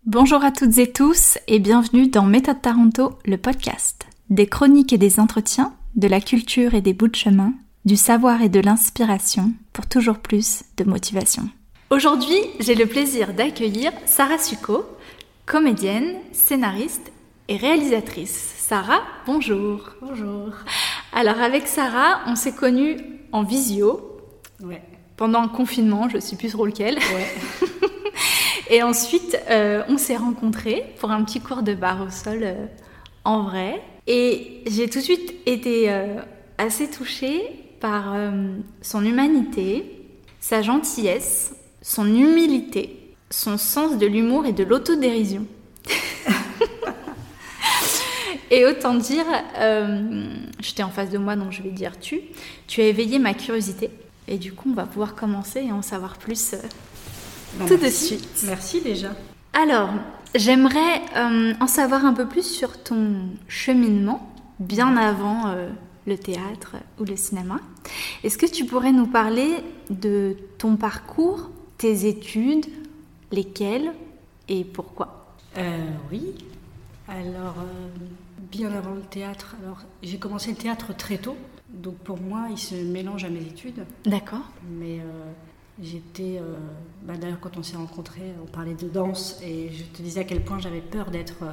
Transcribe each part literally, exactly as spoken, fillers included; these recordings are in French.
Bonjour à toutes et tous et bienvenue dans Méthode Taranto, le podcast. Des chroniques et des entretiens, de la culture et des bouts de chemin, du savoir et de l'inspiration pour toujours plus de motivation. Aujourd'hui, j'ai le plaisir d'accueillir Sarah Succo, comédienne, scénariste et réalisatrice. Sarah, bonjour. Bonjour. Alors avec Sarah, on s'est connus en visio. Ouais. Pendant un confinement, je ne sais plus trop lequel. Ouais. Et ensuite, euh, on s'est rencontrés pour un petit cours de barre au sol euh, en vrai. Et j'ai tout de suite été euh, assez touchée par euh, son humanité, sa gentillesse, son humilité, son sens de l'humour et de l'autodérision. Et autant dire, euh, j'étais en face de moi, donc je vais dire tu. Tu as éveillé ma curiosité. Et du coup, on va pouvoir commencer et en savoir plus... Euh, Ben Tout merci. de suite. Merci déjà. Alors, j'aimerais euh, en savoir un peu plus sur ton cheminement, bien avant euh, le théâtre ou le cinéma. Est-ce que tu pourrais nous parler de ton parcours, tes études, lesquelles et pourquoi ? Euh, oui. Alors, euh, bien avant le théâtre, alors j'ai commencé le théâtre très tôt. Donc pour moi, il se mélange à mes études. D'accord. Mais... Euh, J'étais, euh, bah d'ailleurs quand on s'est rencontrés, on parlait de danse et je te disais à quel point j'avais peur d'être, euh,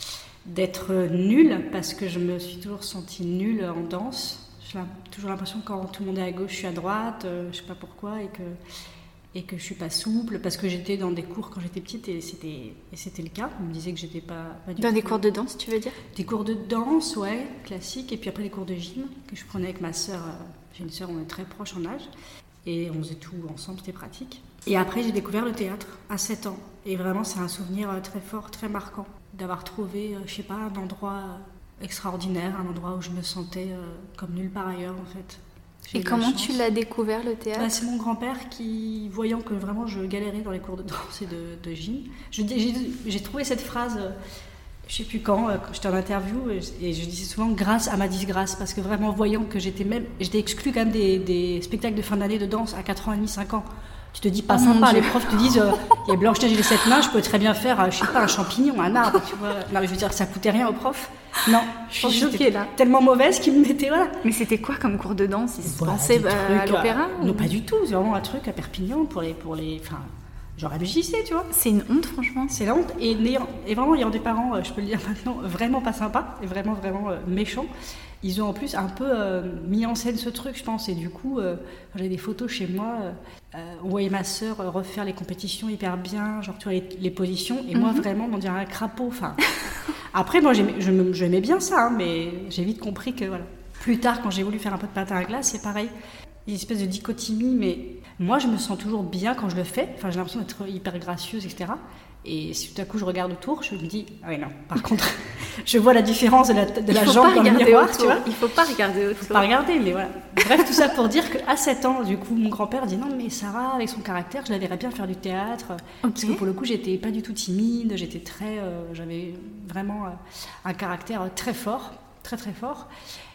d'être nulle parce que je me suis toujours sentie nulle en danse. J'ai toujours l'impression que quand tout le monde est à gauche, je suis à droite, euh, je sais pas pourquoi et que, et que je suis pas souple parce que j'étais dans des cours quand j'étais petite et c'était, et c'était le cas. On me disait que j'étais pas, pas du Dans tout. des cours de danse, tu veux dire ? Des cours de danse, ouais, classiques, et puis après des cours de gym que je prenais avec ma sœur. Euh, j'ai une sœur, on est très proches en âge. Et on faisait tout ensemble, c'était pratique. Et après, j'ai découvert le théâtre à sept ans. Et vraiment, c'est un souvenir très fort, très marquant. D'avoir trouvé, je sais pas, un endroit extraordinaire, un endroit où je me sentais comme nulle part ailleurs, en fait. J'ai et comment tu l'as découvert, le théâtre ? Bah, c'est mon grand-père qui, voyant que vraiment je galérais dans les cours de danse et de, de gym, je, j'ai, j'ai trouvé cette phrase... Je sais plus quand, quand j'étais en interview, et je disais souvent grâce à ma disgrâce, parce que vraiment voyant que j'étais même, j'étais exclue quand même des, des spectacles de fin d'année de danse à quatre ans et demi, cinq ans. Tu te dis pas oh sympa, les profs te disent, il euh, y a Blanche-Neige et les sept nains, je peux très bien faire, je sais pas, un champignon, un arbre, tu vois. Non mais je veux dire, ça coûtait rien aux profs. Non, je suis choquée là. Tellement mauvaise qu'ils me mettaient, voilà. Mais c'était quoi comme cours de danse ? Ils se voilà, pensaient bah, à l'opéra à... ou... Non, pas du tout, c'est vraiment un truc à Perpignan pour les... Pour les... Enfin, genre hallucinais, tu vois. C'est une honte, franchement. C'est la honte. Et, et vraiment, ayant des parents, je peux le dire maintenant, vraiment pas sympas, et vraiment, vraiment euh, méchants, ils ont en plus un peu euh, mis en scène ce truc, je pense. Et du coup, euh, quand j'avais des photos chez moi, euh, on voyait ma sœur refaire les compétitions hyper bien, genre tu vois, les, les positions, et mm-hmm. moi, vraiment, on dirait un crapaud. Enfin, après, moi, j'aimais, je, j'aimais bien ça, hein, mais j'ai vite compris que, voilà. Plus tard, quand j'ai voulu faire un peu de patin à glace, c'est pareil. Une espèce de dichotomie, mais moi je me sens toujours bien quand je le fais, enfin j'ai l'impression d'être hyper gracieuse, et cetera. Et si tout à coup je regarde autour, je me dis, ah oui non, par contre, je vois la différence de la, de la jambe dans le miroir, autour. Tu vois. Il faut pas regarder autour. Il faut pas regarder, mais voilà. Bref, tout ça pour dire qu'à sept ans, du coup, mon grand-père dit, non mais Sarah, avec son caractère, je la verrais bien faire du théâtre. Okay. Parce que pour le coup, j'étais pas du tout timide, j'étais très, euh, j'avais vraiment euh, un caractère très fort, très très fort.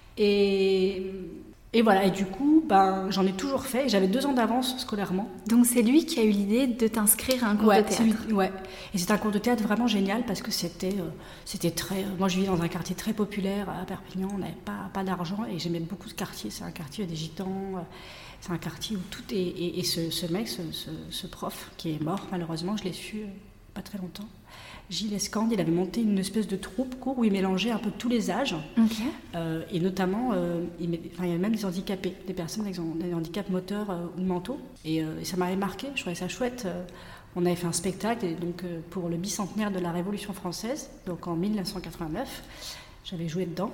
Et... Et voilà, et du coup, ben, j'en ai toujours fait. J'avais deux ans d'avance scolairement. Donc c'est lui qui a eu l'idée de t'inscrire à un cours ouais, de théâtre. Lui, ouais, et c'était un cours de théâtre vraiment génial parce que c'était, euh, c'était très... Euh, moi, je vivais dans un quartier très populaire à Perpignan, on n'avait pas, pas d'argent et j'aimais beaucoup ce quartier. C'est un quartier où il y a des gitans, euh, c'est un quartier où tout est... Et, et ce, ce mec, ce, ce, ce prof qui est mort, malheureusement, je l'ai su euh, pas très longtemps, Gilles Escande, il avait monté une espèce de troupe court où il mélangeait un peu tous les âges. Okay. Euh, et notamment, euh, il, enfin, il y avait même des handicapés, des personnes avec des handicaps moteurs euh, ou mentaux. Et, euh, et ça m'avait marqué, je trouvais ça chouette. Euh, on avait fait un spectacle et donc, euh, pour le bicentenaire de la Révolution française, donc en dix-neuf cent quatre-vingt-neuf. J'avais joué dedans.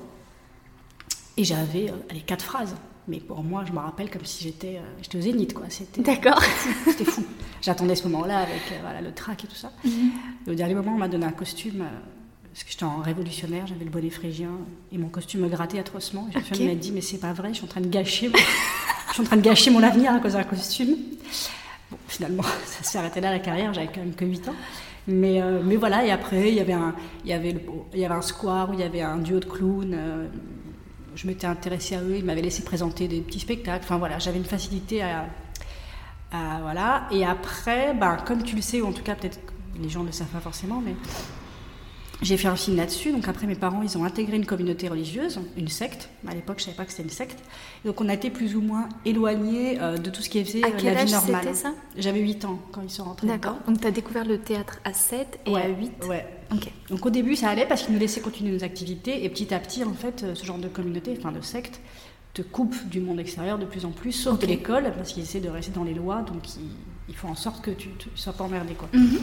Et j'avais euh, les quatre phrases. Mais pour moi, je me rappelle comme si j'étais, euh, j'étais au Zénith, quoi. C'était, D'accord. C'était fou. C'était fou. J'attendais ce moment-là avec euh, voilà, le trac et tout ça. Mm-hmm. Et au dernier moment, on m'a donné un costume, euh, parce que j'étais en révolutionnaire, j'avais le bonnet phrygien, et mon costume me grattait atrocement. Et okay. m'a dit, mais c'est pas vrai, je suis en train de gâcher mon, je suis en train de gâcher mon avenir à cause d'un costume. Bon, finalement, ça s'est arrêté là, la carrière, j'avais quand même que huit ans. Mais, euh, mais voilà, et après, il y avait un, il y avait le, il y avait un square où il y avait un duo de clowns. Euh, je m'étais intéressée à eux, ils m'avaient laissé présenter des petits spectacles. Enfin voilà, j'avais une facilité à, à voilà. Et après, ben, comme tu le sais, ou en tout cas peut-être les gens ne le savent pas forcément, mais j'ai fait un film là-dessus. Donc après, mes parents, ils ont intégré une communauté religieuse, une secte. À l'époque, je ne savais pas que c'était une secte. Et donc on a été plus ou moins éloignés euh, de tout ce qui était à euh, quel la âge vie normale. c'était ça? J'avais huit ans quand ils sont rentrés. D'accord. Donc tu as découvert le théâtre à sept et ouais, à huit. Ouais. Ok. Donc au début, ça allait parce qu'ils nous laissaient continuer nos activités. Et petit à petit, en fait, ce genre de communauté, enfin de secte, te coupe du monde extérieur de plus en plus, sauf okay. de l'école, parce qu'ils essaient de rester dans les lois. Donc ils, ils font en sorte que tu ne sois pas emmerdé, quoi. Mm-hmm.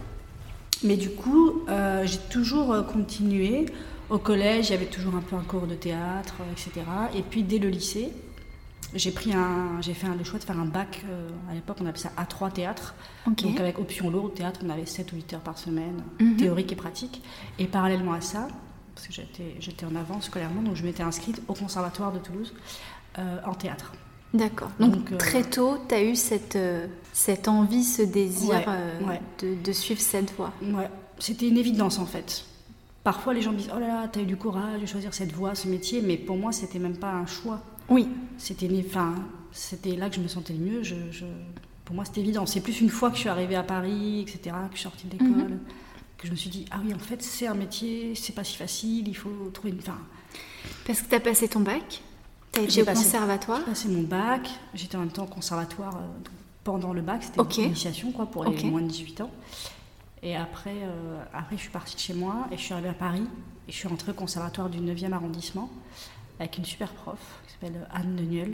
Mais du coup, euh, j'ai toujours continué. Au collège, il y avait toujours un peu un cours de théâtre, et cetera. Et puis, dès le lycée, j'ai, pris un, j'ai fait un, le choix de faire un bac. Euh, à l'époque, on appelait ça A trois théâtre. Okay. Donc, avec option lourde, théâtre, on avait sept ou huit heures par semaine, mm-hmm. théorique et pratique. Et parallèlement à ça, parce que j'étais, j'étais en avance scolairement, donc je m'étais inscrite au Conservatoire de Toulouse euh, en théâtre. D'accord. Donc, Donc euh... très tôt, tu as eu cette, euh, cette envie, ce désir ouais, euh, ouais. De, de suivre cette voie. Ouais, c'était une évidence en fait. Parfois, les gens me disent « Oh là là, tu as eu du courage de choisir cette voie, ce métier », mais pour moi, c'était même pas un choix. Oui. C'était, enfin, c'était là que je me sentais le mieux. Je, je... Pour moi, c'était évident. C'est plus une fois que je suis arrivée à Paris, et cetera, que je suis sortie de l'école, mm-hmm. que je me suis dit « Ah oui, en fait, c'est un métier, c'est pas si facile, il faut trouver une... » Enfin, parce que tu as passé ton bac ? T'as été j'ai au passé, conservatoire ? J'ai passé mon bac. J'étais en même temps au conservatoire euh, pendant le bac. C'était okay. une initiation quoi, pour les okay. moins de dix-huit ans. Et après, euh, après, je suis partie de chez moi et je suis arrivée à Paris. Et je suis rentrée au conservatoire du neuvième arrondissement avec une super prof qui s'appelle Anne de Nieul.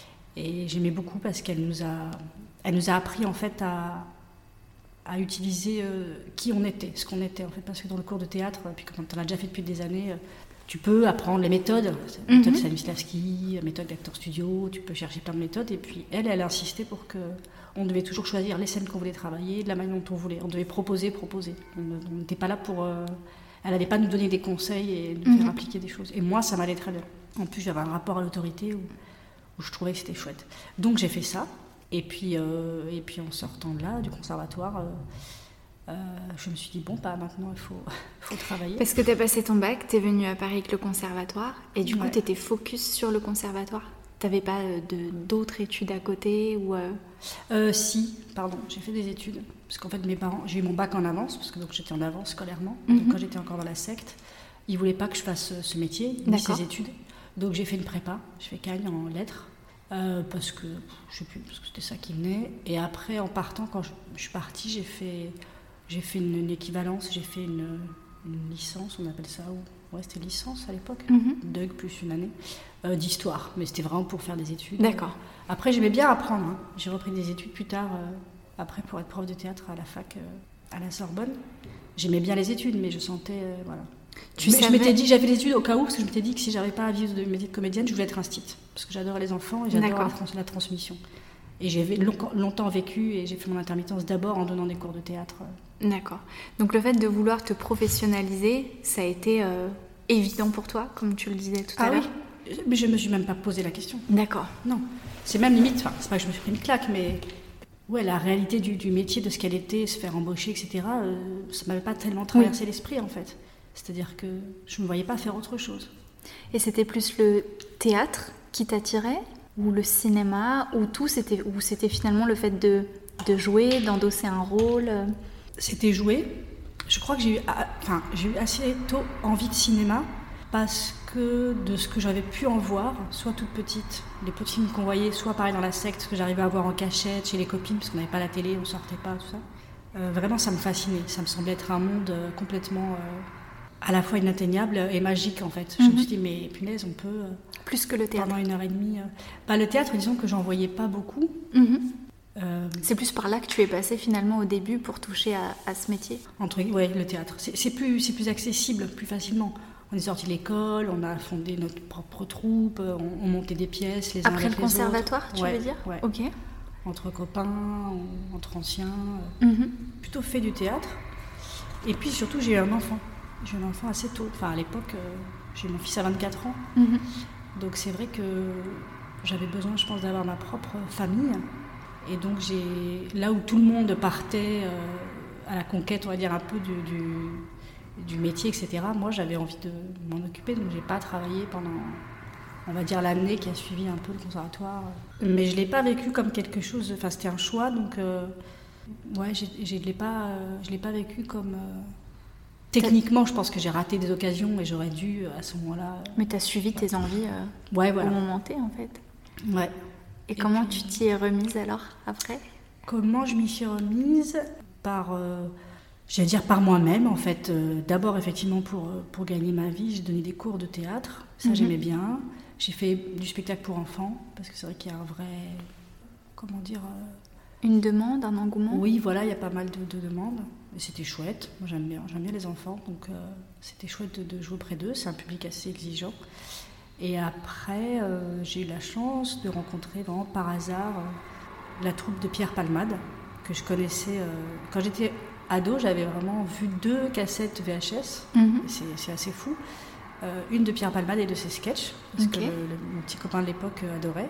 Et j'aimais beaucoup parce qu'elle nous a, elle nous a appris en fait à, à utiliser euh, qui on était, ce qu'on était en fait. Parce que dans le cours de théâtre, puis quand on a déjà fait depuis des années... Euh, tu peux apprendre les méthodes, la méthode mm-hmm. Stanislavski, la méthode d'acteur studio, tu peux chercher plein de méthodes. Et puis elle, elle insistait pour qu'on devait toujours choisir les scènes qu'on voulait travailler, de la manière dont on voulait. On devait proposer, proposer. On n'était pas là pour... Euh, elle n'allait pas nous donner des conseils et nous mm-hmm. faire appliquer des choses. Et moi, ça m'allait très bien. En plus, j'avais un rapport à l'autorité où, où je trouvais que c'était chouette. Donc j'ai fait ça. Et puis, euh, et puis en sortant de là, du conservatoire... Euh, Euh, je me suis dit, bon, bah, maintenant, il faut, faut travailler. Parce que tu as passé ton bac, tu es venue à Paris avec le conservatoire, et du coup, ouais. tu étais focus sur le conservatoire. Tu n'avais pas de, d'autres études à côté ou euh... Euh, Si, pardon, j'ai fait des études. Parce qu'en fait, mes parents, j'ai eu mon bac en avance, parce que donc, j'étais en avance scolairement. Mm-hmm. Donc, quand j'étais encore dans la secte, ils ne voulaient pas que je fasse ce métier, ni ces études. Donc, j'ai fait une prépa, j'ai fait Cagne en lettres. Euh, parce que, je sais plus, parce que c'était ça qui venait. Et après, en partant, quand je, je suis partie, j'ai fait... J'ai fait une, une équivalence, j'ai fait une, une licence, on appelle ça, ou ouais, c'était licence à l'époque, mm-hmm. D E G plus une année, euh, d'histoire, mais c'était vraiment pour faire des études. D'accord. Après, j'aimais bien apprendre, hein. J'ai repris des études plus tard, euh, après pour être prof de théâtre à la fac, euh, à la Sorbonne. J'aimais bien les études, mais je sentais, euh, voilà. Tu mais savais... Je m'étais dit, j'avais des études au cas où, parce que je m'étais dit que si j'arrivais pas à vivre de métier de comédienne, je voulais être instite, parce que j'adore les enfants et j'adore la, trans- la transmission. Et j'ai longtemps vécu et j'ai fait mon intermittence d'abord en donnant des cours de théâtre. D'accord. Donc le fait de vouloir te professionnaliser, ça a été euh, évident pour toi, comme tu le disais tout à ah l'heure ? Oui, mais je ne me suis même pas posé la question. D'accord. Non. C'est même limite, enfin, c'est pas que je me suis pris une claque, mais ouais, la réalité du, du métier, de ce qu'elle était, se faire embaucher, et cetera, euh, ça ne m'avait pas tellement traversé oui. l'esprit, en fait. C'est-à-dire que je ne me voyais pas faire autre chose. Et c'était plus le théâtre qui t'attirait ? Ou le cinéma, ou tout, c'était, ou c'était finalement le fait de, de jouer, d'endosser un rôle. C'était jouer. Je crois que j'ai eu, enfin, j'ai eu assez tôt envie de cinéma parce que de ce que j'avais pu en voir, soit toute petite, les petits films qu'on voyait, soit pareil dans la secte, ce que j'arrivais à voir en cachette chez les copines, parce qu'on n'avait pas la télé, on ne sortait pas, tout ça. Euh, vraiment, ça me fascinait. Ça me semblait être un monde complètement... Euh, à la fois inatteignable et magique en fait. Mm-hmm. Je me suis dit mais punaise on peut... Euh, plus que le théâtre. Pendant une heure et demie. Euh... Bah, le théâtre disons que j'en voyais pas beaucoup. Mm-hmm. Euh... C'est plus par là que tu es passée finalement au début pour toucher à, à ce métier. Entre ouais le théâtre. C'est, c'est, plus, c'est plus accessible, plus facilement. On est sorti de l'école, on a fondé notre propre troupe, on, on montait des pièces les uns après avec les autres. Après le conservatoire tu ouais, veux dire ouais. Ok. Entre copains, entre anciens. Mm-hmm. Plutôt fait du théâtre. Et puis surtout j'ai eu un enfant. J'ai eu un enfant assez tôt. Enfin, à l'époque, euh, j'ai eu mon fils à vingt-quatre ans. Mm-hmm. Donc, c'est vrai que j'avais besoin, je pense, d'avoir ma propre famille. Et donc, j'ai... là où tout le monde partait euh, à la conquête, on va dire, un peu du, du, du métier, et cetera, moi, j'avais envie de m'en occuper. Donc, je n'ai pas travaillé pendant, on va dire, l'année qui a suivi un peu le conservatoire. Mais je ne l'ai pas vécu comme quelque chose... Enfin, c'était un choix. Donc, euh, Ouais, j'ai, j'ai, je l'ai pas, euh, je l'ai pas vécu comme... Euh... Techniquement, je pense que j'ai raté des occasions et j'aurais dû, à ce moment-là... Mais tu as suivi tes envies euh, ouais, voilà. au moment T, en fait. Ouais. Et, et comment puis, tu t'y es remise, alors, après ? Comment je m'y suis remise ? Par... Euh, j'allais dire par moi-même, en fait. Euh, d'abord, effectivement, pour, pour gagner ma vie, j'ai donné des cours de théâtre. Ça, mm-hmm. j'aimais bien. J'ai fait du spectacle pour enfants, parce que c'est vrai qu'il y a un vrai... Comment dire... Euh, Une demande, un engouement ? Oui, voilà, il y a pas mal de, de demandes. Et c'était chouette. Moi, j'aime bien, j'aime bien les enfants, donc euh, c'était chouette de, de jouer auprès d'eux. C'est un public assez exigeant. Et après, euh, j'ai eu la chance de rencontrer vraiment par hasard euh, la troupe de Pierre Palmade, que je connaissais. Euh, quand j'étais ado, j'avais vraiment vu deux cassettes V H S. Mm-hmm. C'est, c'est assez fou. Euh, une de Pierre Palmade et de ses sketchs, parce okay. que le, le, mon petit copain de l'époque euh, adorait.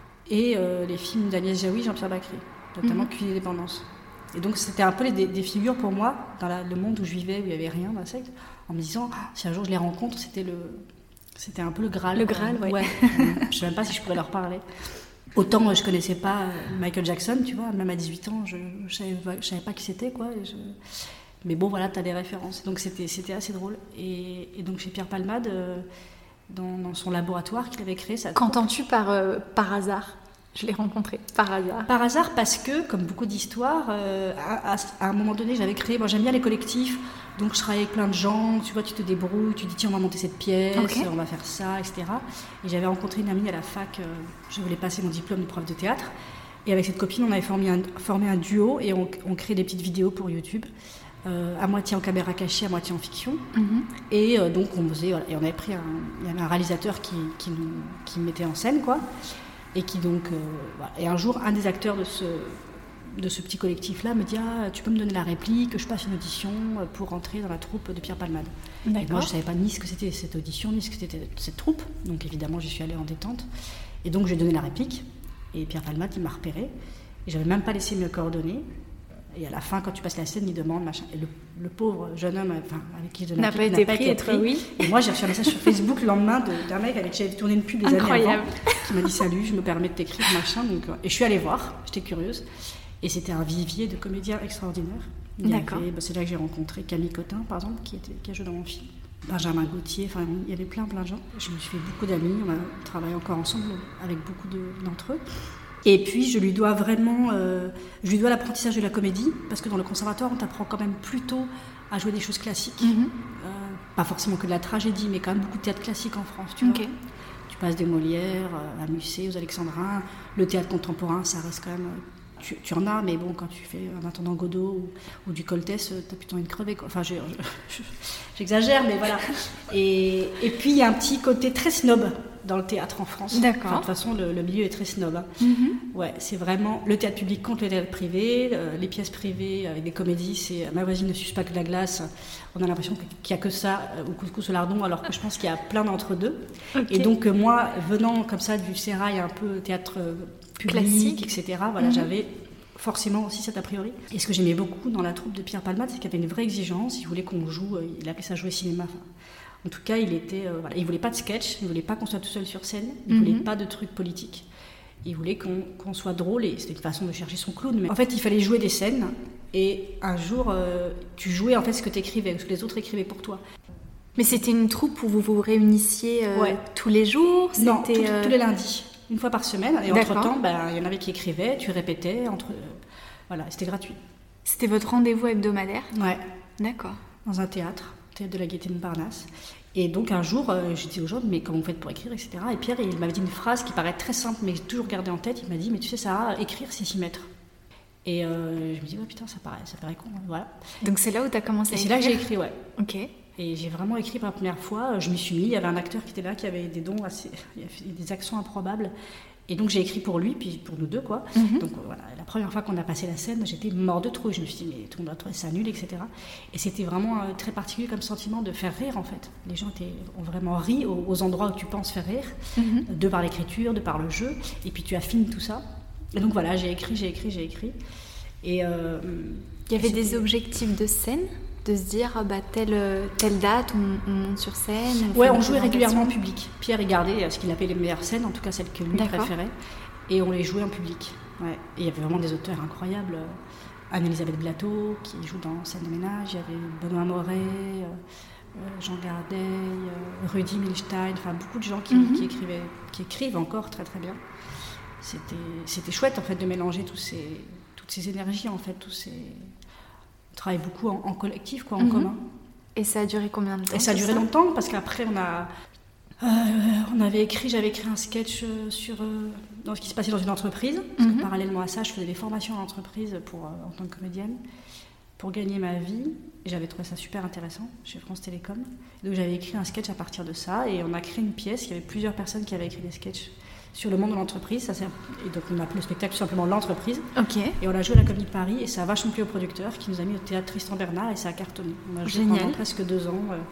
Et euh, les films d'Agnès Jaoui, Jean-Pierre Bacri, notamment mm-hmm. Cuisine et Dépendance. Et donc c'était un peu les, des, des figures pour moi, dans la, le monde où je vivais, où il n'y avait rien dans la secte, en me disant, ah, si un jour je les rencontre, c'était, le, c'était un peu le Graal. Le Graal, oui. Ouais. Je ne sais même pas si je pourrais leur parler. Autant je ne connaissais pas Michael Jackson, tu vois, même à dix-huit ans, je ne savais, savais pas qui c'était, quoi. Et je... Mais bon, voilà, tu as des références. Donc c'était, c'était assez drôle. Et, et donc chez Pierre Palmade, euh, dans, dans son laboratoire qu'il avait créé... Ça... Qu'entends-tu par, euh, par hasard ? Je l'ai rencontré par hasard. Par hasard, parce que, comme beaucoup d'histoires, euh, à, à, à un moment donné, j'avais créé... Moi, j'aime bien les collectifs, donc je travaillais avec plein de gens. Tu vois, tu te débrouilles, tu dis, tiens, on va monter cette pièce, okay. on va faire ça, et cetera. Et j'avais rencontré une amie à la fac, euh, je voulais passer mon diplôme de prof de théâtre. Et avec cette copine, on avait formé un, formé un duo et on, on créait des petites vidéos pour YouTube, euh, à moitié en caméra cachée, à moitié en fiction. Mm-hmm. Et euh, donc, on faisait... Voilà, et on avait pris un... Il y avait un réalisateur qui, qui, nous, qui me mettait en scène, quoi. Et qui donc, euh, voilà. Et un jour, un des acteurs de ce, de ce petit collectif-là me dit ah, tu peux me donner la réplique, que je passe une audition pour rentrer dans la troupe de Pierre Palmade. D'accord. Et moi, je ne savais pas ni ce que c'était cette audition, ni ce que c'était cette troupe. Donc évidemment, j'y suis allée en détente. Et donc, j'ai donné la réplique. Et Pierre Palmade, il m'a repéré. Et je n'avais même pas laissé mes coordonnées. Et à la fin, quand tu passes la scène, il demande machin. Et le, le pauvre jeune homme, enfin, avec qui je donnais n'a pas été pris, être oui. Et moi, j'ai reçu un message sur Facebook le lendemain de, d'un mec avec qui j'avais tourné une pub des Incroyable. années avant, qui m'a dit salut, je me permets de t'écrire machin. Donc, et je suis allée voir, j'étais curieuse. Et c'était un vivier de comédiens extraordinaires. Il D'accord. Avait, bah, c'est là que j'ai rencontré Camille Cotin, par exemple, qui, était, qui a joué dans mon film. Benjamin Gauthier, enfin, il y avait plein, plein de gens. Je me suis fait beaucoup d'amis, on a travaillé encore ensemble avec beaucoup de, d'entre eux. Et puis, je lui dois vraiment, euh, je lui dois l'apprentissage de la comédie, parce que dans le conservatoire, on t'apprend quand même plutôt à jouer des choses classiques. Mm-hmm. Euh, pas forcément que de la tragédie, mais quand même beaucoup de théâtre classique en France, tu okay. vois. Tu passes des Molières à Musset, aux Alexandrins. Le théâtre contemporain, ça reste quand même... Tu, tu en as, mais bon, quand tu fais un Intendant Godot ou, ou du Coltès, t'as plutôt envie de crever, quoi. Enfin, je, je, j'exagère, mais voilà. Et, et puis, il y a un petit côté très snob dans le théâtre en France. D'accord. Enfin, de toute façon, le, le milieu est très snob. Hein. Mm-hmm. Ouais, c'est vraiment le théâtre public contre le théâtre privé. Euh, les pièces privées avec des comédies, c'est Ma voisine ne suce pas que de la glace. On a l'impression qu'il n'y a que ça, euh, ou couscous au lardon, alors que je pense qu'il y a plein d'entre deux. Okay. Et donc, euh, moi, venant comme ça du sérail, un peu théâtre euh, public, classique, et cetera, voilà, mm-hmm. j'avais forcément aussi cet a priori. Et ce que j'aimais beaucoup dans la troupe de Pierre Palmade, c'est qu'il y avait une vraie exigence. Il voulait qu'on joue, euh, il appelait ça jouer cinéma. Enfin, en tout cas, il était, euh, voilà, il voulait pas de sketch, il voulait pas qu'on soit tout seul sur scène, il mm-hmm. voulait pas de trucs politiques. Il voulait qu'on, qu'on soit drôle, et c'était une façon de chercher son clown. Mais en fait, il fallait jouer des scènes, et un jour, euh, tu jouais en fait ce que tu écrivais, ce que les autres écrivaient pour toi. Mais c'était une troupe où vous vous réunissiez euh, ouais. tous les jours? C'était, Non, tout, euh... tous les lundis, une fois par semaine. Et D'accord. entre-temps, ben, il y en avait qui écrivaient, tu répétais, entre, euh, voilà, c'était gratuit. C'était votre rendez-vous hebdomadaire? Ouais. D'accord. Dans un théâtre, théâtre de la Gaîté Montparnasse. Et donc un jour, euh, j'ai dit aux gens, mais comment vous faites pour écrire, et cetera. Et Pierre, il m'avait dit une phrase qui paraît très simple, mais j'ai toujours gardé en tête. Il m'a dit, mais tu sais, Sarah, écrire, c'est s'y mettre. Et euh, je me dis, oh, putain, ça paraît, ça paraît con, voilà. Donc c'est là où tu as commencé à écrire? Et c'est là que j'ai écrit, ouais. Ok. Et j'ai vraiment écrit pour la première fois. Je m'y suis mis, il y avait un acteur qui était là, qui avait des dons assez, des accents improbables. Et donc j'ai écrit pour lui, puis pour nous deux, quoi. Mm-hmm. Donc voilà, la première fois qu'on a passé la scène, j'étais mort de trouille. Je me suis dit, mais tout le monde va trouver ça nul, et cetera. Et c'était vraiment euh, très particulier comme sentiment de faire rire, en fait. Les gens étaient, ont vraiment ri aux, aux endroits où tu penses faire rire, mm-hmm. de par l'écriture, de par le jeu. Et puis tu affines tout ça. Et donc voilà, j'ai écrit, j'ai écrit, j'ai écrit. Et euh, il y avait des objectifs de scène, de se dire ah bah telle telle date on, on monte sur scène. On ouais, on jouait régulièrement en public. Pierre il gardait ce qu'il appelait les meilleures scènes, en tout cas celles que lui D'accord. préférait, et on les jouait en public. Ouais. Et il y avait vraiment des auteurs incroyables. Anne-Elisabeth Blateau, qui joue dans Scène de ménage. Il y avait Benoît Moret, euh, euh, Jean Gardeil, euh, Rudy Milstein, enfin beaucoup de gens qui, mm-hmm. qui, écrivaient, qui écrivent encore très très bien. C'était, c'était chouette en fait de mélanger tous ces, toutes ces énergies en fait, tous ces... On travaille beaucoup en, en collectif, quoi, en mm-hmm. commun. Et ça a duré combien de temps? Et ça a duré ça longtemps, parce qu'après on a... Euh, on avait écrit, j'avais écrit un sketch sur euh, dans ce qui se passait dans une entreprise. Parce que, mm-hmm. parallèlement à ça, je faisais des formations en entreprise pour, euh, en tant que comédienne pour gagner ma vie. Et j'avais trouvé ça super intéressant chez France Télécom. Donc j'avais écrit un sketch à partir de ça et on a créé une pièce. Il y avait plusieurs personnes qui avaient écrit des sketchs sur le monde de l'entreprise. Ça, c'est... Et donc on a appelé le spectacle tout simplement l'entreprise. Okay. Et on a joué à la Comédie de Paris et ça a vachement plu au producteur qui nous a mis au théâtre Tristan Bernard et ça a cartonné. On a joué Génial. pendant presque deux ans euh,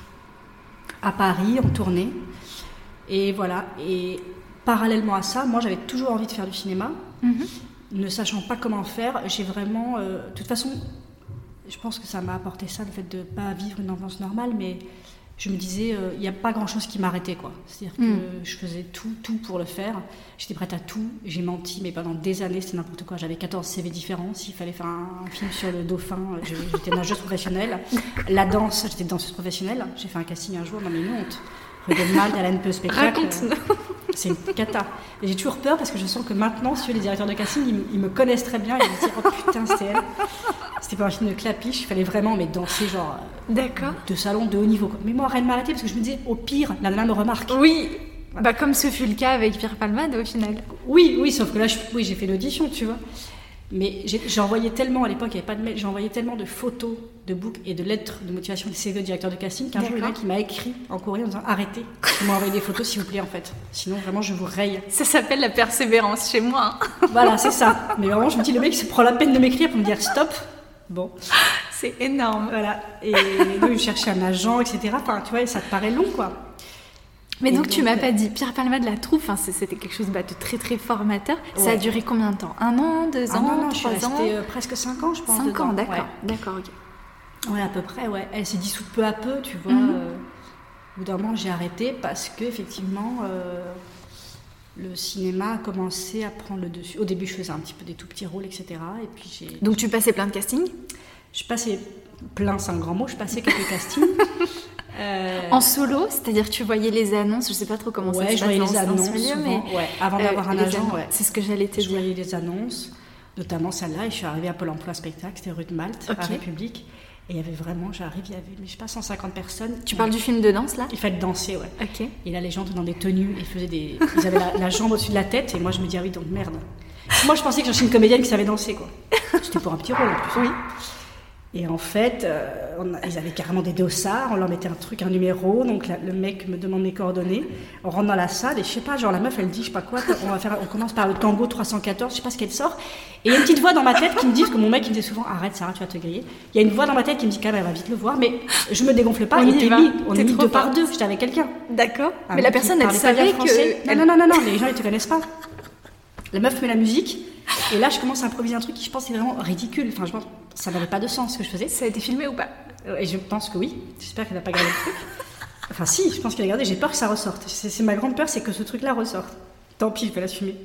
à Paris en tournée. Et voilà, et parallèlement à ça, moi j'avais toujours envie de faire du cinéma, mm-hmm. ne sachant pas comment faire. J'ai vraiment, euh, de toute façon, je pense que ça m'a apporté ça, le fait de ne pas vivre une enfance normale, mais je me disais, il euh, n'y a pas grand-chose qui m'arrêtait, quoi. C'est-à-dire que mm. je faisais tout, tout pour le faire. J'étais prête à tout, j'ai menti, mais pendant des années, c'était n'importe quoi. J'avais quatorze C V différents, s'il fallait faire un, un film sur le dauphin, j'étais nageuse professionnelle. La danse, j'étais danseuse professionnelle. J'ai fait un casting un jour, non mais une honte. De mal à l'A N P E spectacle, euh, c'est une cata. Et j'ai toujours peur parce que je sens que maintenant, si les directeurs de casting, ils, ils me connaissent très bien et ils me disent oh putain, c'était elle. C'était pas un film de clapiche, il fallait vraiment mais danser genre D'accord. de salon de haut niveau. Quoi. Mais moi, rien de m'arrêter parce que je me disais au pire, la nana me remarque. Oui, voilà. Bah, comme ce fut le cas avec Pierre Palmade au final. Oui, oui, sauf que là, je, oui, j'ai fait l'audition, tu vois. Mais j'ai, j'ai envoyé tellement, à l'époque, il n'y avait pas de mail, j'ai envoyé tellement de photos, de books et de lettres de motivation des C V de directeur de casting qu'un D'accord. jour, il y en a qui m'a écrit en courrier en disant arrêtez, vous m'envoyez des photos s'il vous plaît en fait. Sinon, vraiment, je vous raye. Ça s'appelle la persévérance chez moi. Hein. Voilà, c'est ça. Mais vraiment, je me dis, le mec se prend la peine de m'écrire pour me dire stop. Bon. C'est énorme. Voilà. Et lui, il cherchait un agent, et cetera. Enfin, tu vois, ça te paraît long, quoi. Mais donc, donc, tu m'as pas dit, Pierre Palmade la trouve, enfin, c'était quelque chose bah, de très très formateur. Ouais. Ça a duré combien de temps? Un an, deux ah ans, non, non, trois je suis ans restée euh, presque cinq ans, je pense. Cinq dedans. ans, d'accord, ouais. d'accord, ok. Ouais, à peu près, ouais. Elle s'est dissoute peu à peu, tu vois. Mm-hmm. Euh, au bout d'un moment, j'ai arrêté parce qu'effectivement, euh, le cinéma a commencé à prendre le dessus. Au début, je faisais un petit peu des tout petits rôles, et cetera. Et puis j'ai... Donc, tu passais plein de castings? Je passais plein, c'est un grand mot, je passais quelques castings. Euh... En solo, c'est-à-dire que tu voyais les annonces, je sais pas trop comment ouais, ça se passe les dans, annonces, dans ce milieu, souvent, mais ouais, avant d'avoir euh, un agent, ouais. C'est ce que j'allais te je dire. Je voyais les annonces, notamment celle-là, et je suis arrivée à Pôle Emploi Spectacle, c'était rue de Malte, okay. à République, et il y avait vraiment, j'arrive, il y avait, je sais pas, cent cinquante personnes. Tu parles du film de danse là? Il fallait danser, ouais. Ok. Et là, les gens étaient dans des tenues, et faisaient des, ils avaient la, la jambe au-dessus de la tête, et moi je me dis ah oui donc merde. Moi je pensais que j'étais une comédienne qui savait danser quoi. C'était pour un petit rôle en plus. Oui. Et en fait, euh, on a, ils avaient carrément des dossards, on leur mettait un truc, un numéro, donc la, le mec me demande mes coordonnées, on rentre dans la salle et je sais pas, genre la meuf elle dit je sais pas quoi, on, va faire, on commence par le tango trois cent quatorze, je sais pas ce qu'elle sort, et il y a une petite voix dans ma tête qui me dit, que mon mec il me disait souvent arrête Sarah tu vas te griller, il y a une voix dans ma tête qui me dit quand même elle va vite le voir, mais je me dégonfle pas, on et t'es mis, on t'es est mis deux fort. par deux, j'étais avec quelqu'un. D'accord, mais la personne elle savait que... Non, non, non, non, les gens ils te connaissent pas. La meuf met la musique, et là je commence à improviser un truc qui je pense est vraiment ridicule, enfin je pense ça n'avait pas de sens ce que je faisais. Ça a été filmé ou pas? Et je pense que oui, j'espère qu'elle n'a pas gardé le truc. Enfin si, je pense qu'elle a gardé, j'ai peur que ça ressorte. C'est, c'est ma grande peur, c'est que ce truc-là ressorte. Tant pis, je vais l'assumer.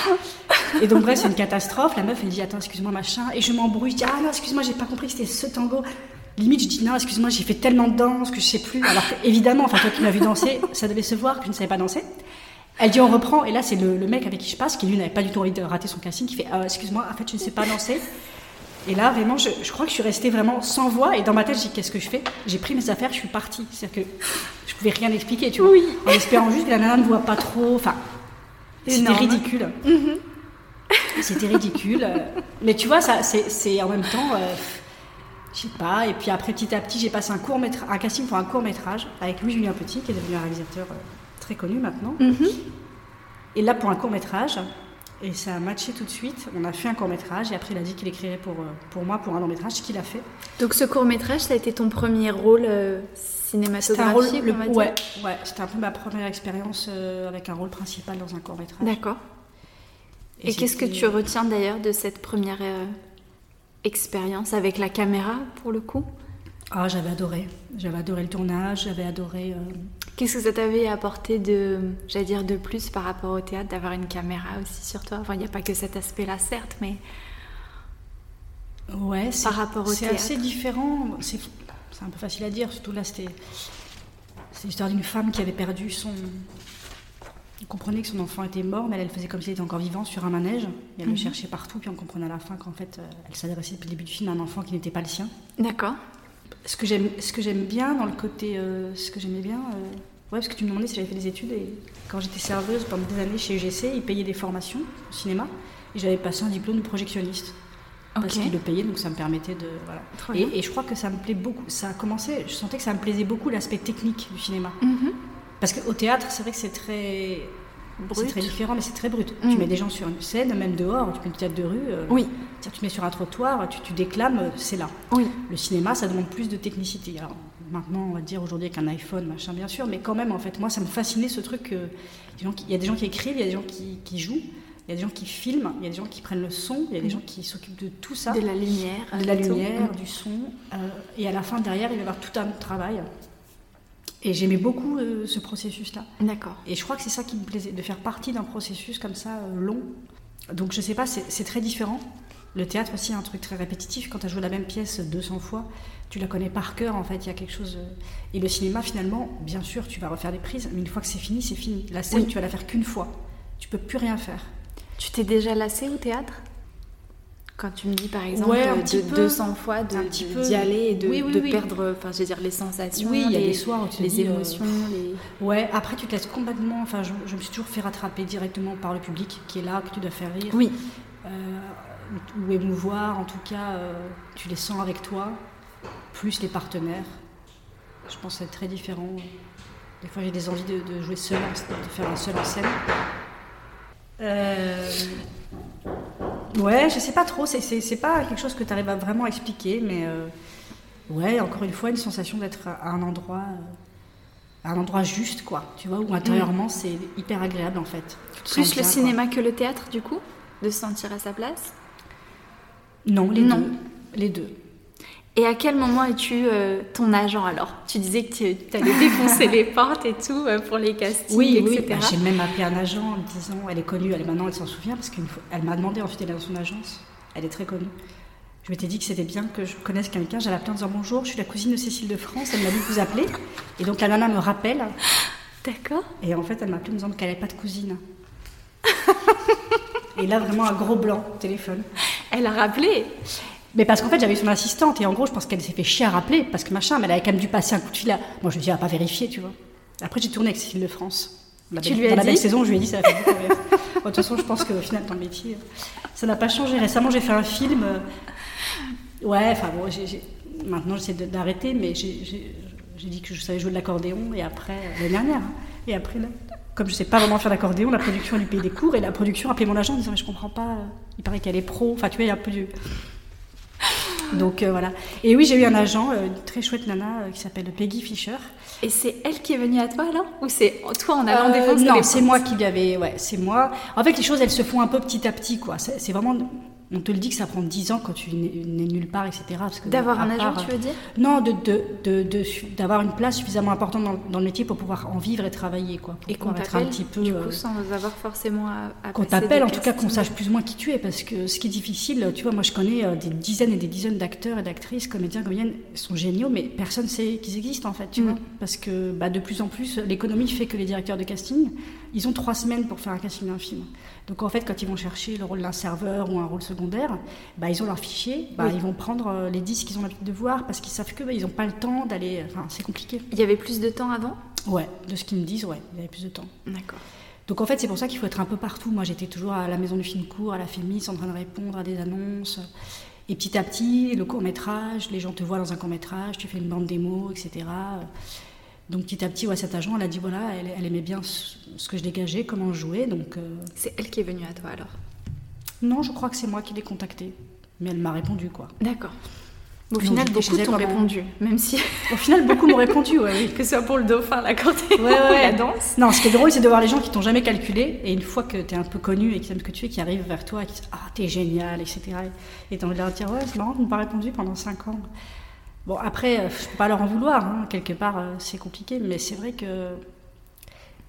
Et donc bref, c'est une catastrophe, la meuf elle dit attends excuse-moi machin, et je m'embrouille, je dis ah non excuse-moi j'ai pas compris que c'était ce tango. Limite je dis non excuse-moi j'ai fait tellement de danse que je sais plus, alors évidemment, enfin toi qui m'as vu danser, ça devait se voir que je ne savais pas danser. Elle dit on reprend, et là c'est le, le mec avec qui je passe, qui lui n'avait pas du tout envie de rater son casting, qui fait ah, excuse-moi, en fait je ne sais pas danser. Et là vraiment, je, je crois que je suis restée vraiment sans voix, et dans ma tête je dis qu'est-ce que je fais? J'ai pris mes affaires, je suis partie. C'est-à-dire que je pouvais rien expliquer, tu vois, oui. En espérant juste que la nana ne voit pas trop, enfin, c'était énorme. ridicule. Mm-hmm. C'était ridicule. Mais tu vois, ça, c'est, c'est en même temps, euh, je sais pas, et puis après petit à petit j'ai passé un, court métra- un casting pour un court-métrage avec Louis-Julien Petit, qui est devenu un réalisateur... Euh, très connu maintenant. Mm-hmm. Et là, pour un court-métrage, et ça a matché tout de suite. On a fait un court-métrage, et après, il a dit qu'il écrirait pour, pour moi pour un long-métrage, ce qu'il a fait. Donc, ce court-métrage, ça a été ton premier rôle euh, cinématographique, c'était un rôle, on va le, dire. Ouais, ouais, c'était un peu ma première expérience euh, avec un rôle principal dans un court-métrage. D'accord. Et, et qu'est-ce que tu retiens d'ailleurs de cette première euh, expérience avec la caméra, pour le coup? Ah, j'avais adoré. J'avais adoré le tournage, j'avais adoré... Euh... Qu'est-ce que ça t'avait apporté de, j'allais dire, de plus par rapport au théâtre, d'avoir une caméra aussi sur toi? Enfin, il n'y a pas que cet aspect-là, certes, mais... Ouais, c'est, par rapport au c'est théâtre. assez différent. C'est, c'est un peu facile à dire, surtout là, c'était, c'est l'histoire d'une femme qui avait perdu son... Elle comprenait que son enfant était mort, mais elle, elle faisait comme s'il était encore vivant sur un manège. Et elle mm-hmm. le cherchait partout, puis on comprenait à la fin qu'en fait, elle s'adressait depuis le début du film à un enfant qui n'était pas le sien. D'accord. Ce que j'aime, ce que j'aime bien dans le côté... Euh, ce que j'aimais bien... Euh, ouais, parce que tu me demandais si j'avais fait des études. Et quand j'étais serveuse pendant des années chez U G C, ils payaient des formations au cinéma. Et j'avais passé un diplôme de projectionniste. Parce okay. qu'ils le payaient, donc ça me permettait de... Voilà. Et, et je crois que ça me plaît beaucoup. Ça a commencé... Je sentais que ça me plaisait beaucoup, l'aspect technique du cinéma. Mm-hmm. Parce qu'au théâtre, c'est vrai que c'est très... Brut. C'est très différent, mais c'est très brut. Mmh. Tu mets des gens sur une scène, même dehors, tu mets du théâtre de rue, euh, oui. tu mets sur un trottoir, tu, tu déclames, c'est là. Oui. Le cinéma, ça demande plus de technicité. Alors, maintenant, on va dire aujourd'hui avec un iPhone, machin, bien sûr, mais quand même, en fait, moi, ça me fascinait ce truc. Euh, il y a des gens qui écrivent, il y a des gens qui, qui jouent, il y a des gens qui filment, il y a des gens qui prennent le son, il y a des mmh. gens qui s'occupent de tout ça. De la lumière. De la lumière, mmh. du son. Euh, et à la fin, derrière, il va y avoir tout un travail. Et j'aimais beaucoup euh, ce processus-là. D'accord. Et je crois que c'est ça qui me plaisait, de faire partie d'un processus comme ça, euh, long. Donc je sais pas, c'est, c'est très différent. Le théâtre aussi, un truc très répétitif. Quand tu as joué la même pièce deux cents fois, tu la connais par cœur, en fait, il y a quelque chose... Euh... Et le cinéma, finalement, bien sûr, tu vas refaire des prises, mais une fois que c'est fini, c'est fini. La scène, oui. tu vas la faire qu'une fois. Tu peux plus rien faire. Tu t'es déjà lassée au théâtre ? Quand tu me dis par exemple ouais, de peu, deux cents fois de, de, peu. d'y aller et de, oui, oui, de oui. perdre, enfin je veux dire les sensations, oui, il y a les, des soirs où tu les dis, émotions, euh, les... Ouais, après tu te laisses complètement, enfin je, je me suis toujours fait rattraper directement par le public qui est là, que tu dois faire rire. Oui. Euh, ou, ou émouvoir, en tout cas, euh, tu les sens avec toi, plus les partenaires. Je pense que c'est très différent. Des fois j'ai des envies de, de jouer seul, de faire un seul en scène. Euh... Ouais, je sais pas trop, c'est, c'est, c'est pas quelque chose que tu arrives à vraiment expliquer, mais euh, ouais, encore une fois, une sensation d'être à un endroit, euh, à un endroit juste, quoi, tu vois, où intérieurement mmh. c'est hyper agréable en fait. Plus le bien, cinéma quoi. Que le théâtre, du coup, de se sentir à sa place ? Non, les non. deux. Les deux. Et à quel moment es-tu euh, ton agent alors ? Tu disais que tu allais défoncer les portes et tout euh, pour les castings, oui, et cetera. Oui, bah, j'ai même appelé un agent en me disant, elle est connue, elle est maintenant, elle s'en souvient, parce qu'elle m'a demandé ensuite d'aller dans son agence, elle est très connue. Je m'étais dit que c'était bien que je connaisse quelqu'un, j'allais appeler en disant bonjour, je suis la cousine de Cécile de France, elle m'a dit de vous appeler. Et donc la nana me rappelle. D'accord. Et en fait, elle m'a appelé en me disant qu'elle n'avait pas de cousine. Et là, vraiment un gros blanc au téléphone. Elle a rappelé. Mais parce qu'en fait, j'avais son assistante, et en gros, je pense qu'elle s'est fait chier à rappeler, parce que machin, mais elle avait quand même dû passer un coup de fil à... Moi, je me dis, elle va pas vérifier, tu vois. Après, j'ai tourné avec Cécile de France. La tu belle, lui as dans dit la belle saison, je lui ai dit, ça va faire beaucoup rire. De toute façon, je pense qu'au final, dans le métier, ça n'a pas changé. Récemment, j'ai fait un film... Ouais, enfin bon, j'ai, j'ai... maintenant, j'essaie de, d'arrêter, mais j'ai, j'ai, j'ai dit que je savais jouer de l'accordéon, et après, l'année dernière, hein. Et après, là, comme je sais pas vraiment faire l'accordéon, la production, elle lui payait des cours, et la production a appelé mon agent en disant, mais je comprends pas, il paraît qu'elle est pro. Enfin, tu vois, il y a un peu du... Donc euh, voilà. Et oui, j'ai eu un agent, euh, une très chouette nana euh, qui s'appelle Peggy Fischer. Et c'est elle qui est venue à toi alors ? Ou c'est toi en allant euh, défoncer Non, les c'est moi qui lui avais... Ouais, c'est moi. En fait, les choses, elles se font un peu petit à petit, quoi. C'est, c'est vraiment... On te le dit que ça prend dix ans quand tu n'es nulle part, et cetera. Parce que d'avoir un part, agent, tu veux dire ? Non, de, de, de, de, d'avoir une place suffisamment importante dans, dans le métier pour pouvoir en vivre et travailler, quoi. Et qu'on t'appelle, un petit peu, du coup, sans avoir forcément à, à qu'on t'appelle, en tout cas, qu'on sache plus ou moins qui tu es. Parce que ce qui est difficile, tu vois, moi je connais des dizaines et des dizaines d'acteurs et d'actrices, comédiens, comédiennes, sont géniaux, mais personne ne sait qu'ils existent, en fait, tu mmh. vois. Parce que bah, de plus en plus, l'économie fait que les directeurs de casting, ils ont trois semaines pour faire un casting d'un film. Donc en fait, quand ils vont chercher le rôle d'un serveur ou un rôle secondaire, bah, ils ont leur fichier, bah, oui. ils vont prendre les dix qu'ils ont l'habitude de voir parce qu'ils savent que bah, ils n'ont pas le temps d'aller... Enfin, c'est compliqué. Il y avait plus de temps avant ? Ouais, de ce qu'ils me disent, ouais, il y avait plus de temps. D'accord. Donc en fait, c'est pour ça qu'il faut être un peu partout. Moi, j'étais toujours à la maison du film court, à la Fémis, en train de répondre à des annonces. Et petit à petit, le court-métrage, les gens te voient dans un court-métrage, tu fais une bande démo, et cetera. Donc petit à petit, ouais, cet agent, elle a dit voilà, elle, elle aimait bien ce, ce que je dégageais, comment je jouais. Donc, euh... c'est elle qui est venue à toi alors ? Non, je crois que c'est moi qui l'ai contactée. Mais elle m'a répondu, quoi. D'accord. Au final, donc, beaucoup t'ont répondu, même si... Au final, beaucoup m'ont répondu, ouais, oui. Que ce soit pour le dauphin, l'accordéon, ouais, ouais. la danse. Non, ce qui est drôle, c'est de voir les gens qui t'ont jamais calculé, et une fois que t'es un peu connu et qu'ils aiment ce que tu fais, qui arrivent vers toi et qui disent « Ah, t'es génial, et cetera » Et t'as envie de leur dire « Ouais, c'est marrant, ils m'ont pas répondu pendant cinq ans. » Bon, après, je peux pas leur en vouloir, hein. Quelque part, c'est compliqué, mais c'est vrai que...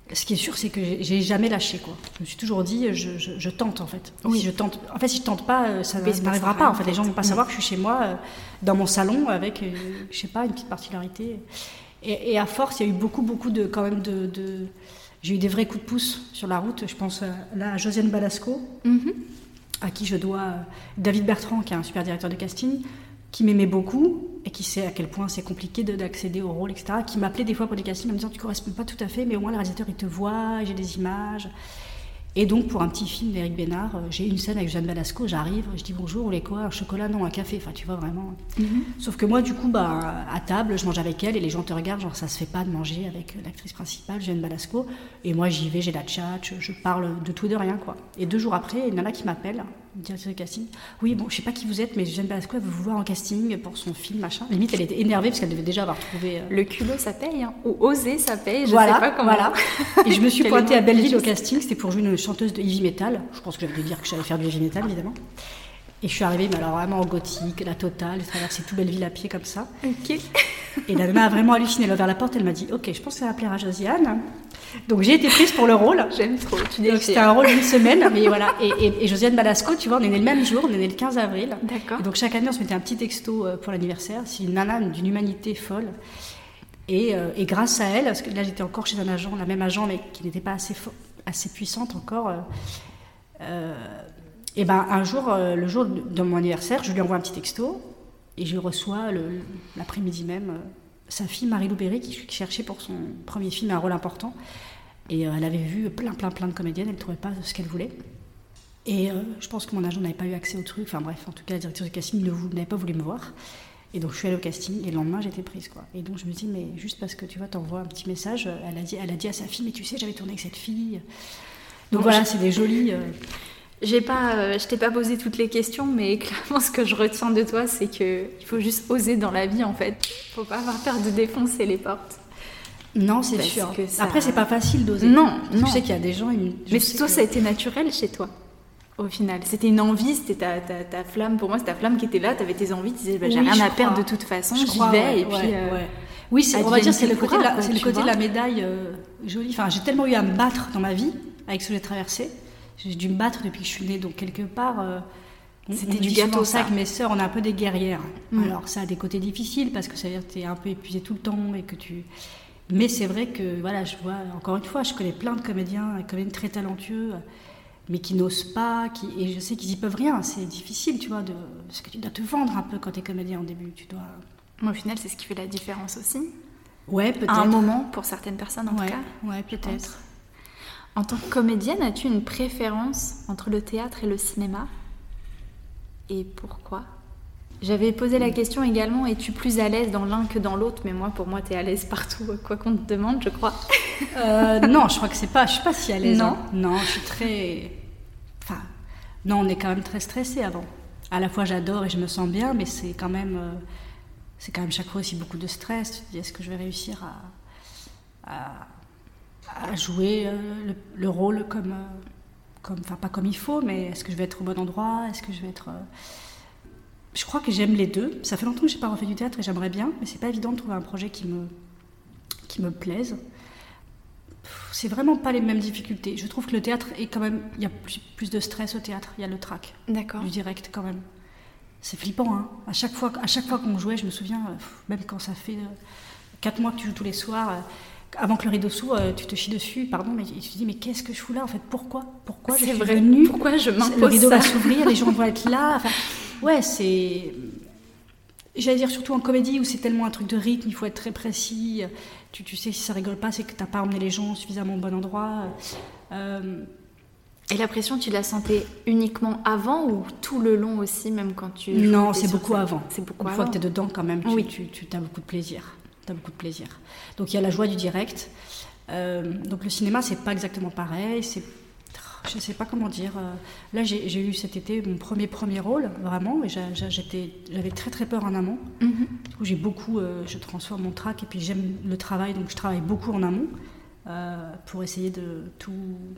Ce qui est sûr, c'est que j'ai, j'ai jamais lâché, quoi. Je me suis toujours dit, je, je, je tente, en fait. Oui. Si je tente, en fait, si je tente pas, ça Mais n'arrivera ça pas. En fait, fait, les gens vont pas oui. savoir que je suis chez moi, euh, dans mon salon, avec, euh, je sais pas, une petite particularité. Et, et à force, il y a eu beaucoup, beaucoup de, quand même, de, de... j'ai eu des vrais coups de pouce sur la route. Je pense euh, là à Josiane Balasco, Mm-hmm. à qui je dois euh, David Bertrand, qui est un super directeur de casting, qui m'aimait beaucoup et qui sait à quel point c'est compliqué de, d'accéder au rôle, et cetera. Qui m'appelait des fois pour des castings en me disant tu corresponds pas tout à fait, mais au moins le réalisateur il te voit, j'ai des images. Et donc pour un petit film d'Éric Bénard, euh, j'ai une scène avec Jeanne Balasco, j'arrive, je dis bonjour, vous voulez quoi, un chocolat, non, un café, enfin tu vois vraiment. Mm-hmm. Sauf que moi du coup, bah, à table, je mange avec elle et les gens te regardent, genre ça se fait pas de manger avec l'actrice principale, Jeanne Balasco. Et moi j'y vais, j'ai la tchat, je, je parle de tout et de rien, quoi. Et deux jours après, il y en a là qui m'appelle, une directrice de casting. Oui, bon, je sais pas qui vous êtes, mais Jeanne Balasco, elle veut vous voir en casting pour son film, machin. Limite, elle était énervée parce qu'elle devait déjà avoir trouvé. Euh... Le culot, ça paye, hein. Ou oser, ça paye, je voilà, sais pas comment. Voilà. Et je me suis Quel pointée est à Belleville le au casting, c'était pour jouer une chanteuse de heavy metal. Je pense que j'avais dû dire que j'allais faire du heavy metal, évidemment. Et je suis arrivée, mais alors vraiment en gothique, la totale, j'ai traversé tout Belleville à pied comme ça. Ok. Et la nana a vraiment halluciné, elle a ouvert la porte, elle m'a dit ok, je pense que ça va plaire à Josiane. Donc j'ai été prise pour le rôle. J'aime trop, tu Donc, dis. c'était un rôle d'une semaine, mais voilà. Et, et, et Josiane Balasco, tu vois, on est nés le même jour, on est nés le quinze avril. D'accord. Et donc chaque année, on se mettait un petit texto pour l'anniversaire. C'est une nana d'une humanité folle. Et, euh, et grâce à elle, parce que là j'étais encore chez un agent, la même agent, mais qui n'était pas assez, fo- assez puissante encore. Euh, euh, et ben un jour, euh, le jour de mon anniversaire, je lui envoie un petit texto et je reçois le, l'après-midi même euh, sa fille Marie-Lou Berry qui cherchait pour son premier film un rôle important. Et euh, elle avait vu plein, plein, plein de comédiennes, elle ne trouvait pas ce qu'elle voulait. Et euh, je pense que mon agent n'avait pas eu accès au truc. Enfin bref, en tout cas, la directrice du casting ne n'avait pas voulu me voir. Et donc je suis allée au casting et le lendemain j'étais prise, quoi. Et donc je me dis mais juste parce que tu vois t'envoies un petit message, elle a dit, elle a dit à sa fille mais tu sais j'avais tourné avec cette fille. Donc bon, voilà, je... c'est des jolies. Euh... J'ai pas, euh, je t'ai pas posé toutes les questions, mais clairement ce que je retiens de toi c'est que il faut juste oser dans la vie en fait. Faut pas avoir peur de défoncer les portes. Non, c'est parce sûr. Ça... Après c'est pas facile d'oser. Non, tu non. sais qu'il y a des gens. Ils... Mais toi que... ça a été naturel chez toi. Au final, c'était une envie, c'était ta, ta, ta flamme. Pour moi, c'était ta flamme qui était là. T'avais tes envies. Tu disais, bah, j'ai oui, rien à crois. perdre de toute façon. Je j'y crois, vais ouais, et puis. Ouais, euh, ouais. Oui, c'est, on va dire c'est le côté, de la, quoi, c'est le côté vois. de la médaille euh, jolie. Enfin, j'ai tellement eu à me battre dans ma vie avec ce que j'ai traversé. J'ai dû me battre depuis que je suis née, donc quelque part. Euh, C'était on du gâteau, ça. Avec mes sœurs, on est un peu des guerrières. Mm. Alors, ça a des côtés difficiles parce que ça veut dire que t'es un peu épuisé tout le temps et que tu. Mais c'est vrai que, voilà, je vois, encore une fois, je connais plein de comédiens, comédiens très talentueux, mais qui n'osent pas, qui, et je sais qu'ils y peuvent rien. C'est difficile, tu vois, de, parce que tu dois te vendre un peu quand t'es comédien au début. Tu dois. Mais au final, c'est ce qui fait la différence aussi. Ouais, peut-être. À un moment, pour certaines personnes, en ouais, tout cas. Ouais, peut-être. En tant que comédienne, as-tu une préférence entre le théâtre et le cinéma ? Et pourquoi ? J'avais posé la question également, es-tu plus à l'aise dans l'un que dans l'autre ? Mais moi, pour moi, t'es à l'aise partout, quoi qu'on te demande, je crois. Euh, non, je crois que c'est pas, je suis pas si à l'aise. Non, hein. Non, je suis très, enfin, non, on est quand même très stressé avant. À la fois, j'adore et je me sens bien, mais c'est quand même, euh, c'est quand même chaque fois aussi beaucoup de stress. Tu te dis, est-ce que je vais réussir à, à, à jouer euh, le, le rôle comme, euh, comme, enfin pas comme il faut, mais est-ce que je vais être au bon endroit ? Est-ce que je vais être euh... Je crois que j'aime les deux. Ça fait longtemps que j'ai pas refait du théâtre et j'aimerais bien, mais c'est pas évident de trouver un projet qui me, qui me plaise. C'est vraiment pas les mêmes difficultés. Je trouve que le théâtre est quand même, il y a plus, plus de stress au théâtre. Il y a le trac. D'accord. Du direct quand même. C'est flippant, hein. À chaque fois, à chaque fois qu'on jouait, je me souviens, même quand ça fait quatre mois que tu joues tous les soirs. Avant que le rideau s'ouvre, tu te chies dessus, pardon, mais tu te dis, mais qu'est-ce que je fous là, en fait ? Pourquoi ? Pourquoi je c'est suis vrai. venue ? Pourquoi je m'impose ça ? Le rideau va s'ouvrir, les gens vont être là. Enfin, ouais, c'est... J'allais dire surtout en comédie où c'est tellement un truc de rythme, il faut être très précis. Tu, tu sais, si ça rigole pas, c'est que t'as pas emmené les gens suffisamment au bon endroit. Euh... Et la pression, tu la sentais uniquement avant ou tout le long aussi, même quand tu... Non, c'est beaucoup scène. avant. C'est beaucoup Une avant. fois que t'es dedans, quand même, tu, oui. tu, tu as beaucoup de plaisir. T'as beaucoup de plaisir. Donc il y a la joie du direct. Euh, donc le cinéma, c'est pas exactement pareil. C'est, je sais pas comment dire. Là, j'ai, j'ai eu cet été mon premier premier rôle, vraiment, et j'ai, j'étais, j'avais très très peur en amont. Mm-hmm. Du coup, j'ai beaucoup, euh, je transforme mon trac et puis j'aime le travail, donc je travaille beaucoup en amont euh, pour essayer de tout,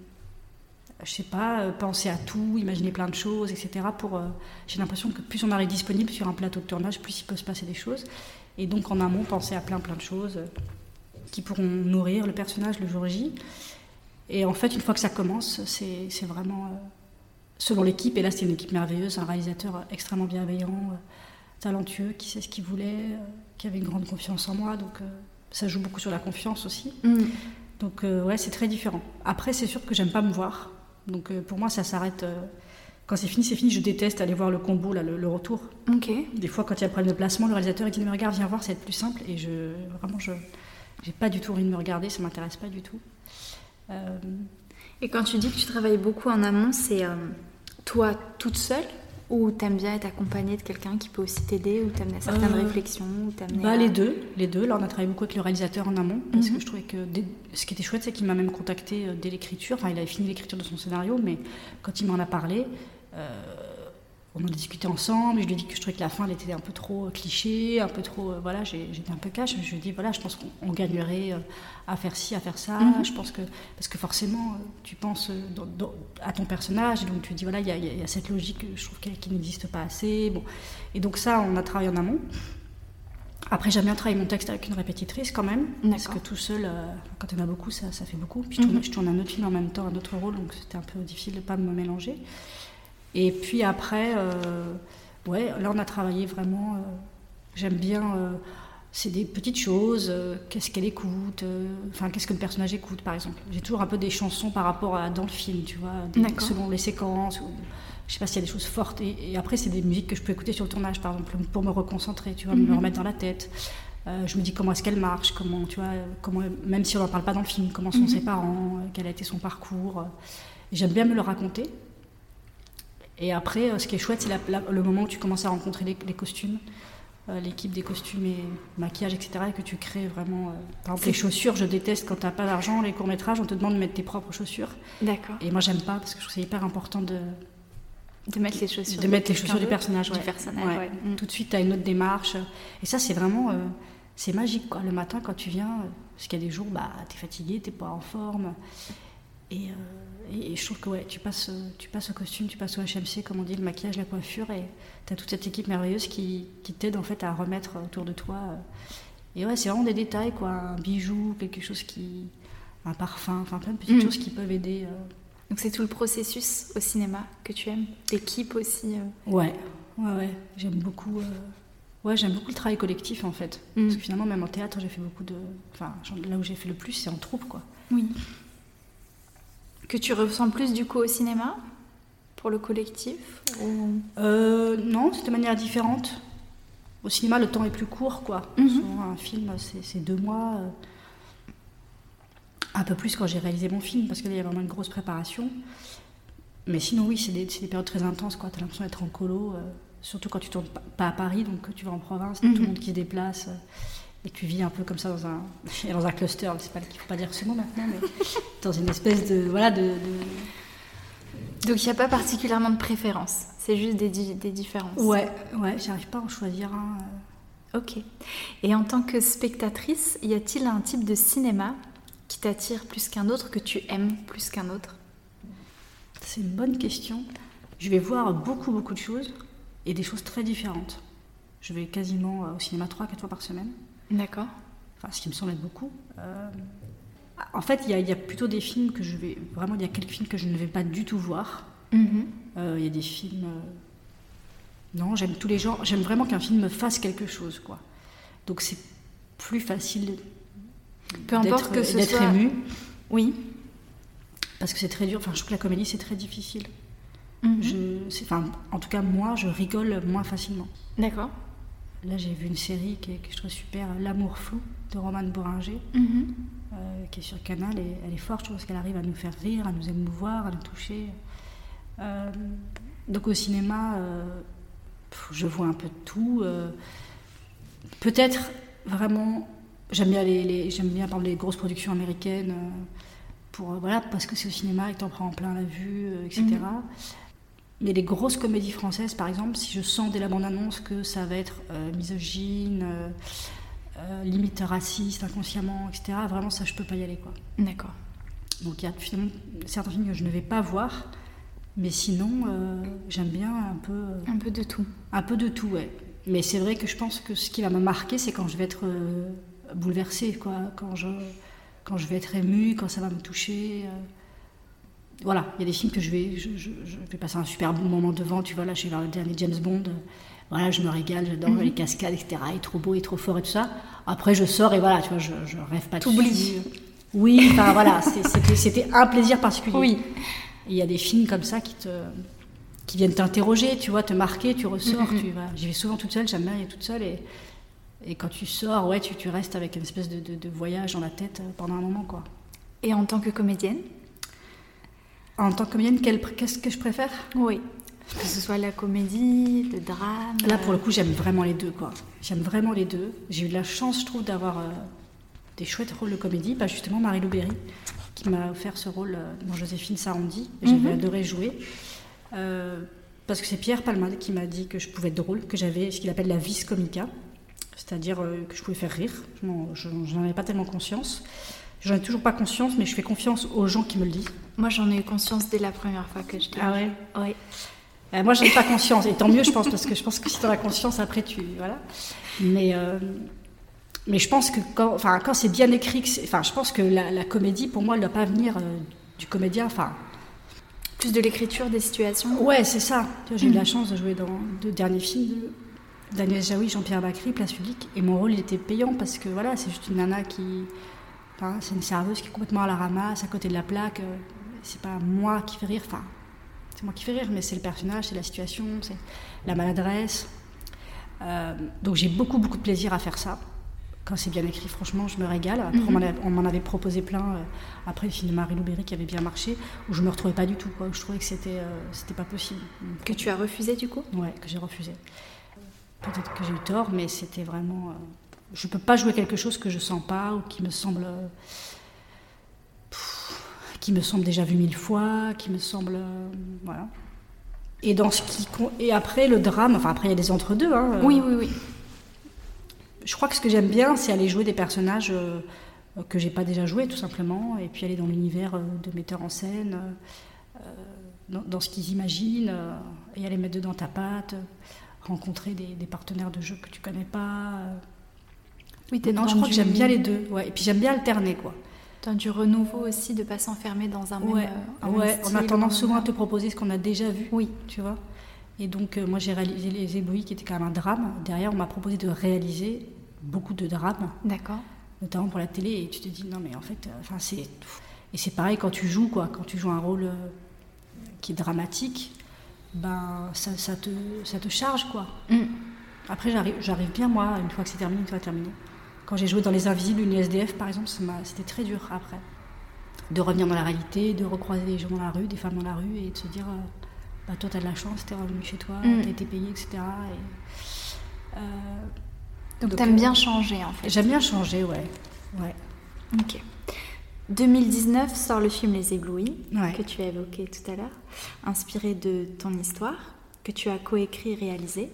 je sais pas, euh, penser à tout, imaginer plein de choses, et cetera. Pour, euh, j'ai l'impression que plus on arrive disponible sur un plateau de tournage, plus il peut se passer des choses. Et donc en amont, penser à plein plein de choses qui pourront nourrir le personnage le jour J. Et en fait, une fois que ça commence, c'est, c'est vraiment euh, selon l'équipe. Et là, c'était une équipe merveilleuse, un réalisateur extrêmement bienveillant, euh, talentueux, qui sait ce qu'il voulait, euh, qui avait une grande confiance en moi. Donc, euh, ça joue beaucoup sur la confiance aussi. Mm. Donc, euh, ouais, c'est très différent. Après, c'est sûr que j'aime pas me voir. Donc, euh, pour moi, ça s'arrête. Euh, quand c'est fini, c'est fini. Je déteste aller voir le combo, là, le, le retour. Ok. Des fois, quand il y a un problème de placement, le réalisateur il dit mais regarde, viens voir, ça va être plus simple. Et je, vraiment, je j'ai pas du tout envie de me regarder, ça m'intéresse pas du tout. Euh... Et quand tu dis que tu travailles beaucoup en amont, c'est euh, toi toute seule ou t'aimes bien être accompagnée de quelqu'un qui peut aussi t'aider ou t'amener à certaines euh... réflexions ou t'amener bah, à... les deux, les deux. Là, on a travaillé beaucoup avec le réalisateur en amont parce mm-hmm. que je trouvais que dès... ce qui était chouette, c'est qu'il m'a même contacté dès l'écriture. Enfin, il avait fini l'écriture de son scénario, mais quand il m'en a parlé. Euh... On en a discuté ensemble, je lui ai dit que je trouvais que la fin elle était un peu trop cliché, un peu trop... Euh, voilà, j'ai, j'étais un peu cash, je lui ai dit, voilà, je pense qu'on gagnerait euh, à faire ci, à faire ça, mm-hmm. je pense que... Parce que forcément, euh, tu penses euh, dans, dans, à ton personnage, et donc tu te dis, voilà, il y, y, y a cette logique, je trouve qu'elle, qui n'existe pas assez, bon. Et donc ça, on a travaillé en amont. Après, j'aime bien travailler mon texte avec une répétitrice quand même, D'accord. parce que tout seul, euh, quand il y en a beaucoup, ça, ça fait beaucoup. Puis je tourne, mm-hmm. je tourne un autre film en même temps, un autre rôle, donc c'était un peu difficile de ne pas me mélanger. Et puis après, euh, ouais, là on a travaillé vraiment, euh, j'aime bien, euh, c'est des petites choses, euh, qu'est-ce qu'elle écoute, enfin euh, qu'est-ce que le personnage écoute par exemple. J'ai toujours un peu des chansons par rapport à dans le film, tu vois, des, selon les séquences, ou, je sais pas s'il y a des choses fortes. Et, et après c'est des musiques que je peux écouter sur le tournage par exemple, pour me reconcentrer, tu vois, mm-hmm. me remettre dans la tête. Euh, je me dis comment est-ce qu'elle marche, comment, tu vois, comment, même si on n'en parle pas dans le film, comment sont mm-hmm. ses parents, quel a été son parcours. Et j'aime bien me le raconter. Et après, ce qui est chouette, c'est la, la, le moment où tu commences à rencontrer les, les costumes, euh, l'équipe des costumes et maquillage, et cetera, et que tu crées vraiment... Euh, par exemple, les chaussures, je déteste quand tu n'as pas d'argent, les courts-métrages, on te demande de mettre tes propres chaussures. D'accord. Et moi, j'aime pas, parce que je trouve que c'est hyper important de... De mettre les chaussures, de mettre les chaussures du personnage. Du ouais. personnage, ouais. ouais. Mm. Tout de suite, tu as une autre démarche. Et ça, c'est vraiment... Euh, c'est magique, quoi. Le matin, quand tu viens, parce qu'il y a des jours, bah, tu es fatigué, tu n'es pas en forme. Et... Euh, Et je trouve que ouais, tu passes, tu passes au costume, tu passes au H M C, comme on dit, le maquillage, la coiffure, et tu as toute cette équipe merveilleuse qui, qui t'aide en fait à remettre autour de toi. Et ouais, c'est vraiment des détails, quoi, un bijou, quelque chose qui... un parfum, enfin plein de petites mmh. choses qui peuvent aider. Euh... Donc c'est tout le processus au cinéma que tu aimes, l'équipe aussi euh... Ouais, ouais, ouais, j'aime beaucoup... Euh... Ouais, j'aime beaucoup le travail collectif en fait. Mmh. Parce que finalement, même en théâtre, j'ai fait beaucoup de... Enfin, là où j'ai fait le plus, c'est en troupe, quoi. Oui. Que tu ressens plus du coup au cinéma, pour le collectif ou... euh, Non, c'est de manière différente. Au cinéma, le temps est plus court, quoi. Mm-hmm. Souvent, un film, c'est, c'est deux mois. Euh, un peu plus quand j'ai réalisé mon film, parce qu'il y a vraiment une grosse préparation. Mais sinon, oui, c'est des, c'est des périodes très intenses, quoi. T'as l'impression d'être en colo, euh, surtout quand tu tournes pas à Paris, donc tu vas en province, mm-hmm. tout le monde qui se déplace. Euh, Et tu vis un peu comme ça dans un, dans un cluster, c'est pas, il ne faut pas dire ce mot maintenant, mais dans une espèce de... Voilà, de, de... Donc il n'y a pas particulièrement de préférence, c'est juste des, des différences. Ouais, ouais, j'arrive pas à en choisir un. Ok. Et en tant que spectatrice, y a-t-il un type de cinéma qui t'attire plus qu'un autre, que tu aimes plus qu'un autre ? C'est une bonne question. Je vais voir beaucoup, beaucoup de choses, et des choses très différentes. Je vais quasiment au cinéma trois à quatre fois par semaine. D'accord. Enfin, ce qui me semble être beaucoup. Euh, en fait, il y, y a plutôt des films que je vais... Vraiment, il y a quelques films que je ne vais pas du tout voir. Il mm-hmm. euh, y a des films... Euh, non, j'aime tous les genres. J'aime vraiment qu'un film me fasse quelque chose, quoi. Donc, c'est plus facile Peu importe que ce d'être soit... ému. Oui. Parce que c'est très dur. Enfin, je trouve que la comédie, c'est très difficile. Mm-hmm. Je, c'est, enfin, en tout cas, moi, je rigole moins facilement. D'accord. Là, j'ai vu une série qui est, que je trouve super, L'amour flou, de Romane Bourringer, mm-hmm. euh, qui est sur Canal, et elle est forte, je trouve, parce qu'elle arrive à nous faire rire, à nous émouvoir, à nous toucher. Euh, donc au cinéma, euh, je vois un peu de tout. Euh, peut-être, vraiment, j'aime bien, les, les, j'aime bien par exemple, les grosses productions américaines, euh, pour, euh, voilà, parce que c'est au cinéma et que t'en prends en plein la vue, euh, et cetera. Mm-hmm. Mais les grosses comédies françaises, par exemple, si je sens dès la bande-annonce que ça va être euh, misogyne, euh, euh, limite raciste, inconsciemment, et cetera, vraiment, ça, je peux pas y aller, quoi. D'accord. Donc, il y a finalement certains films que je ne vais pas voir, mais sinon, euh, j'aime bien un peu... Euh, un peu de tout. Un peu de tout, ouais. Mais c'est vrai que je pense que ce qui va me marquer, c'est quand je vais être euh, bouleversée, quoi. Quand je, quand je vais être émue, quand ça va me toucher... Euh, voilà, il y a des films que je vais, je, je, je vais passer un super bon moment devant, tu vois, là, je vais voir le dernier James Bond, euh, voilà, je me régale, j'adore mm-hmm. les cascades, et cetera, il est trop beau, il est trop fort et tout ça. Après, je sors et voilà, tu vois, je, je rêve pas dessus. T'oublies. Oui, enfin voilà, c'était, c'était un plaisir particulier. Oui. Il y a des films comme ça qui te... qui viennent t'interroger, tu vois, te marquer, tu ressors, mm-hmm. tu vas... J'y vais souvent toute seule, j'aime bien aller toute seule, et, et quand tu sors, ouais, tu, tu restes avec une espèce de, de, de voyage dans la tête pendant un moment, quoi. Et en tant que comédienne ? En tant que comédienne, quel, qu'est-ce que je préfère ? Oui, que ce soit la comédie, le drame... Là, pour le coup, j'aime vraiment les deux, quoi. J'aime vraiment les deux. J'ai eu de la chance, je trouve, d'avoir euh, des chouettes rôles de comédie. Bah, justement, Marie-Lou Berry, qui m'a offert ce rôle euh, dans Joséphine Sarandi. J'avais mm-hmm. adoré jouer. Euh, parce que c'est Pierre Palmade qui m'a dit que je pouvais être drôle, que j'avais ce qu'il appelle la vis comica, c'est-à-dire euh, que je pouvais faire rire. Je n'en avais pas tellement conscience. J'en ai toujours pas conscience, mais je fais confiance aux gens qui me le disent. Moi, j'en ai eu conscience dès la première fois que je t'ai Ah ouais Oui. Euh, moi, j'en ai pas conscience, et tant mieux, je pense, parce que je pense que si t'en as conscience, après, tu... Voilà. Mais, euh, mais je pense que quand, enfin, quand c'est bien écrit, que c'est, enfin, je pense que la, la comédie, pour moi, elle ne doit pas venir euh, du comédien, enfin... Plus de l'écriture des situations. Ouais, c'est ça. Tu vois, j'ai mmh. eu la chance de jouer dans deux derniers films de Daniel Jaoui, Jean-Pierre Bacry, Place Publique, et mon rôle, il était payant, parce que, voilà, c'est juste une nana qui... Enfin, c'est une serveuse qui est complètement à la ramasse, à côté de la plaque. Euh, c'est pas moi qui fais rire, enfin, c'est moi qui fais rire, mais c'est le personnage, c'est la situation, c'est la maladresse. Euh, donc j'ai beaucoup, beaucoup de plaisir à faire ça. Quand c'est bien écrit, franchement, je me régale. Après, mm-hmm. on, m'en a, on m'en avait proposé plein, euh, après le film de Marie-Lou Berry qui avait bien marché, où je me retrouvais pas du tout, quoi, où je trouvais que c'était, euh, c'était pas possible. Donc, que tu as refusé, du coup ? Ouais, que j'ai refusé. Peut-être que j'ai eu tort, mais c'était vraiment... Euh, je ne peux pas jouer quelque chose que je ne sens pas ou qui me semble, pff, qui me semble déjà vu mille fois, qui me semble, euh, voilà. Et dans ce qui et après le drame, enfin après il y a des entre-deux. Hein, euh, oui, oui, oui. Je crois que ce que j'aime bien, c'est aller jouer des personnages euh, que j'ai pas déjà joués, tout simplement, et puis aller dans l'univers euh, de metteurs en scène, euh, dans, dans ce qu'ils imaginent, euh, et aller mettre dedans ta patte, rencontrer des, des partenaires de jeu que tu connais pas. Euh, Oui, t'es non, je crois du... que j'aime bien les deux. Ouais. Et puis j'aime bien alterner, quoi. Dans du renouveau aussi, de ne pas s'enfermer dans un ouais. même, euh, un ouais. même style. On a tendance souvent à te proposer ce qu'on a déjà vu. Oui. Tu vois. Et donc, euh, moi, j'ai réalisé Les Éblouis, qui était quand même un drame. Derrière, on m'a proposé de réaliser beaucoup de drames. D'accord. Notamment pour la télé. Et tu te dis, non, mais en fait, euh, c'est... Et c'est pareil quand tu joues, quoi. Quand tu joues un rôle euh, qui est dramatique, ben, ça, ça, te, ça te charge, quoi. Mm. Après, j'arrive, j'arrive bien, moi, une fois que c'est terminé, une fois terminé. Quand j'ai joué dans Les Invisibles, une S D F, par exemple, c'était très dur après. De revenir dans la réalité, de recroiser des gens dans la rue, des femmes dans la rue, et de se dire, euh, bah, toi, t'as de la chance, t'es revenu chez toi, mm. t'as été payé, et cetera. Et, euh, donc, donc t'aimes euh, bien changer, en fait. J'aime bien changer, ouais. ouais. Ok. deux mille dix-neuf sort le film Les Éblouis, ouais. que tu as évoqué tout à l'heure, inspiré de ton histoire, que tu as coécrit et réalisé.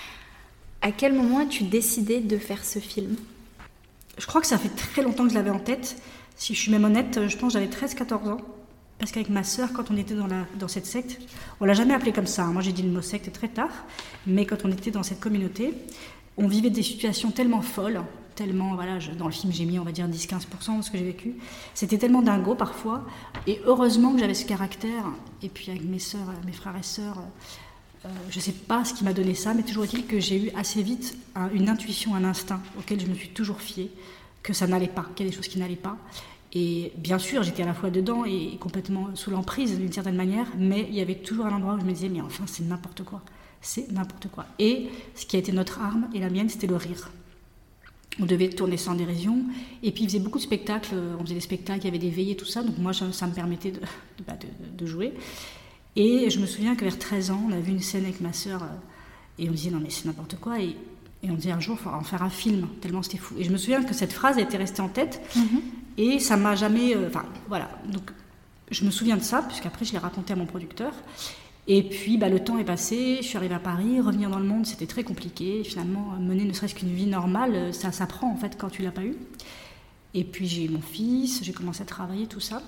À quel moment as-tu décidé de faire ce film ? Je crois que ça fait très longtemps que je l'avais en tête. Si je suis même honnête, je pense que j'avais treize quatorze ans. Parce qu'avec ma sœur, quand on était dans, la, dans cette secte, on ne l'a jamais appelée comme ça. Moi, j'ai dit le mot secte très tard. Mais quand on était dans cette communauté, on vivait des situations tellement folles, tellement, voilà, je, dans le film, j'ai mis, on va dire, dix à quinze pour cent de ce que j'ai vécu. C'était tellement dingo, parfois. Et heureusement que j'avais ce caractère. Et puis, avec mes sœurs, mes frères et sœurs... Euh, je ne sais pas ce qui m'a donné ça, mais toujours est-il que j'ai eu assez vite un, une intuition, un instinct auquel je me suis toujours fiée, que ça n'allait pas, qu'il y a des choses qui n'allaient pas. Et bien sûr, j'étais à la fois dedans et complètement sous l'emprise d'une certaine manière, mais il y avait toujours un endroit où je me disais, mais enfin, c'est n'importe quoi. C'est n'importe quoi. Et ce qui a été notre arme, et la mienne, c'était le rire. On devait tourner sans dérision, et puis il faisait beaucoup de spectacles, on faisait des spectacles, il y avait des veillées, tout ça, donc moi, ça me permettait de, de, de, de jouer. Et je me souviens que vers treize ans, on a vu une scène avec ma sœur, euh, et on disait, non mais c'est n'importe quoi, et, et on disait un jour, il faudra en faire un film, tellement c'était fou. Et je me souviens que cette phrase a été restée en tête, mm-hmm. et ça m'a jamais... Enfin, euh, voilà, donc je me souviens de ça, puisqu'après je l'ai raconté à mon producteur, et puis bah, le temps est passé, je suis arrivée à Paris, revenir dans le monde, c'était très compliqué, et finalement, mener ne serait-ce qu'une vie normale, ça s'apprend en fait quand tu l'as pas eu. Et puis j'ai eu mon fils, j'ai commencé à travailler, tout ça.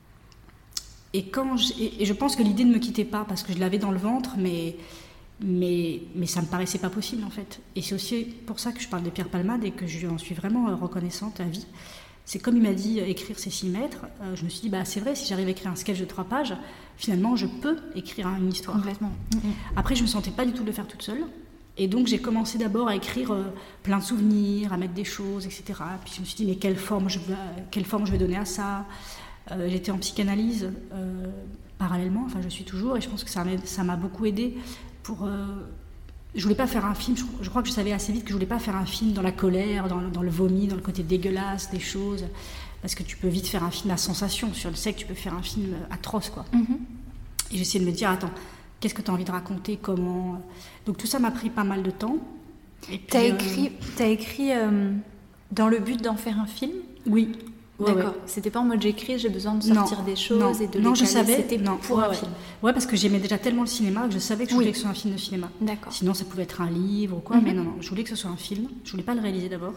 Et, quand je, et je pense que l'idée ne me quittait pas, parce que je l'avais dans le ventre, mais, mais, mais ça ne me paraissait pas possible, en fait. Et c'est aussi pour ça que je parle de Pierre Palmade et que je en suis vraiment reconnaissante à vie. c'est comme il m'a dit, écrire c'est s'y mettre. Euh, je me suis dit, bah, c'est vrai, si j'arrive à écrire un sketch de trois pages, finalement, je peux écrire une histoire. Complètement. Mm-hmm. Après, je ne me sentais pas du tout de le faire toute seule. Et donc, j'ai commencé d'abord à écrire euh, plein de souvenirs, à mettre des choses, et cetera. Puis je me suis dit, mais quelle forme je vais, quelle forme je vais donner à ça ? euh, J'étais en psychanalyse euh, parallèlement, enfin, je suis toujours, et je pense que ça m'a, ça m'a beaucoup aidée pour... Euh, je voulais pas faire un film, je, je crois que je savais assez vite que je voulais pas faire un film dans la colère, dans, dans le vomi, dans le côté dégueulasse des choses, parce que tu peux vite faire un film à sensation. Sur le sexe, tu peux faire un film atroce, quoi. Mm-hmm. Et j'essayais de me dire, attends, qu'est-ce que tu as envie de raconter, comment... Donc tout ça m'a pris pas mal de temps. Tu as écrit, euh... t'as écrit euh, dans le but d'en faire un film ? Oui. Ouais, D'accord. Ouais. C'était pas en mode j'écris, j'ai besoin de sortir non, des choses non, et de non, les je savais. C'était non, pour ouais, un ouais. film. Ouais, parce que j'aimais déjà tellement le cinéma que je savais que je oui. voulais que ce soit un film de cinéma. D'accord. Sinon, ça pouvait être un livre ou quoi, mm-hmm. mais non, non, je voulais que ce soit un film. Je voulais pas le réaliser d'abord.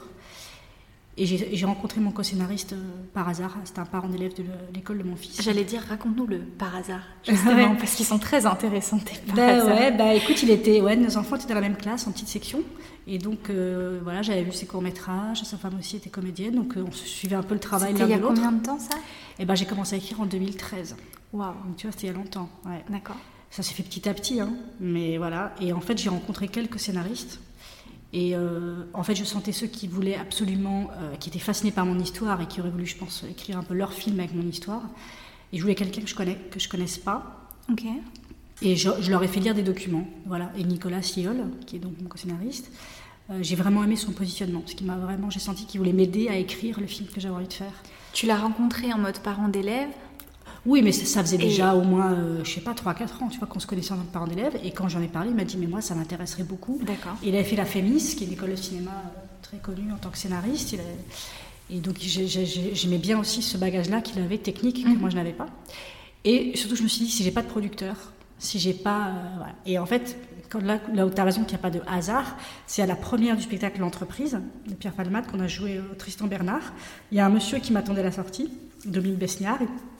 Et j'ai, j'ai rencontré mon co-scénariste euh, par hasard. C'était un parent d'élève de l'école de mon fils. J'allais dire, raconte-nous le par hasard, justement, ouais. parce qu'ils sont très intéressants, tes par bah, hasard. Ouais, bah écoute, il était, ouais, nos enfants étaient dans la même classe, en petite section. Et donc, euh, voilà, j'avais vu ses courts-métrages. Sa femme aussi était comédienne, donc euh, on se suivait un peu le travail c'était l'un de l'autre. C'était il y a combien de temps, ça ? Et ben, j'ai commencé à écrire en deux mille treize. Waouh. Donc, tu vois, c'était il y a longtemps. Ouais. D'accord. Ça s'est fait petit à petit, hein. Mais voilà. Et en fait, j'ai rencontré quelques scénaristes. Et euh, en fait, je sentais ceux qui voulaient absolument, euh, qui étaient fascinés par mon histoire et qui auraient voulu, je pense, écrire un peu leur film avec mon histoire. Et je voulais quelqu'un que je connais, que je connaisse pas. Ok. Et je, je leur ai fait lire des documents, voilà. Et Nicolas Siol, qui est donc mon co-scénariste, euh, j'ai vraiment aimé son positionnement, parce qu'il m'a vraiment, j'ai senti qu'il voulait m'aider à écrire le film que j'avais envie de faire. Tu l'as rencontré en mode parent d'élève ? Oui, mais ça, ça faisait déjà et... au moins, euh, je sais pas, trois à quatre ans, tu vois, qu'on se connaissait en tant que parent d'élève. Et quand j'en ai parlé, il m'a dit, mais moi, ça m'intéresserait beaucoup. D'accord. Il avait fait la Fémis, qui est une école de cinéma très connue en tant que scénariste. Il a... Et donc, j'ai, j'ai, j'aimais bien aussi ce bagage-là qu'il avait, technique, que mmh. moi, je n'avais pas. Et surtout, je me suis dit, si j'ai pas de producteur, si j'ai pas... Euh, voilà. Et en fait, quand là, là où tu as raison qu'il n'y a pas de hasard, c'est à la première du spectacle L'Entreprise, de Pierre Palmade, qu'on a joué au Tristan Bernard. Il y a un monsieur qui m'attendait à la sortie, Dominique Besniard,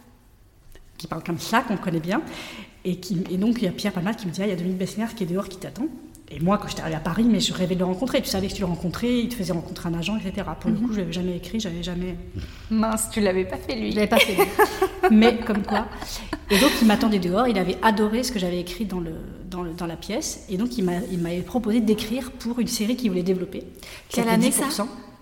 qui parle comme ça, qu'on connaît bien. Et, qui, et donc, il y a Pierre Palmade qui me dit, ah, il y a Dominique Besniard qui est dehors, qui t'attend. Et moi, quand j'étais arrivée à Paris, mais je rêvais de le rencontrer. Tu savais que tu le rencontrais, il te faisait rencontrer un agent, et cetera. Pour mm-hmm. le coup, je n'avais jamais écrit, j'avais jamais... Mince, tu ne l'avais pas fait, lui. Je ne l'avais pas fait, lui. Mais comme quoi. Et donc, il m'attendait dehors. Il avait adoré ce que j'avais écrit dans, le, dans, le, dans la pièce. Et donc, il, m'a, il m'avait proposé d'écrire pour une série qu'il voulait développer. Quelle année ça ?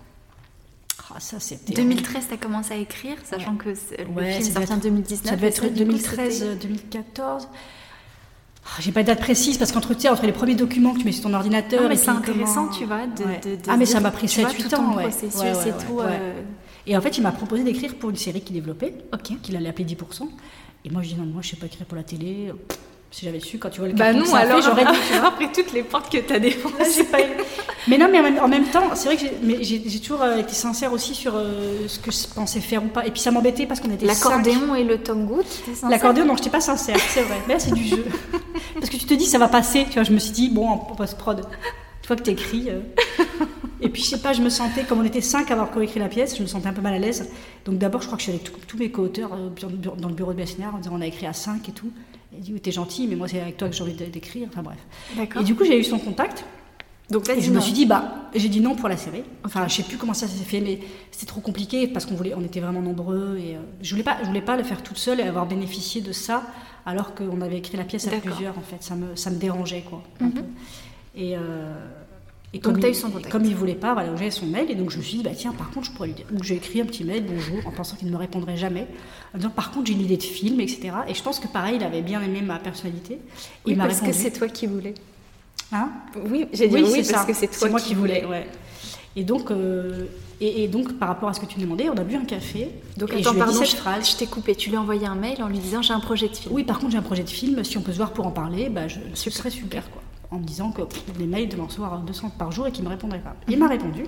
Ah, ça, c'était deux mille treize, tu as commencé à écrire, sachant ouais. que le ouais, film est sorti en deux mille dix-neuf. Ça devait être deux mille treize, deux mille quatorze. Oh, j'ai pas de date précise parce qu'entre entre les premiers documents que tu mets sur ton ordinateur. Non, mais et c'est intéressant, comment... tu vois. De, ouais. de, de ah, mais ça m'a pris sept huit ans. Ouais. Ouais, ouais, ouais, c'est ouais, tout. Ouais. Euh... Et en fait, il m'a proposé d'écrire pour une série qu'il développait, okay. qu'il allait appeler dix pour cent. Et moi, je dis non, moi, je sais pas écrire pour la télé. Si j'avais su, quand tu vois le bah carton non, que ça alors fait, j'aurais dit, tu vois. Après toutes les portes que tu as défoncées. J'ai pas eu... Mais non, mais en même, en même temps, c'est vrai que j'ai, mais j'ai, j'ai toujours euh, été sincère aussi sur euh, ce que je pensais faire ou pas. Et puis ça m'embêtait parce qu'on était l'accordéon cinq. Et le tango, tu étais sincère. L'accordéon, non, je n'étais pas sincère, c'est vrai. Mais là, c'est du jeu. Parce que tu te dis, ça va passer. Tu vois, je me suis dit, bon, en post-prod, tu vois que t'écris. Euh... Et puis, je sais pas, je me sentais, comme on était cinq à avoir coécrit la pièce, je me sentais un peu mal à l'aise. Donc d'abord, je crois que je suis allée avec tous mes co-auteurs euh, dans le bureau de Besniard en disant, on a écrit à cinq et tout. Il dit, oui, t'es gentil, mais moi, c'est avec toi que j'ai envie d'écrire. Enfin, bref. D'accord. Et du coup, j'ai eu son contact. Donc, et je non. me suis dit, bah, j'ai dit non pour la série. Enfin, je sais plus comment ça s'est fait, mais c'était trop compliqué parce qu'on voulait, on était vraiment nombreux. Et euh, je voulais pas, je voulais pas le faire toute seule et avoir bénéficié de ça, alors qu'on avait écrit la pièce à D'accord. plusieurs, en fait. Ça me, ça me dérangeait, quoi. Un mm-hmm. peu. Et, euh, et donc, comme, tu as il, eu son contact. Comme il voulait pas, voilà, j'ai son mail. Et donc, je me suis dit, bah, tiens, par contre, je pourrais lui dire. Donc, j'ai écrit un petit mail, bonjour, en pensant qu'il ne me répondrait jamais. En disant, par contre, j'ai une idée de film, et cetera. Et je pense que pareil, il avait bien aimé ma personnalité. Oui, il m'a parce répondu. que c'est toi qui voulais. Hein oui, j'ai dit oui, oui c'est parce ça. que c'est toi c'est moi qui, qui voulais. voulais. Ouais. Et donc, euh, et, et donc, par rapport à ce que tu me demandais, on a bu un café. Donc, et attends, je pardon, je, je t'ai coupé. Tu lui as envoyé un mail en lui disant j'ai un projet de film. Oui, par contre, j'ai un projet de film. Si on peut se voir pour en parler, bah, je, ce serait super, quoi. En me disant que pff, les mails devaient en recevoir deux cents par jour et qu'il ne me répondrait pas. Il m'a répondu.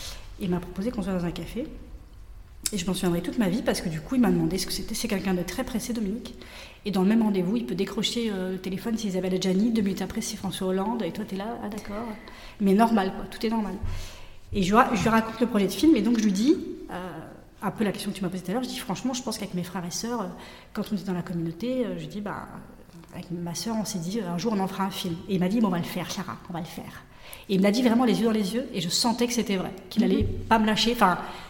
Il m'a proposé qu'on soit dans un café. Et je m'en souviendrai toute ma vie parce que du coup, il m'a demandé ce que c'était. C'est quelqu'un de très pressé, Dominique. Et dans le même rendez-vous, il peut décrocher euh, le téléphone, c'est Isabelle Adjani. Deux minutes après, c'est François Hollande. Et toi, t'es là, ah d'accord. Mais normal, quoi. Tout est normal. Et je, je lui raconte le projet de film. Et donc, je lui dis, euh, un peu la question que tu m'as posée tout à l'heure, je dis franchement, je pense qu'avec mes frères et sœurs, euh, quand on était dans la communauté, euh, je dis, bah, avec ma sœur, on s'est dit, un jour, on en fera un film. Et il m'a dit, bon, on va le faire, Clara, on va le faire. Et il me l'a dit vraiment les yeux dans les yeux. Et je sentais que c'était vrai, qu'il allait mm-hmm. pas me lâcher. Enfin,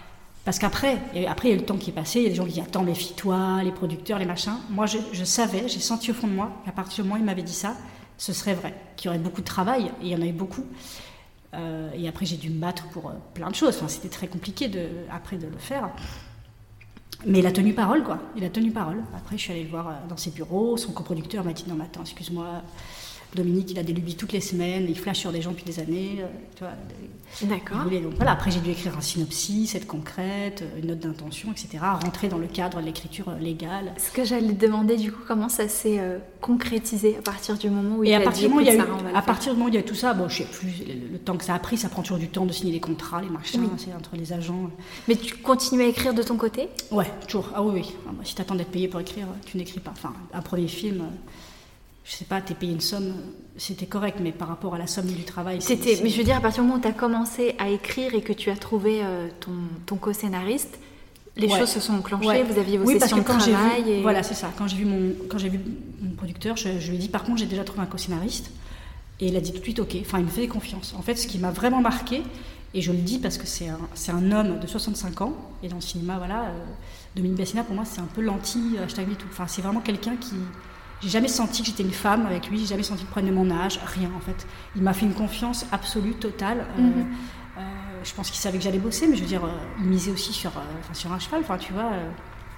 Parce qu'après, et après il y a eu le temps qui est passé, il y a des gens qui disent attends, méfie-toi, les producteurs, les machins. Moi je, je savais, j'ai senti au fond de moi qu'à partir du moment où il m'avait dit ça, ce serait vrai, qu'il y aurait beaucoup de travail, et il y en avait beaucoup. Euh, et après j'ai dû me battre pour euh, plein de choses, enfin, c'était très compliqué de, après de le faire. Mais il a tenu parole, quoi. Il a tenu parole. Après, je suis allée le voir dans ses bureaux. Son coproducteur m'a dit non, mais attends, excuse-moi, Dominique, il a des lubies toutes les semaines, il flash sur des gens depuis des années. Tu vois, D'accord. Voulait, donc voilà. Après, j'ai dû écrire un synopsis, être concrète, une note d'intention, et cetera. Rentrer dans le cadre de l'écriture légale. Ce que j'allais te demander, du coup, comment ça s'est euh, concrétisé à partir du moment où il et a à partir dit du moment, il y a eu, Sarah, à partir du moment où il y a eu tout ça, bon, je sais plus le, le temps que ça a pris. Ça prend toujours du temps de signer les contrats, les machins, oui. C'est entre les agents. Mais tu continues à écrire de ton côté ? Ouais, toujours. Ah oui, oui. Si t'attends d'être payé pour écrire, tu n'écris pas. Enfin, un premier film. Je sais pas, t'es payé une somme, c'était correct, mais par rapport à la somme du travail... C'était, c'est... Mais je veux dire, à partir du moment où tu as commencé à écrire et que tu as trouvé euh, ton, ton co-scénariste, les ouais. choses se sont enclenchées, ouais. vous aviez vos oui, sessions de parce que quand travail... J'ai vu, et... Voilà, c'est ça. Quand j'ai vu mon, quand j'ai vu mon producteur, je, je lui ai dit, par contre, j'ai déjà trouvé un co-scénariste. Et il a dit tout de suite, ok. Enfin, il me faisait confiance. En fait, ce qui m'a vraiment marqué, et je le dis parce que c'est un, c'est un homme de soixante-cinq ans, et dans le cinéma, voilà, euh, Dominique Bessina, pour moi, c'est un peu l'anti-hashtag MeToo. Enfin, c'est vraiment quelqu'un qui... J'ai jamais senti que j'étais une femme avec lui, j'ai jamais senti le problème de mon âge, rien en fait. Il m'a fait une confiance absolue, totale. Mm-hmm. Euh, euh, je pense qu'il savait que j'allais bosser, mais je veux dire, euh, il misait aussi sur, euh, sur un cheval, enfin tu vois. Euh.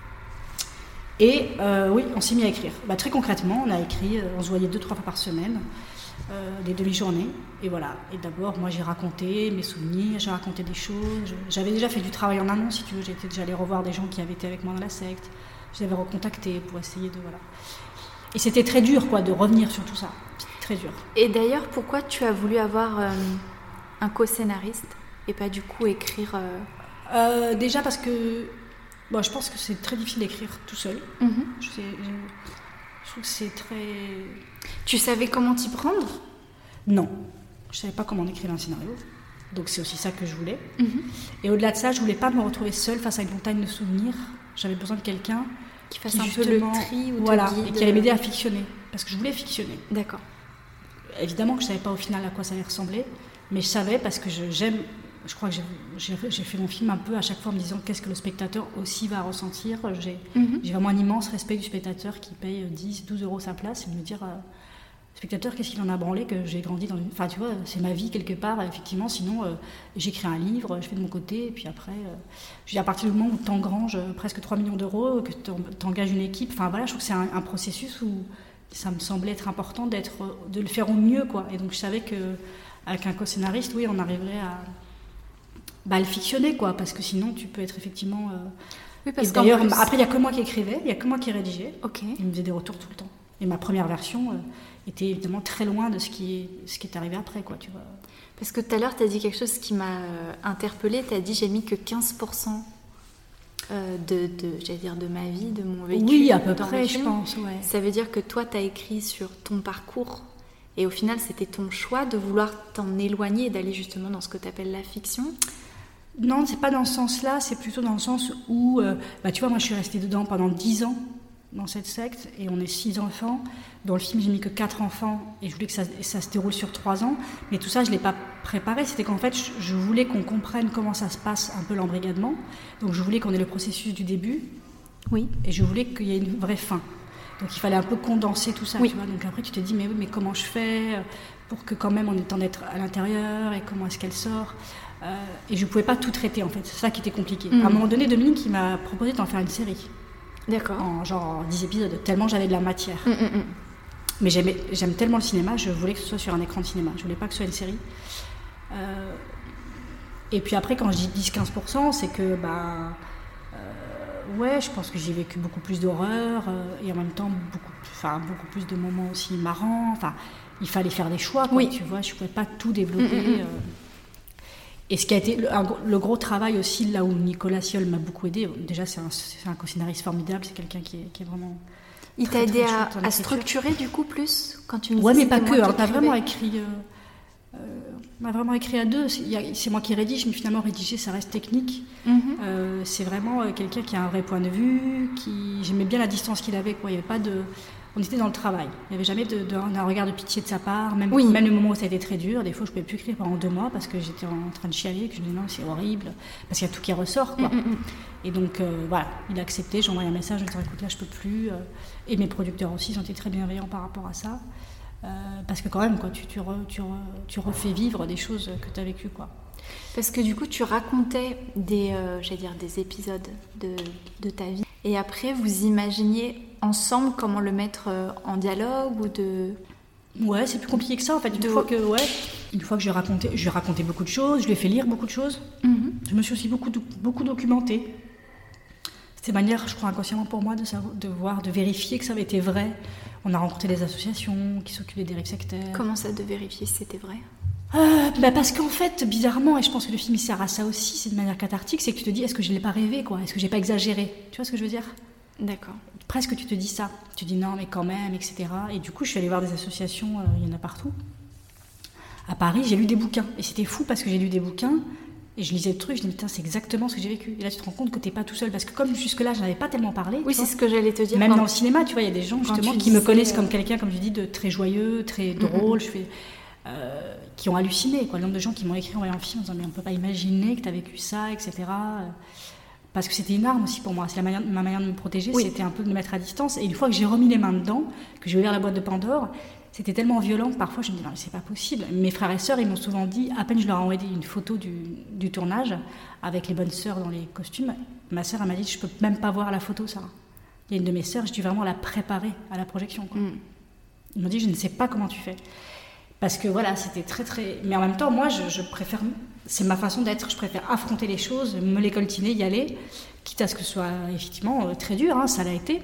Et euh, oui, on s'est mis à écrire. Bah, très concrètement, on a écrit, euh, on se voyait deux, trois fois par semaine, euh, des demi-journées. Et voilà. Et d'abord, moi j'ai raconté mes souvenirs, j'ai raconté des choses. J'avais déjà fait du travail en amont, si tu veux. J'étais déjà allée revoir des gens qui avaient été avec moi dans la secte. Je les avais recontactés pour essayer de. Voilà. Et c'était très dur, quoi, de revenir sur tout ça. C'était très dur. Et d'ailleurs, pourquoi tu as voulu avoir euh, un co-scénariste et pas du coup écrire euh... Euh, Déjà parce que, bon, je pense que c'est très difficile d'écrire tout seul. Mm-hmm. Je, sais, je, je trouve que c'est très. Tu savais comment t'y prendre ? Non, je savais pas comment écrire un scénario. Donc c'est aussi ça que je voulais. Mm-hmm. Et au-delà de ça, je voulais pas me retrouver seule face à une montagne de souvenirs. J'avais besoin de quelqu'un qui fasse qui un peu le tri ou voilà, guide. Et qui allait m'aider à fictionner, parce que je voulais fictionner. D'accord. Évidemment que je savais pas au final à quoi ça allait ressembler, mais je savais parce que je, j'aime. Je crois que j'ai, j'ai, j'ai fait mon film un peu à chaque fois en me disant qu'est-ce que le spectateur aussi va ressentir. J'ai, mm-hmm. j'ai vraiment un immense respect du spectateur qui paye dix, douze euros sa place et me dire. Euh, spectateur, qu'est-ce qu'il en a branlé que j'ai grandi dans une... Enfin, tu vois, c'est ma vie quelque part, effectivement. Sinon, euh, j'écris un livre, je fais de mon côté, et puis après... Euh, je dis, à partir du moment où tu engranges presque trois millions d'euros, que tu engages une équipe, enfin voilà, je trouve que c'est un, un processus où ça me semblait être important d'être, de le faire au mieux, quoi. Et donc, je savais qu'avec un co-scénariste, oui, on arriverait à, bah, à le fictionner, quoi, parce que sinon, tu peux être effectivement... Euh... Oui, parce et d'ailleurs, plus... après, il n'y a que moi qui écrivais, il n'y a que moi qui rédigeais. Ok. Il me faisait des retours tout le temps. Et ma première version... Euh, était évidemment très loin de ce qui est, ce qui est arrivé après, quoi, tu vois. Parce que tout à l'heure, tu as dit quelque chose qui m'a euh, interpellée. Tu as dit, j'ai mis que quinze pour cent euh, de, de, j'allais dire, de ma vie, de mon vécu. Oui, à peu près, je pense, ouais. Ça veut dire que toi, tu as écrit sur ton parcours. Et au final, c'était ton choix de vouloir t'en éloigner et d'aller justement dans ce que tu appelles la fiction. Non, c'est pas dans ce sens-là. C'est plutôt dans le sens où, euh, bah, tu vois, moi, je suis restée dedans pendant dix ans. Dans cette secte, et on est six enfants. Dans le film, j'ai mis que quatre enfants, et je voulais que ça, ça se déroule sur trois ans. Mais tout ça, je ne l'ai pas préparé. C'était qu'en fait, je, je voulais qu'on comprenne comment ça se passe, un peu l'embrigadement. Donc, je voulais qu'on ait le processus du début. Oui. Et je voulais qu'il y ait une vraie fin. Donc, il fallait un peu condenser tout ça. Oui. Tu vois. Donc, après, tu te dis, mais oui, mais comment je fais pour que quand même on ait le temps d'être à l'intérieur, et comment est-ce qu'elle sort euh, Et je ne pouvais pas tout traiter, en fait. C'est ça qui était compliqué. Mmh. À un moment donné, Dominique, il m'a proposé d'en faire une série. D'accord. En genre dix épisodes, tellement j'avais de la matière. Mmh, mmh. Mais j'aimais, j'aime tellement le cinéma, je voulais que ce soit sur un écran de cinéma. Je voulais pas que ce soit une série. Euh, et puis après, quand je dis dix à quinze pour cent, c'est que, bah, euh, ouais, je pense que j'ai vécu beaucoup plus d'horreur euh, et en même temps beaucoup, enfin, beaucoup plus de moments aussi marrants. Enfin, il fallait faire des choix, quoi, oui. Tu vois, je pouvais pas tout développer. Mmh, mmh. Euh, Et ce qui a été le, un, le gros travail aussi, là où Nicolas Siol m'a beaucoup aidé, déjà c'est un, c'est un co-scénariste formidable, c'est quelqu'un qui est, qui est vraiment... Il t'a aidé à, à structurer du coup plus quand tu me ouais, disais mais pas que, on a vraiment écrit... Euh, euh, on a vraiment écrit à deux, c'est, y a, c'est moi qui rédige, mais finalement rédiger ça reste technique. Mm-hmm. Euh, c'est vraiment quelqu'un qui a un vrai point de vue, qui, j'aimais bien la distance qu'il avait, quoi. Il n'y avait pas de... on était dans le travail. Il n'y avait jamais de, de, d'un regard de pitié de sa part, même, oui. même le moment où ça a été très dur. Des fois, je ne pouvais plus écrire pendant deux mois parce que j'étais en train de chialer, que je me disais non, c'est horrible, parce qu'il y a tout qui ressort, quoi. Mm-mm. Et donc, euh, voilà, il a accepté, j'ai envoyé un message, je me disais écoute, là, je ne peux plus. Euh, et mes producteurs aussi, ils ont été très bienveillants par rapport à ça. Euh, parce que quand même, quoi, tu, tu, re, tu, re, tu refais vivre des choses que tu as vécues, quoi. Parce que du coup, tu racontais des, euh, j'allais dire, des épisodes de, de ta vie. Et après, vous imaginiez ensemble comment le mettre euh, en dialogue ou de... Ouais, c'est plus compliqué que ça, en fait. Une, de... fois, que, ouais, une fois que je racontais, je racontais beaucoup de choses, je lui ai fait lire beaucoup de choses. Mm-hmm. Je me suis aussi beaucoup, beaucoup documentée. C'était une manière, je crois, inconsciemment pour moi, de, savoir, de voir, de vérifier que ça avait été vrai. On a rencontré des associations qui s'occupaient des dérives sectaires. Comment ça, de vérifier si c'était vrai ? Euh, bah parce qu'en fait, bizarrement, et je pense que le film il sert à ça aussi, c'est de manière cathartique, c'est que tu te dis, est-ce que je ne l'ai pas rêvé, quoi ? Est-ce que j'ai pas exagéré ? Tu vois ce que je veux dire ? D'accord. Presque tu te dis ça. Tu dis non, mais quand même, et cetera. Et du coup, je suis allée voir des associations, euh, il y en a partout. À Paris, j'ai lu des bouquins. Et c'était fou parce que j'ai lu des bouquins, et je lisais le truc, je me dis, putain, c'est exactement ce que j'ai vécu. Et là, tu te rends compte que tu n'es pas tout seul. Parce que comme jusque-là, je n'avais pas tellement parlé. Oui, c'est ce que j'allais te dire. Même quand... dans le cinéma, tu vois, il y a des gens justement qui disais, me connaissent euh... comme quelqu'un, comme tu dis, de très joyeux, très drôle. Mm-hmm. Je fais... Euh, qui ont halluciné, quoi. Le nombre de gens qui m'ont écrit en voyant le film en disant mais on ne peut pas imaginer que tu as vécu ça, et cetera. Parce que c'était une arme aussi pour moi. C'est la manière, ma manière de me protéger, oui. C'était un peu de me mettre à distance. Et une fois que j'ai remis les mains dedans, que j'ai ouvert la boîte de Pandore, c'était tellement violent que parfois je me dis non mais c'est pas possible. Mes frères et sœurs, ils m'ont souvent dit, à peine je leur ai envoyé une photo du, du tournage avec les bonnes sœurs dans les costumes, ma sœur elle m'a dit je peux même pas voir la photo, ça. Il y a une de mes sœurs, je dû vraiment la préparer à la projection, quoi. Mm. Ils m'ont dit je ne sais pas comment tu fais. Parce que voilà, c'était très très... Mais en même temps, moi, je, je préfère... C'est ma façon d'être. Je préfère affronter les choses, me les coltiner, y aller, quitte à ce que ce soit effectivement euh, très dur, hein, ça l'a été.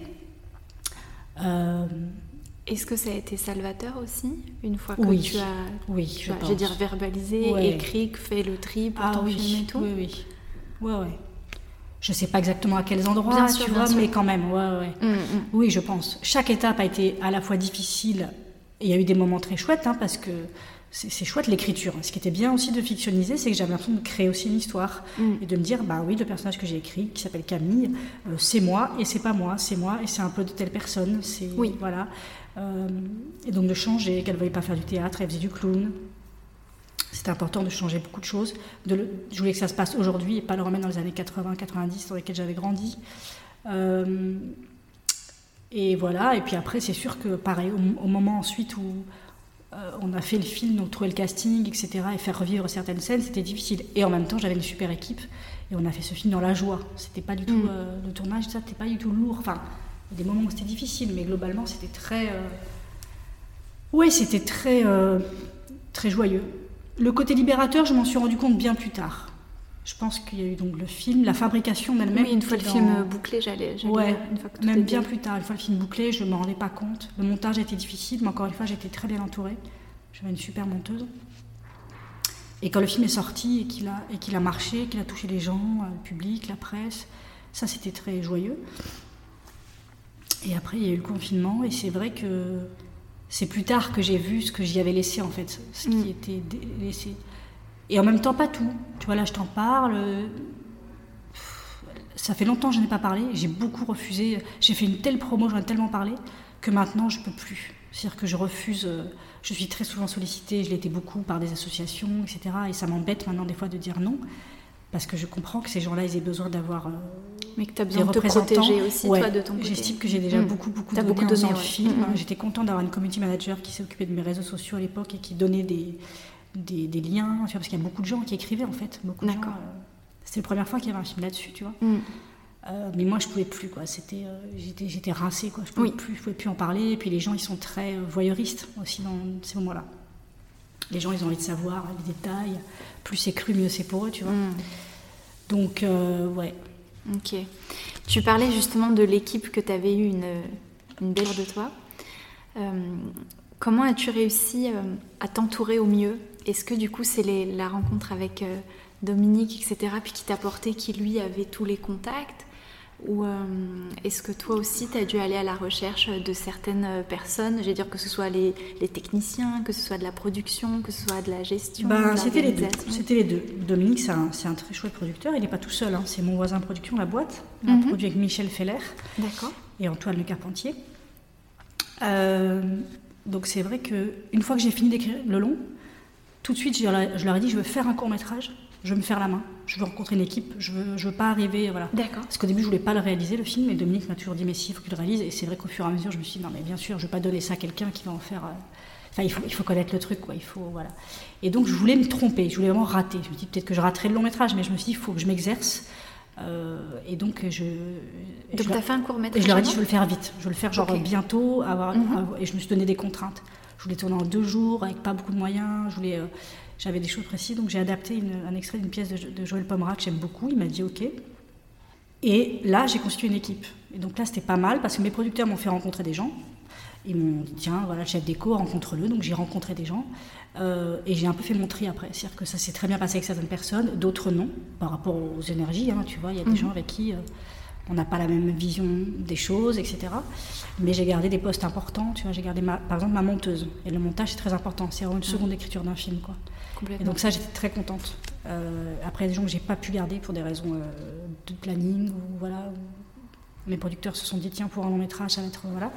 Euh... Est-ce que ça a été salvateur aussi, une fois que oui. tu as, oui, tu je as pense. je veux dire, verbalisé, ouais. écrit, fait le tri pour ah, ton oui. film et tout ? Oui, oui. Ouais, ouais. Je ne sais pas exactement à quels endroits, bien tu sûr, vois, bien mais sûr. quand même, ouais, ouais. Mm, mm. Oui, je pense. Chaque étape a été à la fois difficile, et il y a eu des moments très chouettes, hein, parce que c'est, c'est chouette l'écriture. Ce qui était bien aussi de fictionnaliser, c'est que j'avais l'impression de créer aussi une histoire, mm. et de me dire, bah oui, le personnage que j'ai écrit, qui s'appelle Camille, euh, c'est moi, et c'est pas moi, c'est moi, et c'est un peu de telle personne, c'est... Oui. Voilà. Euh, et donc de changer, qu'elle ne voulait pas faire du théâtre, elle faisait du clown. C'était important de changer beaucoup de choses. De le, je voulais que ça se passe aujourd'hui et pas le remettre dans les années quatre-vingts quatre-vingt-dix dans lesquelles j'avais grandi. Euh, et voilà, et puis après, c'est sûr que pareil, au, au moment ensuite où euh, on a fait le film, donc trouver le casting, et cetera, et faire revivre certaines scènes, c'était difficile. Et en même temps, j'avais une super équipe et on a fait ce film dans la joie. C'était pas du tout, mmh. euh, le tournage, ça, c'était pas du tout lourd. Enfin, il y a des moments où c'était difficile, mais globalement, c'était très... Euh... Oui, c'était très, euh, très joyeux. Le côté libérateur, je m'en suis rendu compte bien plus tard. Je pense qu'il y a eu donc le film, la fabrication d'elle-même. Oui, une fois le dans... film bouclé, j'allais, j'allais ouais, une fois que tout même était... bien plus tard. Une fois le film bouclé, je ne me rendais pas compte. Le montage a été difficile, mais encore une fois, j'étais très bien entourée. J'avais une super monteuse. Et quand le film est sorti et qu'il a, et qu'il a marché, qu'il a touché les gens, le public, la presse, ça, c'était très joyeux. Et après, il y a eu le confinement, et c'est vrai que c'est plus tard que j'ai vu ce que j'y avais laissé, en fait, ce qui mmh. était laissé. Et en même temps, pas tout. Tu vois, là, je t'en parle. Ça fait longtemps que je n'en ai pas parlé. J'ai beaucoup refusé. J'ai fait une telle promo, j'en ai tellement parlé, que maintenant, je ne peux plus. C'est-à-dire que je refuse. Je suis très souvent sollicitée. Je l'ai été beaucoup par des associations, et cetera. Et ça m'embête maintenant, des fois, de dire non. Parce que je comprends que ces gens-là, ils aient besoin d'avoir... Mais que tu as besoin de te protéger aussi, ouais, toi, de ton côté. J'estime que j'ai déjà mmh. beaucoup, beaucoup donné beaucoup en faisant donné, le ouais. film. Mmh. J'étais contente d'avoir une community manager qui s'est occupée de mes réseaux sociaux à l'époque et qui donnait des, des, des liens, parce qu'il y a beaucoup de gens qui écrivaient, en fait. Beaucoup de gens, euh, c'était la première fois qu'il y avait un film là-dessus, tu vois. Mmh. Euh, mais moi, je ne pouvais plus, quoi. C'était, euh, j'étais, j'étais rincée, quoi. Je ne pouvais, oui. plus, je pouvais plus en parler. Et puis les gens, ils sont très voyeuristes aussi dans ces moments-là. Les gens, ils ont envie de savoir les détails. Plus c'est cru, mieux c'est pour eux, tu vois. Mmh. Donc, euh, ouais. Ok. Tu parlais justement de l'équipe que tu avais eu une, une belle de toi. Euh, comment as-tu réussi euh, à t'entourer au mieux ? Est-ce que du coup c'est les, la rencontre avec euh, Dominique, et cetera, puis qui t'a porté, qui lui avait tous les contacts ? Ou euh, est-ce que toi aussi tu as dû aller à la recherche de certaines personnes ? Je veux dire que ce soit les, les techniciens, que ce soit de la production, que ce soit de la gestion, ben, de c'était les deux. C'était les deux. Dominique, c'est un, c'est un très chouette producteur. Il n'est pas tout seul, hein. C'est mon voisin production, La Boîte. Il a mm-hmm. produit avec Michel Feller. D'accord. Et Antoine Le Carpentier. Euh, donc c'est vrai qu'une fois que j'ai fini d'écrire le long, tout de suite je leur, je leur ai dit je veux faire un court-métrage, je veux me faire la main, je veux rencontrer une équipe, je veux, je veux pas arriver, voilà. D'accord. Parce qu'au début je voulais pas le réaliser le film, et Dominique m'a toujours dit mais si, il faut que tu le réalises, et c'est vrai qu'au fur et à mesure je me suis dit non mais bien sûr je vais pas donner ça à quelqu'un qui va en faire... Euh... Enfin il faut, il faut connaître le truc quoi, il faut... Voilà. Et donc je voulais me tromper, je voulais vraiment rater, je me dis peut-être que je raterai le long-métrage, mais je me suis dit il faut que je m'exerce. Euh, et donc je donc tu as fait un court métrage et je leur ai dit je veux le faire vite, je veux le faire genre okay. bientôt avoir, mm-hmm. avoir, et je me suis donné des contraintes, je voulais tourner en deux jours avec pas beaucoup de moyens, je voulais, euh, j'avais des choses précises, donc j'ai adapté une, un extrait d'une pièce de, de Joël Pomera que j'aime beaucoup, il m'a dit ok, et là j'ai constitué une équipe, et donc là c'était pas mal parce que mes producteurs m'ont fait rencontrer des gens, ils m'ont dit tiens voilà le chef déco rencontre-le, donc j'ai rencontré des gens. Euh, et j'ai un peu fait mon tri après, c'est-à-dire que ça s'est très bien passé avec certaines personnes, d'autres non, par rapport aux énergies, hein, tu vois, il y a des mmh. gens avec qui euh, on n'a pas la même vision des choses, et cetera. Mais j'ai gardé des postes importants, tu vois, j'ai gardé ma, par exemple ma monteuse, et le montage c'est très important, c'est vraiment une seconde écriture d'un film, quoi. Et donc ça j'étais très contente. Euh, après des gens que j'ai pas pu garder pour des raisons euh, de planning, ou voilà, où mes producteurs se sont dit tiens pour un long métrage ça va être, euh, voilà.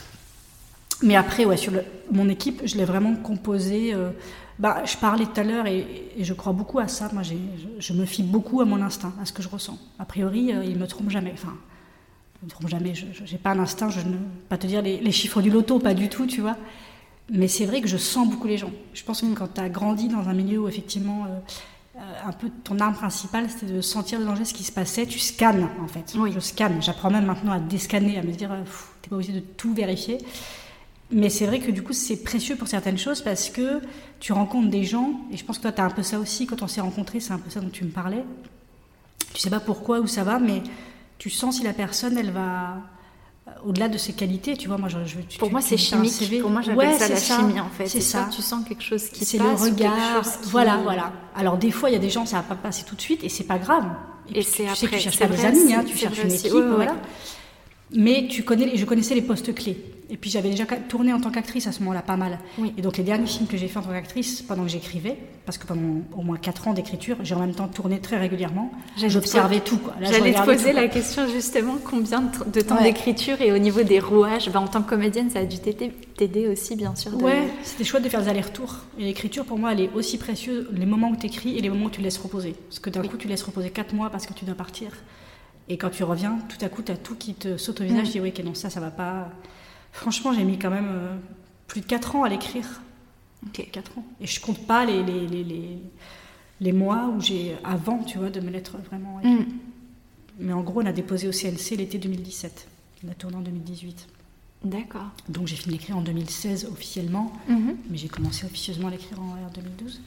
Mais après, ouais, sur le, mon équipe, je l'ai vraiment composée. Euh, bah, je parlais tout à l'heure et, et je crois beaucoup à ça. Moi, j'ai, je, je me fie beaucoup à mon instinct, à ce que je ressens. A priori, euh, il ne me trompe jamais. Enfin, il ne me trompe jamais. Je n'ai pas un instinct, je ne vais pas te dire les, les chiffres du loto, pas du tout, tu vois. Mais c'est vrai que je sens beaucoup les gens. Je pense que quand tu as grandi dans un milieu où, effectivement, euh, euh, un peu ton arme principale, c'était de sentir le danger, ce qui se passait. Tu scannes, en fait. Oui. Je scanne. J'apprends même maintenant à déscanner, à me dire, euh, tu n'es pas obligé de tout vérifier. Mais c'est vrai que du coup, c'est précieux pour certaines choses parce que tu rencontres des gens, et je pense que toi, tu as un peu ça aussi, quand on s'est rencontrés, c'est un peu ça dont tu me parlais. Tu sais pas pourquoi, où ça va, mais tu sens si la personne, elle va au-delà de ses qualités, tu vois. Moi, je, je, tu, pour tu, moi, tu c'est chimique. Pour moi, j'appelle ouais, ça la ça. chimie, en fait. C'est, c'est ça. Tu sens quelque chose qui c'est passe. C'est le regard. Qui... Voilà, voilà. Alors, des fois, il y a des gens, ça va pas passer tout de suite, et c'est pas grave. Et, et c'est tu après. sais que tu cherches pas des amis, hein, tu cherches une équipe, ouais, ouais. voilà. Mais tu connais, je connaissais les postes clés. Et puis j'avais déjà tourné en tant qu'actrice à ce moment-là, pas mal. Oui. Et donc les derniers films que j'ai fait en tant qu'actrice, pendant que j'écrivais, parce que pendant au moins quatre ans d'écriture, j'ai en même temps tourné très régulièrement. J'allais J'observais tout, quoi. Là, J'allais te poser tout, la question justement, combien de temps ouais. d'écriture et au niveau des rouages, bah, en tant que comédienne, ça a dû t'aider, t'aider aussi, bien sûr. De... Ouais, c'était chouette de faire des allers-retours. Et l'écriture, pour moi, elle est aussi précieuse, les moments où tu écris et les moments où tu laisses reposer. Parce que d'un oui. coup, tu laisses reposer quatre mois parce que tu dois partir. Et quand tu reviens, tout à coup, tu as tout qui te saute au visage. Tu mmh. dis, oui, okay, non, ça, ça va pas. Franchement, j'ai mis quand même euh, plus de quatre ans à l'écrire. Ok. quatre ans. Et je compte pas les, les, les, les, les mois où j'ai, avant, tu vois, de me l'être vraiment écrit. Mmh. Mais en gros, on a déposé au C N C l'été deux mille dix-sept. On a tourné en deux mille dix-huit. D'accord. Donc, j'ai fini d'écrire en deux mille seize officiellement. Mmh. Mais j'ai commencé officieusement à l'écrire en deux mille douze.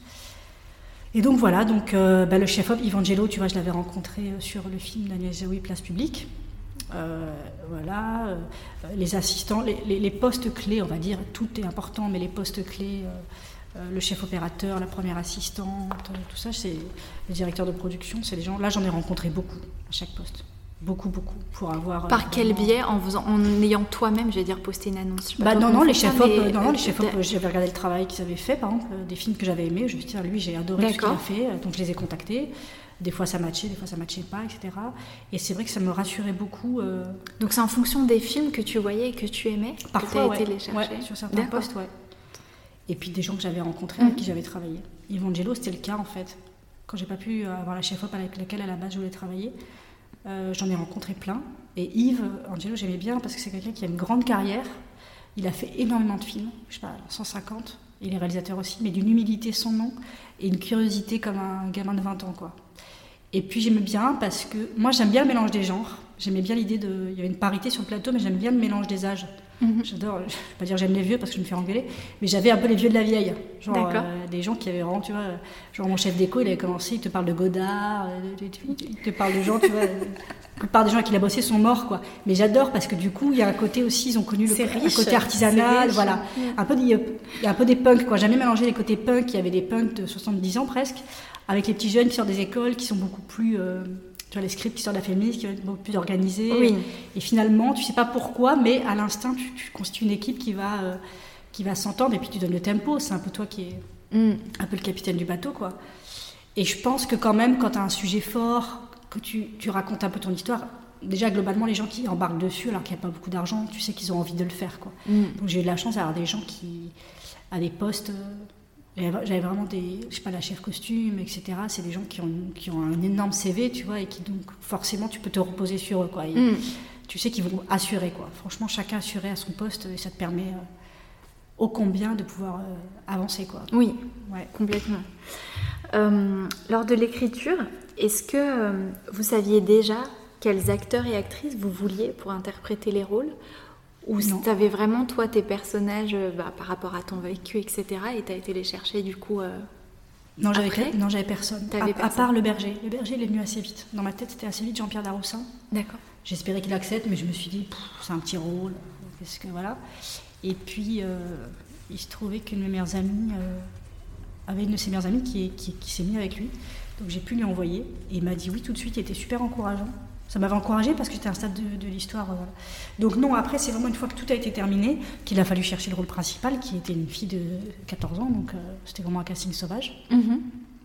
Et donc voilà, donc, euh, bah, le chef-op, Evangelo, tu vois, je l'avais rencontré sur le film d'Agnès Jaoui, Place Publique. Euh, voilà, euh, les assistants, les, les, les postes clés, on va dire, tout est important, mais les postes clés, euh, euh, le chef opérateur, la première assistante, tout ça, c'est le directeur de production, c'est des gens, là j'en ai rencontré beaucoup à chaque poste. Beaucoup, beaucoup, pour avoir... Par euh, quel vraiment... biais, en, faisant, en ayant toi-même, je vais dire, posté une annonce? Bah non, non, les chefs-op, mais... non, non, les chefs-op, j'avais regardé le travail qu'ils avaient fait, par exemple, des films que j'avais aimés, je me suis dit, lui, j'ai adoré D'accord. ce qu'il a fait, donc je les ai contactés. Des fois ça matchait, des fois ça matchait pas, et cetera. Et c'est vrai que ça me rassurait beaucoup. Euh... Donc c'est en fonction des films que tu voyais et que tu aimais Parfois, que tu as ouais. été les chercher. Ouais, sur certains D'accord. postes, ouais. Et puis des gens que j'avais rencontrés, mmh. avec qui j'avais travaillé. Evangelo, c'était le cas, en fait. Quand j'ai pas pu avoir la chef-op avec laquelle, à la base, je voulais travailler, euh, j'en ai rencontré plein. Et Yves Angelo, j'aimais bien parce que c'est quelqu'un qui a une grande carrière. Il a fait énormément de films, je sais pas, cent cinquante. Il est réalisateur aussi, mais d'une humilité sans nom et une curiosité comme un gamin de vingt ans, quoi. Et puis j'aimais bien parce que moi j'aime bien le mélange des genres. J'aimais bien l'idée de, il y avait une parité sur le plateau, mais j'aime bien le mélange des âges. Mm-hmm. J'adore. Je vais pas dire j'aime les vieux parce que je me fais engueuler, mais j'avais un peu les vieux de la vieille, genre euh, des gens qui avaient vraiment, tu vois, genre mon chef d'éco, il avait commencé, il te parle de Godard, euh, il te parle de gens, tu vois. La plupart des gens avec qui il a bossé sont morts, quoi. Mais j'adore parce que du coup, il y a un côté aussi, ils ont connu le riche, un côté artisanal, voilà. Mm. Un peu, il y a un peu des punks, quoi. Jamais mélangé les côtés punks. Il y avait des punks de soixante-dix ans presque, avec les petits jeunes qui sortent des écoles, qui sont beaucoup plus, euh, tu vois, les scripts qui sortent de la féministe, qui sont beaucoup plus organisés. Oui. Et finalement, tu sais pas pourquoi, mais à l'instinct, tu, tu constitues une équipe qui va, euh, qui va s'entendre. Et puis tu donnes le tempo. C'est un peu toi qui est mm. un peu le capitaine du bateau, quoi. Et je pense que quand même, quand tu as un sujet fort, que tu, tu racontes un peu ton histoire, déjà globalement les gens qui embarquent dessus alors qu'il n'y a pas beaucoup d'argent, tu sais qu'ils ont envie de le faire, quoi. Mm. Donc j'ai eu de la chance d'avoir des gens qui, à des postes, euh, j'avais vraiment des, je sais pas, la chef costume, et cetera. C'est des gens qui ont, qui ont un énorme C V, tu vois, et qui donc forcément tu peux te reposer sur eux, quoi. Et, mm. Tu sais qu'ils vont assurer, quoi. Franchement, chacun assuré à son poste et ça te permet euh, ô combien de pouvoir euh, avancer, quoi. Oui, ouais. Complètement. Euh, lors de l'écriture, est-ce que euh, vous saviez déjà quels acteurs et actrices vous vouliez pour interpréter les rôles ? Ou tu avais vraiment, toi, tes personnages bah, par rapport à ton vécu, et cetera, et tu as été les chercher, du coup, euh, non, j'avais après Non, j'avais personne. À, personne. À part le berger. Le berger, il est venu assez vite. Dans ma tête, c'était assez vite Jean-Pierre Daroussin. D'accord. J'espérais qu'il accepte, mais je me suis dit, c'est un petit rôle. Qu'est-ce que, voilà. Et puis, euh, il se trouvait qu'une de mes meilleures amies euh, avait une de ses meilleures amies qui, qui, qui s'est mise avec lui. Donc j'ai pu lui envoyer. Et il m'a dit oui tout de suite. Il était super encourageant. Ça m'avait encouragée parce que j'étais à un stade de, de l'histoire. Voilà. Donc non, après, c'est vraiment une fois que tout a été terminé qu'il a fallu chercher le rôle principal, qui était une fille de quatorze ans. Donc euh, c'était vraiment un casting sauvage. Mm-hmm.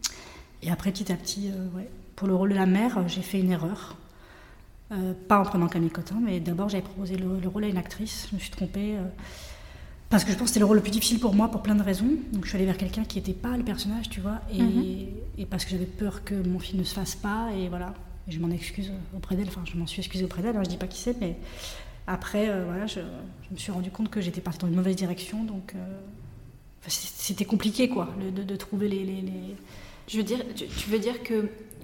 Et après, petit à petit, euh, ouais, pour le rôle de la mère, j'ai fait une erreur. Euh, pas en prenant Camille Cotin, mais d'abord j'avais proposé le, le rôle à une actrice. Je me suis trompée euh, parce que je pense que c'était le rôle le plus difficile pour moi pour plein de raisons. Donc je suis allée vers quelqu'un qui n'était pas le personnage, tu vois, et, mm-hmm. et parce que j'avais peur que mon film ne se fasse pas, et voilà. Et je m'en excuse auprès d'elle, enfin je m'en suis excusée auprès d'elle, hein, je dis pas qui c'est, mais après euh, voilà, je, je me suis rendu compte que j'étais partie dans une mauvaise direction, donc euh, c'était compliqué, quoi, le, de, de trouver les, les, les... Je veux dire, tu, tu veux dire que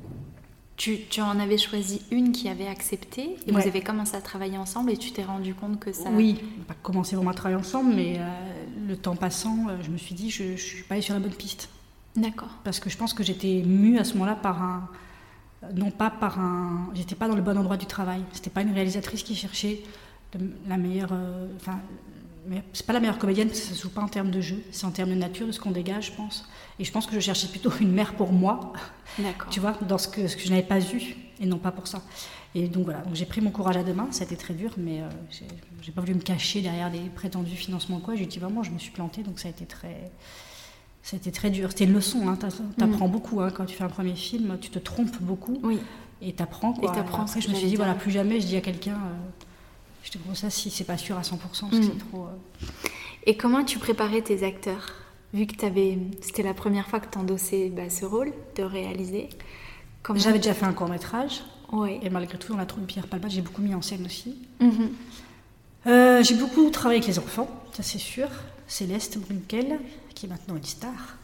Tu, tu en avais choisi une qui avait accepté et ouais. Vous avez commencé à travailler ensemble et tu t'es rendu compte que ça... Oui, on n'a pas commencé vraiment à travailler ensemble, mais euh, le temps passant, euh, je me suis dit je ne suis pas allée sur la bonne piste. D'accord. Parce que je pense que j'étais mue à ce moment-là par un... Non pas par un... J'étais pas dans le bon endroit du travail. C'était pas une réalisatrice qui cherchait la meilleure... Enfin, euh, c'est pas la meilleure comédienne parce que ça se joue pas en termes de jeu, c'est en termes de nature, de ce qu'on dégage, je pense. Et je pense que je cherchais plutôt une mère pour moi, D'accord. Tu vois, dans ce que, ce que je n'avais pas eu, et non pas pour ça. Et donc voilà, donc j'ai pris mon courage à deux mains, ça a été très dur, mais euh, j'ai, j'ai pas voulu me cacher derrière des prétendus financements, quoi. J'ai dit vraiment, je me suis plantée, donc ça a été très, ça a été très dur. C'était une leçon, hein, t'apprends mmh. beaucoup, hein, quand tu fais un premier film, tu te trompes beaucoup, oui. et t'apprends, quoi. Et t'apprends. Après, je me suis dit, voilà, plus jamais, je dis à quelqu'un, euh, je te propose ça si c'est pas sûr à cent pour cent, parce mmh. que c'est trop... Euh... Et comment tu préparais tes acteurs ? Vu que t'avais, c'était la première fois que tu endossais bah, ce rôle de réaliser. Comment... J'avais déjà fait un court-métrage. Ouais. Et malgré tout, dans la troupe de Pierre Palmade, j'ai beaucoup mis en scène aussi. Mm-hmm. Euh, j'ai beaucoup travaillé avec les enfants, ça c'est sûr. Céleste Brunkel, qui est maintenant une star.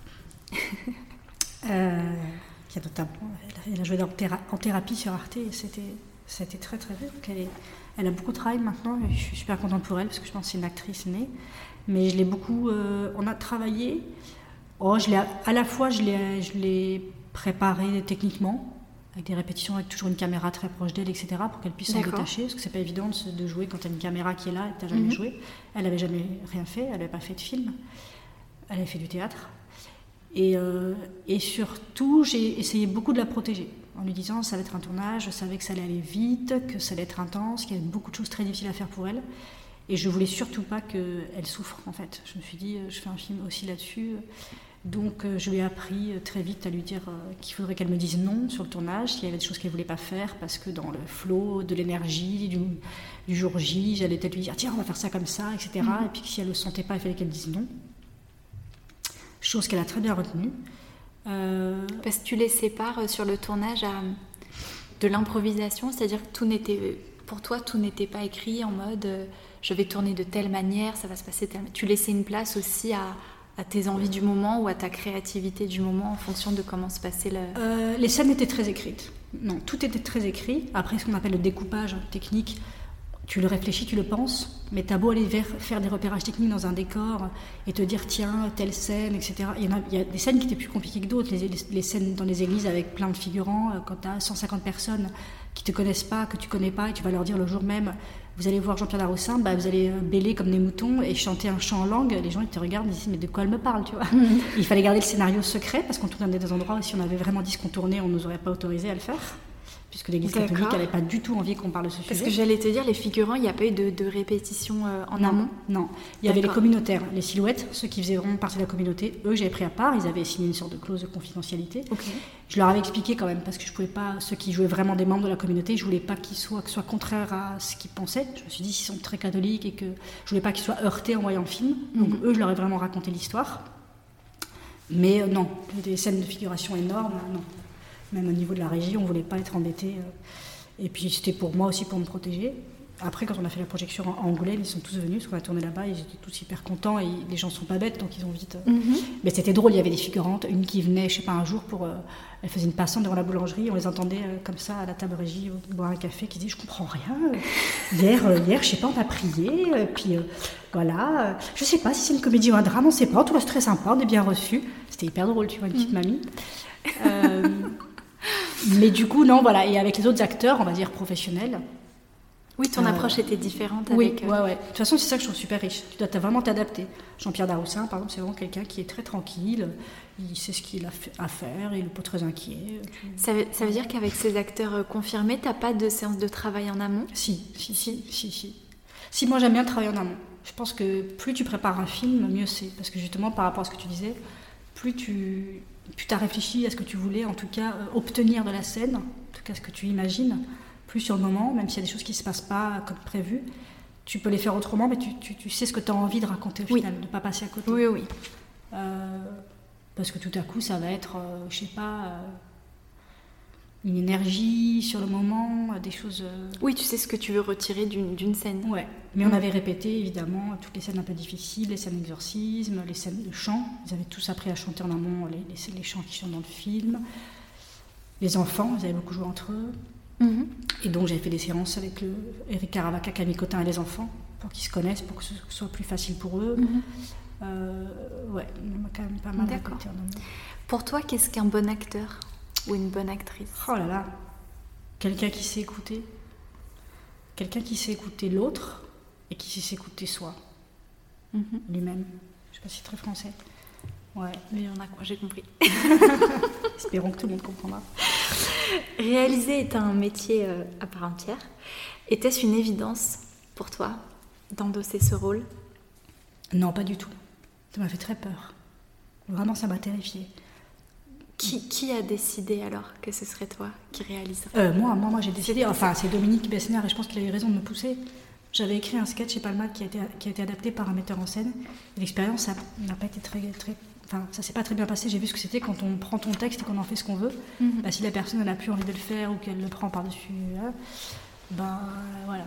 euh, qui a notamment, elle a joué en, théra- en thérapie sur Arte et c'était, c'était très très bien. Donc elle, est, elle a beaucoup travaillé maintenant et je suis super contente pour elle parce que je pense que c'est une actrice née. Mais je l'ai beaucoup... Euh, on a travaillé... Oh, je l'ai, à la fois, je l'ai, je l'ai préparée techniquement, avec des répétitions, avec toujours une caméra très proche d'elle, et cetera, pour qu'elle puisse D'accord. s'en détacher, parce que c'est pas évident de, de jouer quand tu as une caméra qui est là et que tu n'as jamais mm-hmm. joué. Elle n'avait jamais rien fait, elle n'avait pas fait de film. Elle avait fait du théâtre. Et, euh, et surtout, j'ai essayé beaucoup de la protéger, en lui disant ça allait être un tournage, je savais que ça allait aller vite, que ça allait être intense, qu'il y avait beaucoup de choses très difficiles à faire pour elle. Et je voulais surtout pas qu'elle souffre, en fait. Je me suis dit, je fais un film aussi là-dessus. Donc, je lui ai appris très vite à lui dire qu'il faudrait qu'elle me dise non sur le tournage, s'il y avait des choses qu'elle voulait pas faire, parce que dans le flow de l'énergie, du, du jour J, j'allais peut-être lui dire, tiens, on va faire ça comme ça, et cetera. Mm-hmm. Et puis, si elle le sentait pas, il fallait qu'elle dise non. Chose qu'elle a très bien retenue. Euh... Parce que tu les sépares sur le tournage à... de l'improvisation, c'est-à-dire que tout n'était... pour toi, tout n'était pas écrit en mode... je vais tourner de telle manière, ça va se passer telle... Tu laissais une place aussi à, à tes envies du moment ou à ta créativité du moment en fonction de comment se passait le... Euh, les scènes étaient très écrites. Non, tout était très écrit. Après, ce qu'on appelle le découpage technique, tu le réfléchis, tu le penses, mais t'as beau aller vers, faire des repérages techniques dans un décor et te dire, tiens, telle scène, et cetera. Il y, en a, il y a des scènes qui étaient plus compliquées que d'autres. Les, les, les scènes dans les églises avec plein de figurants, quand t'as cent cinquante personnes qui te connaissent pas, que tu connais pas, et tu vas leur dire le jour même... Vous allez voir Jean-Pierre Daroussin, bah vous allez bêler comme des moutons et chanter un chant en langue. Les gens ils te regardent et disent mais de quoi elle me parle, tu vois. Mm-hmm. Il fallait garder le scénario secret parce qu'on tournait dans des endroits où si on avait vraiment dit ce qu'on tournait, on nous aurait pas autorisé à le faire, Parce que l'Église catholique, elle n'avait pas du tout envie qu'on parle de ce sujet. Parce que j'allais te dire, les figurants, il n'y a pas eu de, de répétition euh, en non, amont. Non, il y avait les communautaires, les silhouettes, ceux qui faisaient vraiment partie de la communauté. Eux, j'avais pris à part, ils avaient signé une sorte de clause de confidentialité. Okay. Je leur avais expliqué quand même, parce que je pouvais pas, ceux qui jouaient vraiment des membres de la communauté, je voulais pas qu'ils soient, que ce soit contraire à ce qu'ils pensaient. Je me suis dit, s'ils sont très catholiques et que je voulais pas qu'ils soient heurtés en voyant le film. Donc mm-hmm. eux, je leur ai vraiment raconté l'histoire. Mais euh, non, des scènes de figuration énormes, non. Même au niveau de la régie, on voulait pas être embêtés. Euh, Et puis c'était pour moi aussi pour me protéger. Après, quand on a fait la projection en Angoulême, ils sont tous venus, parce qu'on a tourné là-bas, ils étaient tous hyper contents, et les gens sont pas bêtes, donc ils ont vite... Mm-hmm. Mais c'était drôle, il y avait des figurantes, une qui venait, je sais pas, un jour, pour, euh, elle faisait une passante devant la boulangerie, on les entendait euh, comme ça, à la table régie, boire un café, qui disait, je comprends rien, hier, euh, hier je sais pas, on a prié, euh, puis euh, voilà, euh, je sais pas si c'est une comédie ou un drame, on sait pas, tout reste très sympa, on est bien reçus. C'était hyper drôle, tu vois, une petite mm. mamie. Euh, mais du coup, non, voilà, et avec les autres acteurs, on va dire professionnels. Oui, ton euh, approche était différente oui, avec... Oui, ouais, ouais. De toute façon, c'est ça que je trouve super riche. Tu dois vraiment t'adapter. Jean-Pierre Daroussin, par exemple, c'est vraiment quelqu'un qui est très tranquille, il sait ce qu'il a à faire, il n'est pas très inquiet. Ça veut, ça veut dire qu'avec ces acteurs confirmés, tu n'as pas de séance de travail en amont ? Si, si, si, si, si. Si, moi j'aime bien travailler en amont. Je pense que plus tu prépares un film, mieux c'est. Parce que justement, par rapport à ce que tu disais, plus tu... plus tu as réfléchi à ce que tu voulais, en tout cas, euh, obtenir de la scène, en tout cas ce que tu imagines, plus sur le moment, même s'il y a des choses qui ne se passent pas comme prévu, tu peux les faire autrement, mais tu, tu, tu sais ce que tu as envie de raconter au oui. final, de ne pas passer à côté. Oui, oui. Euh, parce que tout à coup, ça va être, euh, je ne sais pas, euh, une énergie sur le moment, des choses... Euh... Oui, tu sais ce que tu veux retirer d'une, d'une scène. Ouais, mais on avait répété, évidemment, toutes les scènes un peu difficiles, les scènes d'exorcisme, les scènes de chant. Ils avaient tous appris à chanter en amont les, les, les chants qui chantent dans le film. Les enfants, ils avaient beaucoup joué entre eux. Mm-hmm. Et donc, j'avais fait des séances avec le Eric Caravaca, Camille Cotin et les enfants, pour qu'ils se connaissent, pour que ce soit plus facile pour eux. Mm-hmm. Euh, ouais, on a quand même pas mal D'accord. répété en amont. Pour toi, qu'est-ce qu'un bon acteur ? Ou une bonne actrice ? Oh là là, quelqu'un qui sait écouter. Quelqu'un qui sait écouter l'autre et qui sait s'écouter soi. Mm-hmm. Lui-même. Je sais pas si c'est très français. Ouais. Mais il y en a quoi, j'ai compris. Espérons que tout le monde comprendra. Réaliser est un métier euh, à part entière. Était-ce une évidence pour toi d'endosser ce rôle ? Non, pas du tout. Ça m'a fait très peur. Vraiment, ça m'a terrifiée. Qui, qui a décidé alors que ce serait toi qui réaliserais ? euh, Moi, moi, moi j'ai décidé. Enfin, c'est Dominique Besnéard et je pense qu'il a eu raison de me pousser. J'avais écrit un sketch chez Palma qui a été, qui a été adapté par un metteur en scène. Et l'expérience, ça n'a pas été très... très Enfin, ça s'est pas très bien passé. J'ai vu ce que c'était quand on prend ton texte et qu'on en fait ce qu'on veut. Mm-hmm. Bah, si la personne n'a plus envie de le faire ou qu'elle le prend par-dessus, hein, ben voilà.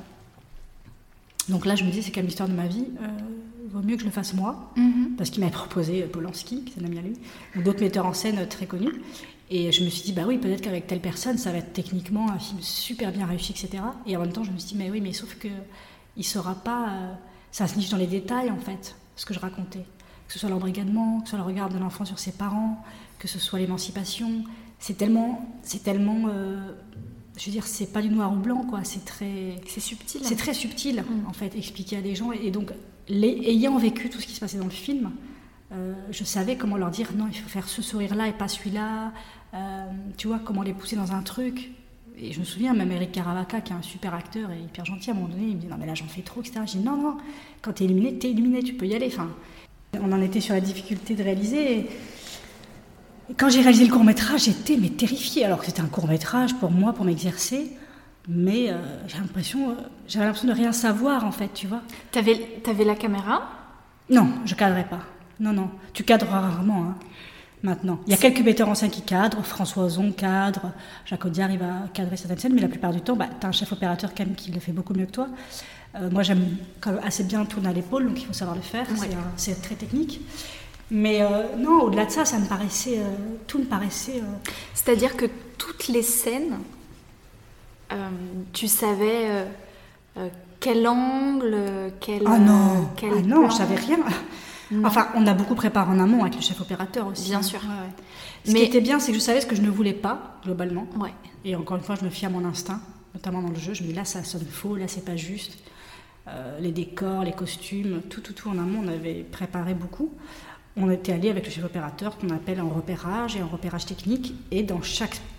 Donc là, je me disais, c'est quand même l'histoire de ma vie. Euh, vaut mieux que je le fasse moi, mm-hmm. parce qu'il m'avait proposé Polanski, c'est un ami à lui, ou d'autres metteurs en scène très connus. Et je me suis dit, bah oui, peut-être qu'avec telle personne, ça va être techniquement un film super bien réussi, et cetera. Et en même temps, je me suis dit, mais oui, mais sauf que il saura pas. Euh, ça se niche dans les détails, en fait, ce que je racontais. Que ce soit l'embrigadement, que ce soit le regard de l'enfant sur ses parents, que ce soit l'émancipation. C'est tellement. C'est tellement euh, je veux dire, c'est pas du noir ou blanc, quoi. C'est très. C'est subtil. C'est très subtil, mm. en fait, expliquer à des gens. Et donc, les, ayant vécu tout ce qui se passait dans le film, euh, je savais comment leur dire non, il faut faire ce sourire-là et pas celui-là. Euh, tu vois, comment les pousser dans un truc. Et je me souviens, même Eric Caravaca, qui est un super acteur et hyper gentil, à un moment donné, il me dit non, mais là, j'en fais trop, et cetera. Je dis non, non, quand t'es éliminé, t'es éliminé, tu peux y aller. Enfin, on en était sur la difficulté de réaliser. Et, et quand j'ai réalisé le court-métrage, j'étais mais terrifiée. Alors que c'était un court-métrage pour moi, pour m'exercer. Mais euh, j'ai l'impression, euh, j'avais l'impression de rien savoir, en fait, tu vois. T'avais, t'avais la caméra ? Non, je cadrais pas. Non, non. Tu cadres rarement, hein, maintenant. Il y a quelques metteurs en scène qui cadrent. François Ozon cadre. Jacques Audiard, il va cadrer certaines scènes. Mais la plupart du temps, bah, t'as un chef opérateur quand même qui le fait beaucoup mieux que toi. Euh, moi, j'aime quand même assez bien tourner à l'épaule, donc il faut savoir le faire. Ouais. C'est, un, c'est très technique. Mais euh, non, au-delà de ça, ça me paraissait... Euh, tout me paraissait... Euh... C'est-à-dire que toutes les scènes, euh, tu savais euh, euh, quel angle, quel... Ah non, quel ah non, je savais rien. Non. Enfin, on a beaucoup préparé en amont avec le chef opérateur aussi. Bien sûr. Ouais, ouais. Ce Mais... qui était bien, c'est que je savais ce que je ne voulais pas, globalement. Ouais. Et encore une fois, je me fie à mon instinct, notamment dans le jeu. Je me dis là, ça sonne faux, là, c'est pas juste. Euh, les décors, les costumes, tout, tout, tout en amont, on avait préparé beaucoup. On était allé avec le chef opérateur qu'on appelle en repérage et en repérage technique. Et dans chaque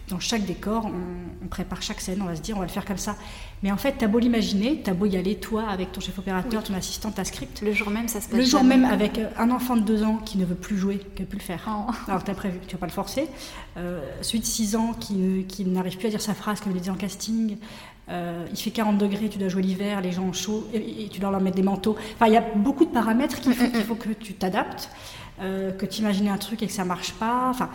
dans chaque décor, on, on prépare chaque scène, on va se dire on va le faire comme ça. Mais en fait, t'as beau l'imaginer, t'as beau y aller, toi, avec ton chef opérateur, oui. ton assistant, ta script. Le jour même, ça se passe Le jour jamais. même, avec un enfant de deux ans qui ne veut plus jouer, qui ne veut plus le faire. Oh. Alors t'as prévu, tu vas pas le forcer. Euh, celui de six ans qui, qui n'arrive plus à dire sa phrase comme il disait en casting. Euh, il fait quarante degrés, tu dois jouer l'hiver, les gens ont chaud, et, et tu dois leur mettre des manteaux. Enfin, il y a beaucoup de paramètres qu'il faut, qu'il faut que tu t'adaptes, euh, que tu imagines un truc et que ça marche pas. Enfin,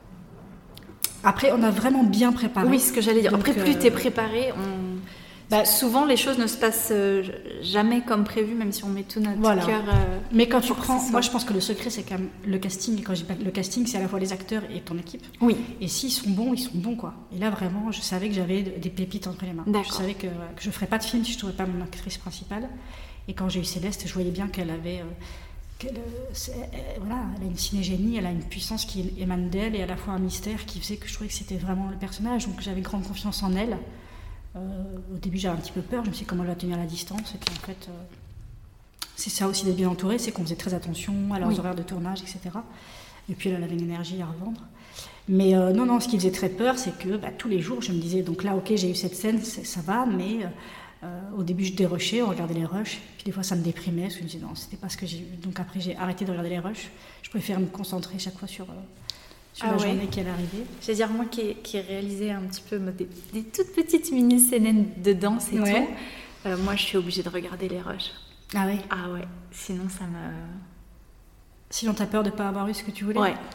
après, on a vraiment bien préparé. Oui, ce que j'allais dire. Donc, après, plus euh... tu es préparé, on... bah, souvent les choses ne se passent euh, jamais comme prévu, même si on met tout notre voilà. cœur. Euh, Mais quand tu prends, moi je pense que le secret c'est quand même le casting. Quand je dis le casting, c'est à la fois les acteurs et ton équipe. Oui. Et s'ils sont bons, ils sont bons quoi. Et là vraiment, je savais que j'avais des pépites entre les mains. D'accord. Je savais que, que je ferais pas de film si je trouvais pas mon actrice principale. Et quand j'ai eu Céleste, je voyais bien qu'elle avait. Euh, qu'elle, euh, voilà, elle a une cinégénie, elle a une puissance qui émane d'elle et à la fois un mystère qui faisait que je trouvais que c'était vraiment le personnage. Donc j'avais grande confiance en elle. Euh, au début, j'avais un petit peu peur. Je me suis dit comment elle va tenir la distance. Et puis en fait, euh, c'est ça aussi d'être bien entourée, c'est qu'on faisait très attention à leurs oui. horaires de tournage, et cetera. Et puis elle, elle avait une énergie à revendre. Mais euh, non, non, ce qui faisait très peur, c'est que bah, tous les jours, je me disais donc là, ok, j'ai eu cette scène, ça va, mais euh, au début, je dérushais, on regardait les rushs. Puis des fois, ça me déprimait parce que je me disais non, c'était pas ce que j'ai eu. Donc après, j'ai arrêté de regarder les rushs. Je préfère me concentrer chaque fois sur. Euh, sur ah la ouais. journée qui est arrivée. Je veux dire, moi qui ai, qui ai réalisé un petit peu des, des toutes petites mini-scènes de danse et ouais. tout, euh, moi je suis obligée de regarder les rushs. Ah ouais Ah ouais, sinon ça me... Sinon t'as peur de ne pas avoir eu ce que tu voulais? Ouais.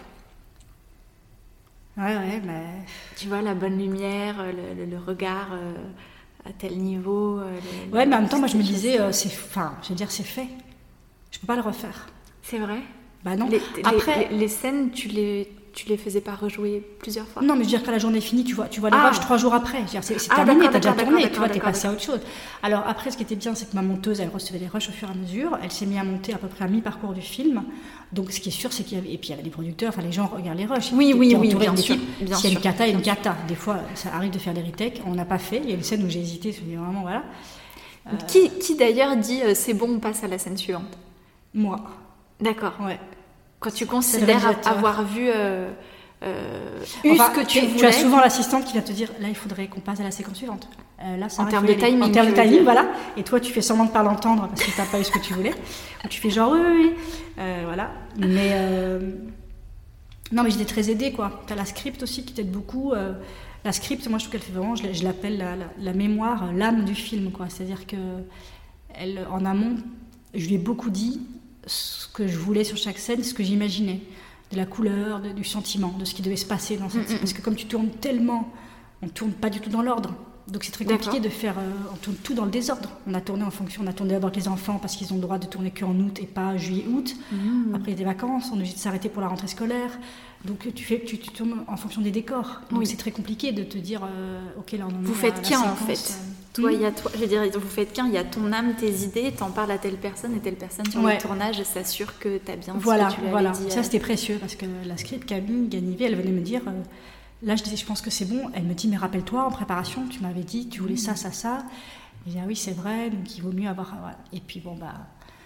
Ouais, ouais, bah... Tu vois, la bonne lumière, le, le, le regard euh, à tel niveau... Euh, le, ouais, mais en même temps, moi je me disais, euh, c'est, enfin, je veux dire, c'est fait. Je peux pas le refaire. C'est vrai? Bah non. Les, Après, les, les scènes, tu les... Tu les faisais pas rejouer plusieurs fois? Non, mais je veux dire, quand la journée est finie, tu vois, tu vois les ah. rushs trois jours après. Je veux dire, c'est, c'est ah, terminé, t'as déjà tourné, d'accord, tu vois, t'es passé d'accord. à autre chose. Alors après, ce qui était bien, c'est que ma monteuse, elle recevait les rushs au fur et à mesure. Elle s'est mise à monter à peu près à mi-parcours du film. Donc ce qui est sûr, c'est qu'il y avait... Et puis il y avait des producteurs, enfin les gens regardent les rushs. Oui, oui, oui, bien sûr. S'il y a une cata, il y a une cata. Des fois, ça arrive de faire des retakes. On n'a pas fait. Il y a une scène où j'ai hésité, je me dis vraiment, voilà. Euh... Qui, qui d'ailleurs dit euh, c'est bon, on passe à la scène suivante? Moi. D'accord. Ouais. Quand tu considères avoir vu... Euh... Euh, enfin, ce que tu, tu, tu as souvent l'assistante qui va te dire là il faudrait qu'on passe à la séquence suivante. Euh, là, ça en termes de timing. En termes de timing, voilà. Et toi, tu fais semblant de pas l'entendre parce que tu n'as pas eu ce que tu voulais. Ou tu fais genre oui, oui, oui. Euh, voilà. Mais euh... non, mais j'étais très aidée quoi. Tu as la script aussi qui t'aide beaucoup. Euh, la script, moi je trouve qu'elle fait vraiment, je, je l'appelle la, la, la mémoire, l'âme du film quoi. C'est-à-dire que elle, en amont, je lui ai beaucoup dit ce que je voulais sur chaque scène, ce que j'imaginais. De la couleur, de, du sentiment, de ce qui devait se passer dans cette scène. Parce que comme tu tournes tellement, on ne tourne pas du tout dans l'ordre. Donc c'est très compliqué D'accord. de faire... Euh, on tourne tout dans le désordre. On a tourné en fonction... On a tourné d'abord avec les enfants parce qu'ils ont le droit de tourner qu'en août et pas juillet-août. Mmh. Après, il y a des vacances. On est obligé de s'arrêter pour la rentrée scolaire. Donc tu, fais, tu, tu tournes en fonction des décors. Donc oui. c'est très compliqué de te dire... Euh, ok, là, on en Vous faites qu'un, en fait. Euh, Toi, il y a toi, je veux dire, vous faites qu'un, il y a ton âme, tes idées, t'en parles à telle personne et telle personne sur ouais. le tournage s'assure que t'as bien voilà, ce que tu lui voilà. avais dit. Ça, c'était précieux parce que la script, Camille Ganivet, elle venait me dire, euh, là, je disais, je pense que c'est bon. Elle me dit, mais rappelle-toi, en préparation, tu m'avais dit, tu voulais ça, ça, ça. Et je dis, ah oui, c'est vrai, donc il vaut mieux avoir... Voilà. Et puis, bon, bah...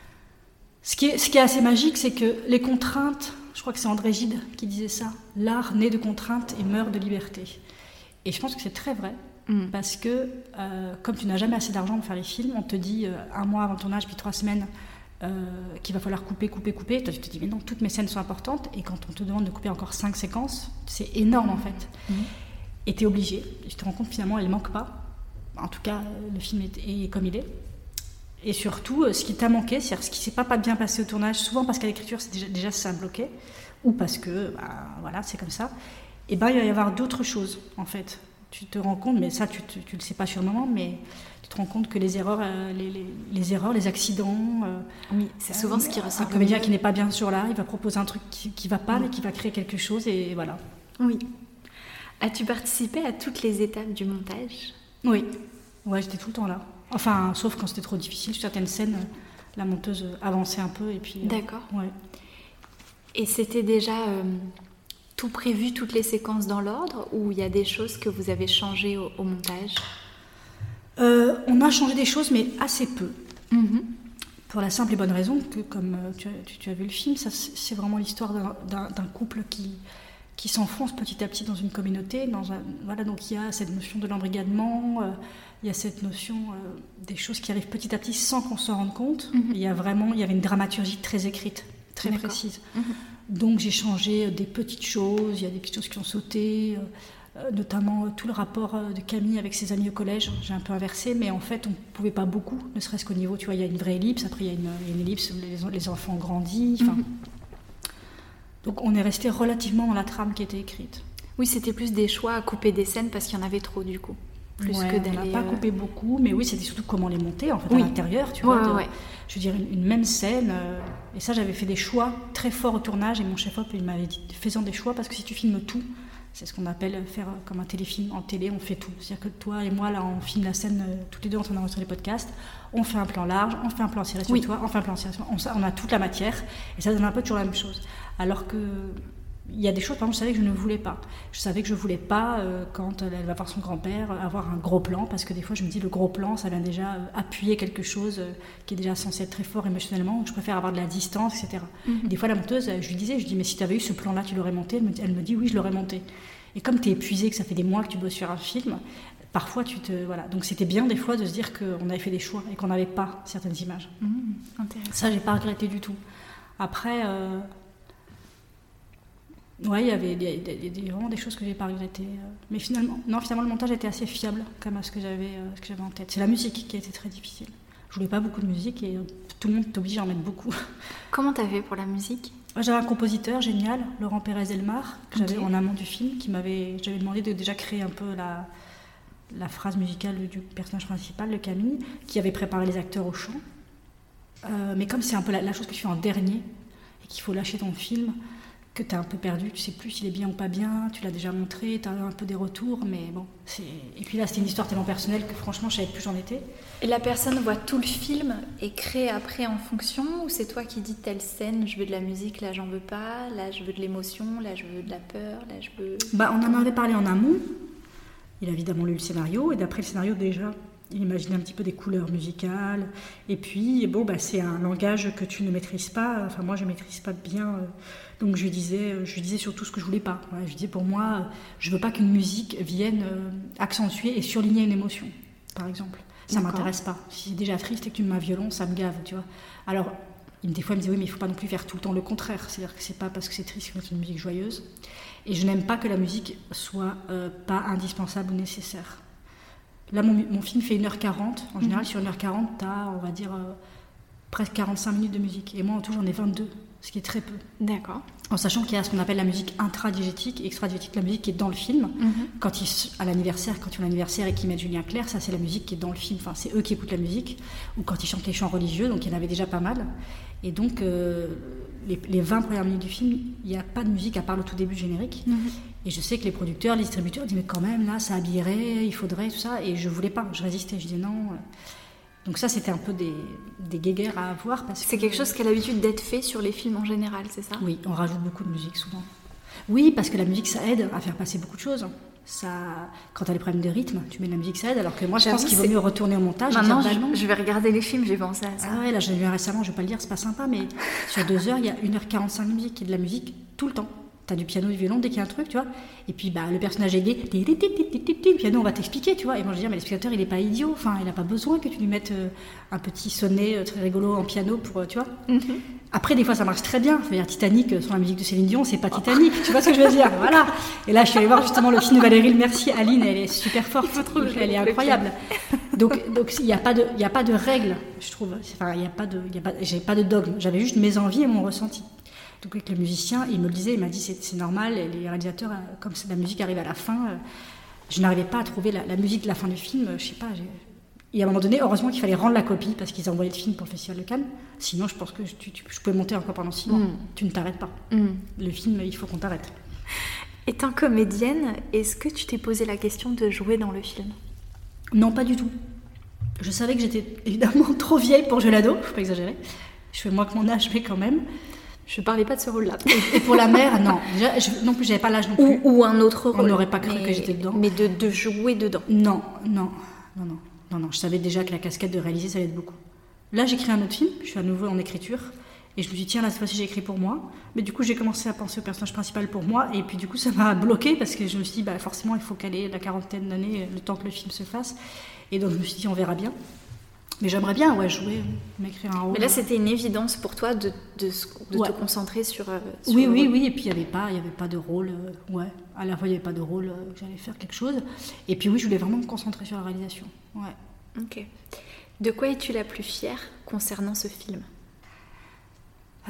Ce qui est, ce qui est assez magique, c'est que les contraintes, je crois que c'est André Gide qui disait ça, l'art naît de contraintes et meurt de liberté. Et je pense que c'est très vrai. Mmh. Parce que, euh, comme tu n'as jamais assez d'argent pour faire les films, on te dit euh, un mois avant le tournage, puis trois semaines, euh, qu'il va falloir couper, couper, couper. Toi, tu te dis, mais non, toutes mes scènes sont importantes. Et quand on te demande de couper encore cinq séquences, c'est énorme en fait. Mmh. Et tu es obligé. Et tu te rends compte, finalement, elle ne manque pas. En tout cas, le film est, est comme il est. Et surtout, ce qui t'a manqué, c'est-à-dire ce qui ne s'est pas, pas bien passé au tournage, souvent parce qu'à l'écriture, c'est déjà, déjà ça a bloqué, ou parce que, bah, voilà, c'est comme ça. Et ben, il va y avoir d'autres choses, en fait. Tu te rends compte, mais ça, tu ne le sais pas sur le moment, mais tu te rends compte que les erreurs, euh, les, les, les erreurs, les accidents... Euh, oui, c'est souvent euh, ce qui ressort. Un comédien qui n'est pas bien sur l'art, il va proposer un truc qui ne va pas, oui. mais qui va créer quelque chose, et voilà. Oui. As-tu participé à toutes les étapes du montage? Oui. Ouais, j'étais tout le temps là. Enfin, sauf quand c'était trop difficile. Sur certaines scènes, la monteuse avançait un peu, et puis... Euh, D'accord. Ouais. Et c'était déjà... Euh... tout prévu, toutes les séquences dans l'ordre, ou il y a des choses que vous avez changées au, au montage? euh, On a changé des choses, mais assez peu. Mm-hmm. Pour la simple et bonne raison que, comme tu as, tu, tu as vu le film, ça, c'est vraiment l'histoire d'un, d'un, d'un couple qui, qui s'enfonce petit à petit dans une communauté. Dans un, voilà, donc il y a cette notion de l'embrigadement, euh, il y a cette notion euh, des choses qui arrivent petit à petit sans qu'on s'en rende compte. Mm-hmm. Il y a vraiment, il y avait une dramaturgie très écrite, très D'accord. précise. Mm-hmm. Donc j'ai changé des petites choses, il y a des petites choses qui ont sauté, euh, notamment euh, tout le rapport euh, de Camille avec ses amis au collège. J'ai un peu inversé, mais en fait on ne pouvait pas beaucoup, ne serait-ce qu'au niveau, tu vois, il y a une vraie ellipse, après il y a une, il y a une ellipse où les, les enfants ont grandi. Mm-hmm. Donc on est resté relativement dans la trame qui était écrite. Oui, c'était plus des choix à couper des scènes parce qu'il y en avait trop du coup. Plus ouais, que d'aller, on n'a pas euh... coupé beaucoup, mais oui, c'était surtout comment les monter en fait, oui. à l'intérieur, tu ouais, vois. De, ouais. Je veux dire, une, une même scène, euh, et ça j'avais fait des choix très forts au tournage, et mon chef-op il m'avait dit, faisant des choix, parce que si tu filmes tout, c'est ce qu'on appelle faire comme un téléfilm, en télé on fait tout. C'est-à-dire que toi et moi, là on filme la scène, euh, toutes les deux en train d'enregistrer les podcasts, on fait un plan large, on fait un plan serré sur oui. toi, on fait un plan serré sur toi, on, on a toute la matière, et ça donne un peu toujours la même chose. Alors que... Il y a des choses, par exemple, je savais que je ne voulais pas. Je savais que je ne voulais pas, euh, quand elle va voir son grand-père, avoir un gros plan, parce que des fois, je me dis, le gros plan, ça vient déjà euh, appuyer quelque chose euh, qui est déjà censé être très fort émotionnellement, donc je préfère avoir de la distance, et cetera. Mm-hmm. Des fois, la monteuse, je lui disais, je lui dis, mais si tu avais eu ce plan-là, tu l'aurais monté? Elle me, elle me dit, oui, je l'aurais monté. Et comme tu es épuisé, que ça fait des mois que tu bosses sur un film, parfois, tu te... Voilà. Donc, c'était bien, des fois, de se dire qu'on avait fait des choix et qu'on n'avait pas certaines images. Mmh, intéressant. Ça, je n'ai pas regretté du tout. Après... Euh... Oui, il y avait des, des, des, vraiment des choses que je n'ai pas regrettées. Mais finalement, non, finalement, le montage était assez fiable comme à ce que j'avais, ce que j'avais en tête. C'est la musique qui a été très difficile. Je voulais pas beaucoup de musique et tout le monde t'oblige à en mettre beaucoup. Comment tu as fait pour la musique? J'avais un compositeur génial, Laurent Pérez-Elmar, que okay. j'avais en amont du film, qui m'avait, j'avais demandé de déjà créer un peu la, la phrase musicale du personnage principal, de Camille, qui avait préparé les acteurs au chant. Euh, mais comme c'est un peu la, la chose que tu fais en dernier et qu'il faut lâcher ton film, que tu as un peu perdu, tu sais plus s'il est bien ou pas bien, tu l'as déjà montré, tu as un peu des retours, mais bon. C'est... Et puis là, c'était une histoire tellement personnelle que franchement, je savais plus où j'en étais. Et la personne voit tout le film et crée après en fonction, ou c'est toi qui dis telle scène, je veux de la musique, là j'en veux pas, là je veux de l'émotion, là je veux de la peur, là je veux... Bah, on en avait parlé en amont, il a évidemment lu le scénario, et d'après le scénario déjà, il imaginait un petit peu des couleurs musicales, et puis bon, bah, c'est un langage que tu ne maîtrises pas, enfin moi je ne maîtrise pas bien... Euh... Donc je lui disais, je lui disais surtout ce que je voulais pas. Ouais, je lui disais pour moi, je veux pas qu'une musique vienne euh, accentuer et surligner une émotion, par exemple. Ça D'accord. m'intéresse pas. Si c'est déjà triste et que tu me mets un violon, ça me gave, tu vois. Alors, il, des fois, il me disait oui, mais il faut pas non plus faire tout le temps le contraire. C'est-à-dire que c'est pas parce que c'est triste que c'est une musique joyeuse. Et je n'aime pas que la musique soit euh, pas indispensable ou nécessaire. Là, mon, mon film fait une heure quarante. En général, mmh. sur une heure quarante, t'as, on va dire, euh, presque quarante-cinq minutes de musique. Et moi, en tout, j'en ai vingt-deux. Ce qui est très peu. D'accord. En sachant qu'il y a ce qu'on appelle la musique intradigétique et extradigétique, la musique qui est dans le film. Mm-hmm. Quand ils, à l'anniversaire, quand ils ont l'anniversaire et qu'ils mettent Julien Clerc, ça c'est la musique qui est dans le film. Enfin, c'est eux qui écoutent la musique. Ou quand ils chantent les chants religieux, donc il y en avait déjà pas mal. Et donc, euh, les, les vingt premières minutes du film, il n'y a pas de musique à part le tout début générique. Mm-hmm. Et je sais que les producteurs, les distributeurs disent mais quand même là, ça habillerait, il faudrait tout ça. Et je voulais pas, je résistais, je disais non. Donc ça, c'était un peu des, des guéguerres à avoir. Parce c'est que, quelque chose qui a l'habitude d'être fait sur les films en général, c'est ça? Oui, on rajoute beaucoup de musique souvent. Oui, parce que la musique, ça aide à faire passer beaucoup de choses. Ça, quand tu as les problèmes de rythme, tu mets de la musique, ça aide. Alors que moi, je J'avoue, pense qu'il vaut mieux retourner au montage. Maintenant, et dire, bah, je, je vais regarder les films, j'ai pensé à ça. Ah ouais, là, j'ai vu un récemment, je vais pas le dire, c'est pas sympa, mais sur deux heures, il y a une heure quarante-cinq de musique, et de la musique tout le temps. T'as du piano, du violon, dès qu'il y a un truc, tu vois. Et puis, bah, le personnage est gay. Le piano, on va t'expliquer, tu vois. Et moi, je dis, mais le spectateur, il est pas idiot. Enfin, il a pas besoin que tu lui mettes euh, un petit sonnet euh, très rigolo en piano pour, euh, tu vois. Mm-hmm. Après, des fois, ça marche très bien. Je veux dire, Titanic, euh, sur la musique de Céline Dion, c'est pas Titanic. Tu vois ce que je veux dire? Voilà. Et là, je suis allée voir justement le film de Valérie Le Mercier, Aline. Elle est super forte. Il faut trop elle est incroyable. Donc, donc, il n'y a pas de, il y a pas de règles, je trouve. Enfin, il y a pas de, il y a pas, j'ai pas de dogme. J'avais juste mes envies et mon ressenti. Donc avec le musicien, il me le disait, il m'a dit c'est, c'est normal, les réalisateurs, comme la musique arrive à la fin, euh, je n'arrivais pas à trouver la, la musique de la fin du film, euh, je sais pas. J'ai... Et à un moment donné, heureusement qu'il fallait rendre la copie parce qu'ils envoyaient le film pour le Festival de Cannes. Sinon, je pense que tu, tu, je pouvais monter encore pendant six mois. Mm. Tu ne t'arrêtes pas. Mm. Le film, il faut qu'on t'arrête. Étant comédienne, est-ce que tu t'es posé la question de jouer dans le film? Non, pas du tout. Je savais que j'étais évidemment trop vieille pour jouer l'ado, faut pas exagérer. Je fais moins que mon âge, mais quand même. Je ne parlais pas de ce rôle-là. Et, et pour la mère, non. Déjà, je, non plus, j'avais pas l'âge non plus. Ou, ou un autre rôle. On n'aurait pas cru mais, que j'étais dedans. Mais de, de jouer dedans. Non, non, non, non, non, non. Je savais déjà que la casquette de réaliser, ça allait être beaucoup. Là, j'écris un autre film. Je suis à nouveau en écriture. Et je me suis dit, tiens, là, cette fois-ci, j'ai écrit pour moi. Mais du coup, j'ai commencé à penser au personnage principal pour moi. Et puis, du coup, ça m'a bloqué parce que je me suis dit, bah, forcément, il faut qu'elle ait la quarantaine d'années, le temps que le film se fasse. Et donc, je me suis dit, on verra bien. Mais j'aimerais bien, ouais, jouer, m'écrire un rôle. Mais là, c'était une évidence pour toi de, de, de ouais. te concentrer sur, euh, sur oui, le oui, rôle. oui. Et puis, il n'y avait pas, il y avait pas de rôle. Euh, ouais. À la fois, il n'y avait pas de rôle euh, que j'allais faire quelque chose. Et puis, oui, je voulais vraiment me concentrer sur la réalisation. Ouais. Ok. De quoi es-tu la plus fière concernant ce film ? Euh,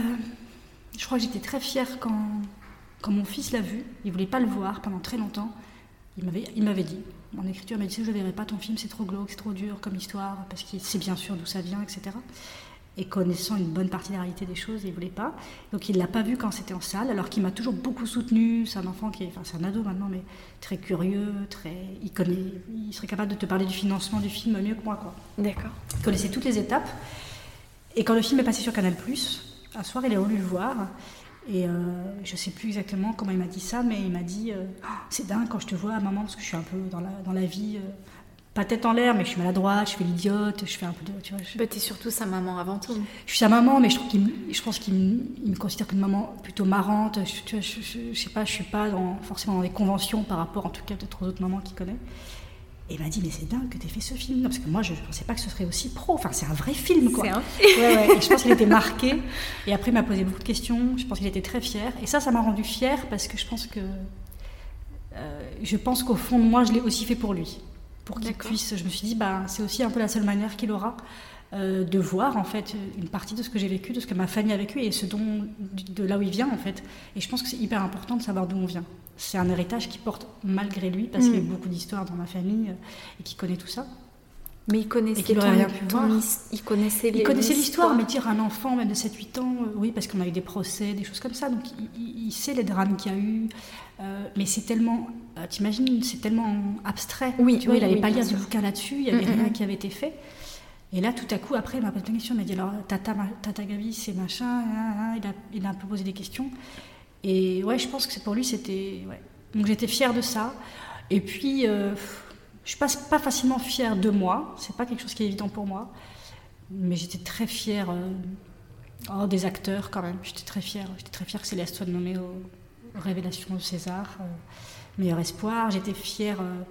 je crois que j'étais très fière quand, quand mon fils l'a vu. Il voulait pas le voir pendant très longtemps. Il m'avait, il m'avait dit, en écriture, il m'a dit, je ne verrai pas ton film, c'est trop glauque, c'est trop dur comme histoire, parce qu'il sait bien sûr d'où ça vient, et cetera. Et connaissant une bonne partie de la réalité des choses, il ne voulait pas. Donc il ne l'a pas vu quand c'était en salle, alors qu'il m'a toujours beaucoup soutenue. C'est un enfant qui est, enfin c'est un ado maintenant, mais très curieux, très, il connaît, il serait capable de te parler du financement du film mieux que moi, quoi. D'accord. Il connaissait toutes les étapes. Et quand le film est passé sur Canal plus, un soir, il est revenu le voir. Et euh, je ne sais plus exactement comment il m'a dit ça, mais il m'a dit euh, oh, c'est dingue quand je te vois, maman, parce que je suis un peu dans la, dans la vie, euh, pas tête en l'air, mais je suis maladroite, je fais l'idiote, je fais un peu de. Tu vois, je... bah, t'es surtout sa maman avant tout. Je suis sa maman, mais je, trouve qu'il, je pense qu'il me, il me considère comme une maman plutôt marrante. Je, tu vois, je, je, je sais pas, je suis pas dans, forcément dans des conventions par rapport, en tout cas, peut-être aux autres mamans qu'il connaît. Et il m'a dit, mais c'est dingue que tu aies fait ce film. Non, parce que moi, je ne pensais pas que ce serait aussi pro. Enfin, c'est un vrai film, quoi. C'est un film. Ouais, ouais. Et je pense qu'il était marqué. Et après, il m'a posé beaucoup de questions. Je pense qu'il était très fier. Et ça, ça m'a rendu fière parce que je pense que... Euh, je pense qu'au fond de moi, je l'ai aussi fait pour lui. Pour qu'il D'accord. puisse... Je me suis dit, bah, c'est aussi un peu la seule manière qu'il aura euh, de voir, en fait, une partie de ce que j'ai vécu, de ce que ma famille a vécu et ce dont, de là où il vient, en fait. Et je pense que c'est hyper important de savoir d'où on vient. C'est un héritage qu'il porte malgré lui, parce mmh. qu'il y a beaucoup d'histoires dans ma famille euh, et qu'il connaît tout ça. Mais il connaissait, et qu'il ton, rien pu ton, voir. il connaissait, les, il connaissait l'histoire, l'histoire, mais dire un enfant même de sept huit ans, euh, oui, parce qu'on a eu des procès, des choses comme ça, donc il, il sait les drames qu'il y a eu, euh, mais c'est tellement, euh, t'imagines, c'est tellement abstrait. Oui, tu vois, oui, il n'allait oui, pas lire sûr. du bouquin là-dessus, il n'y avait mmh, rien mmh. qui avait été fait. Et là, tout à coup, après, il m'a posé une question, il m'a dit, alors, Tata, Tata Gaby, c'est machin, hein, hein, il, a, il a un peu posé des questions. Et ouais, je pense que c'est, pour lui, c'était... Ouais. Donc j'étais fière de ça. Et puis, euh, je ne suis pas, pas facilement fière de moi. Ce n'est pas quelque chose qui est évident pour moi. Mais j'étais très fière euh, oh, des acteurs quand même. J'étais très fière. J'étais très fière que Céleste soit nommée aux Révélations de César. Euh, meilleur espoir. J'étais fière. Euh,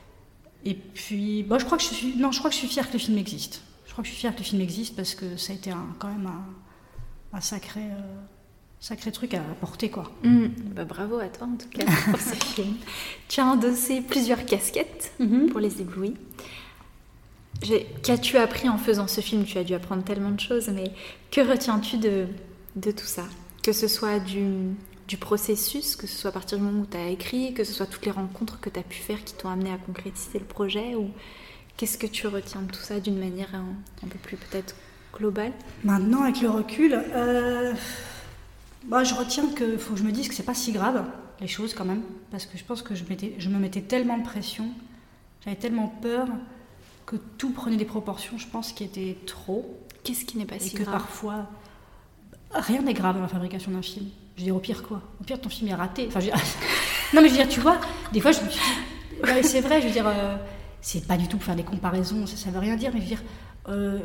et puis, bon, je crois que je suis. Non, je crois que je suis fière que le film existe. Je crois que je suis fière que le film existe parce que ça a été un, quand même un, un sacré. Euh, Sacré truc à porter, quoi. Mmh. Bah, bravo à toi, en tout cas, pour ce film. Tu as endossé plusieurs casquettes mmh. pour les éblouis. J'ai... Qu'as-tu appris en faisant ce film ? Tu as dû apprendre tellement de choses, mais que retiens-tu de, de tout ça ? Que ce soit du, du processus, que ce soit à partir du moment où tu as écrit, que ce soit toutes les rencontres que tu as pu faire qui t'ont amené à concrétiser le projet, ou qu'est-ce que tu retiens de tout ça d'une manière un, un peu plus peut-être globale ? Maintenant, avec le recul... Euh... Bah, je retiens qu'il faut que je me dise que c'est pas si grave, les choses quand même, parce que je pense que je, mettais, je me mettais tellement de pression, j'avais tellement peur que tout prenait des proportions, je pense, qui étaient trop. Qu'est-ce qui n'est pas et si que grave ? Parfois, rien n'est grave dans la fabrication d'un film. Je veux dire, au pire quoi ? Au pire, ton film est raté. Enfin, je veux dire... Non, mais je veux dire, tu vois, des fois, je me suis dit... Ouais, c'est vrai, je veux dire, euh, c'est pas du tout pour faire des comparaisons, ça, ça veut rien dire, mais je veux dire, euh,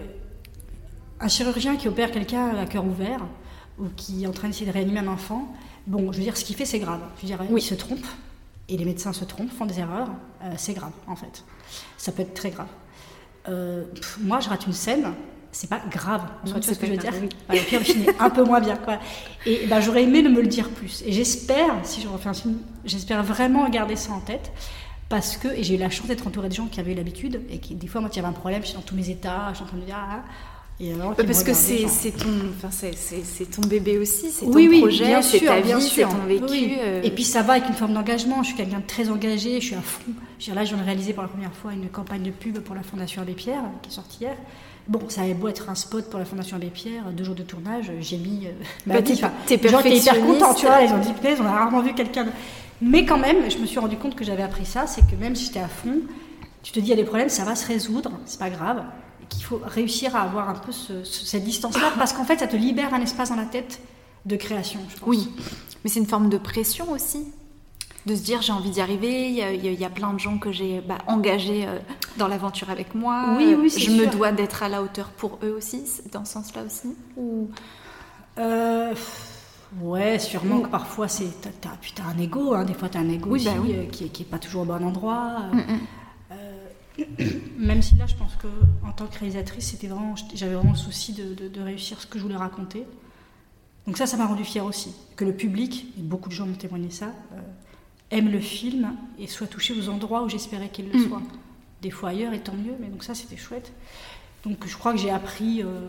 un chirurgien qui opère quelqu'un à cœur ouvert, ou qui est en train d'essayer de réanimer un enfant, bon, je veux dire, ce qu'il fait, c'est grave. Je veux dire, oui. Il se trompe, et les médecins se trompent, font des erreurs, euh, c'est grave, en fait. Ça peut être très grave. Euh, pff, moi, je rate une scène, c'est pas grave. Non, tu vois ce que je veux dire ? Oui. Voilà, puis, le film est un peu moins bien, quoi. Et ben, j'aurais aimé me le dire plus. Et j'espère, si je refais un film, j'espère vraiment garder ça en tête, parce que, et j'ai eu la chance d'être entourée de gens qui avaient eu l'habitude, et qui, des fois, moi, il y avait un problème, je suis dans tous mes états, je suis en train de me dire... Ah, Et alors, bah parce que c'est, c'est, ton, enfin c'est, c'est, c'est ton bébé aussi, c'est ton oui, oui, projet, bien c'est sûr, ta bien vie, sûr. c'est ton vécu. Oui. Euh... Et puis ça va avec une forme d'engagement. Je suis quelqu'un de très engagé, je suis à fond. Je veux dire, là, je viens de réaliser pour la première fois une campagne de pub pour la Fondation Abbé Pierre, qui est sortie hier. Bon, ça avait beau être un spot pour la Fondation Abbé Pierre, deux jours de tournage, j'ai mis... Euh, bah, t'es, enfin, t'es les gens étaient hyper contents, tu vois, ils ont dit, on a rarement vu quelqu'un... De... Mais quand même, je me suis rendu compte que j'avais appris ça, c'est que même si j'étais à fond, tu te dis, il y a des problèmes, ça va se résoudre, c'est pas grave. Qu'il faut réussir à avoir un peu ce, ce, cette distance-là, parce qu'en fait, ça te libère un espace dans la tête de création, je pense. Oui, mais c'est une forme de pression aussi, de se dire j'ai envie d'y arriver, il y a, il y a plein de gens que j'ai bah, engagés euh, dans l'aventure avec moi, oui, oui, c'est je sûr. me dois d'être à la hauteur pour eux aussi, dans ce sens-là aussi ou... euh, Ouais, sûrement que parfois, c'est, t'as, t'as, puis t'as un ego, hein, des fois t'as un ego oui, aussi, bah oui. euh, qui, qui est pas toujours au bon endroit. Mm-hmm. Euh, même si là, je pense qu'en tant que réalisatrice, c'était vraiment, j'avais vraiment le souci de, de, de réussir ce que je voulais raconter. Donc ça, ça m'a rendu fière aussi. Que le public, et beaucoup de gens m'ont témoigné ça, euh, aime le film et soit touché aux endroits où j'espérais qu'il le soit. Mm. Des fois ailleurs, et tant mieux, mais donc ça, c'était chouette. Donc je crois que j'ai appris... Euh,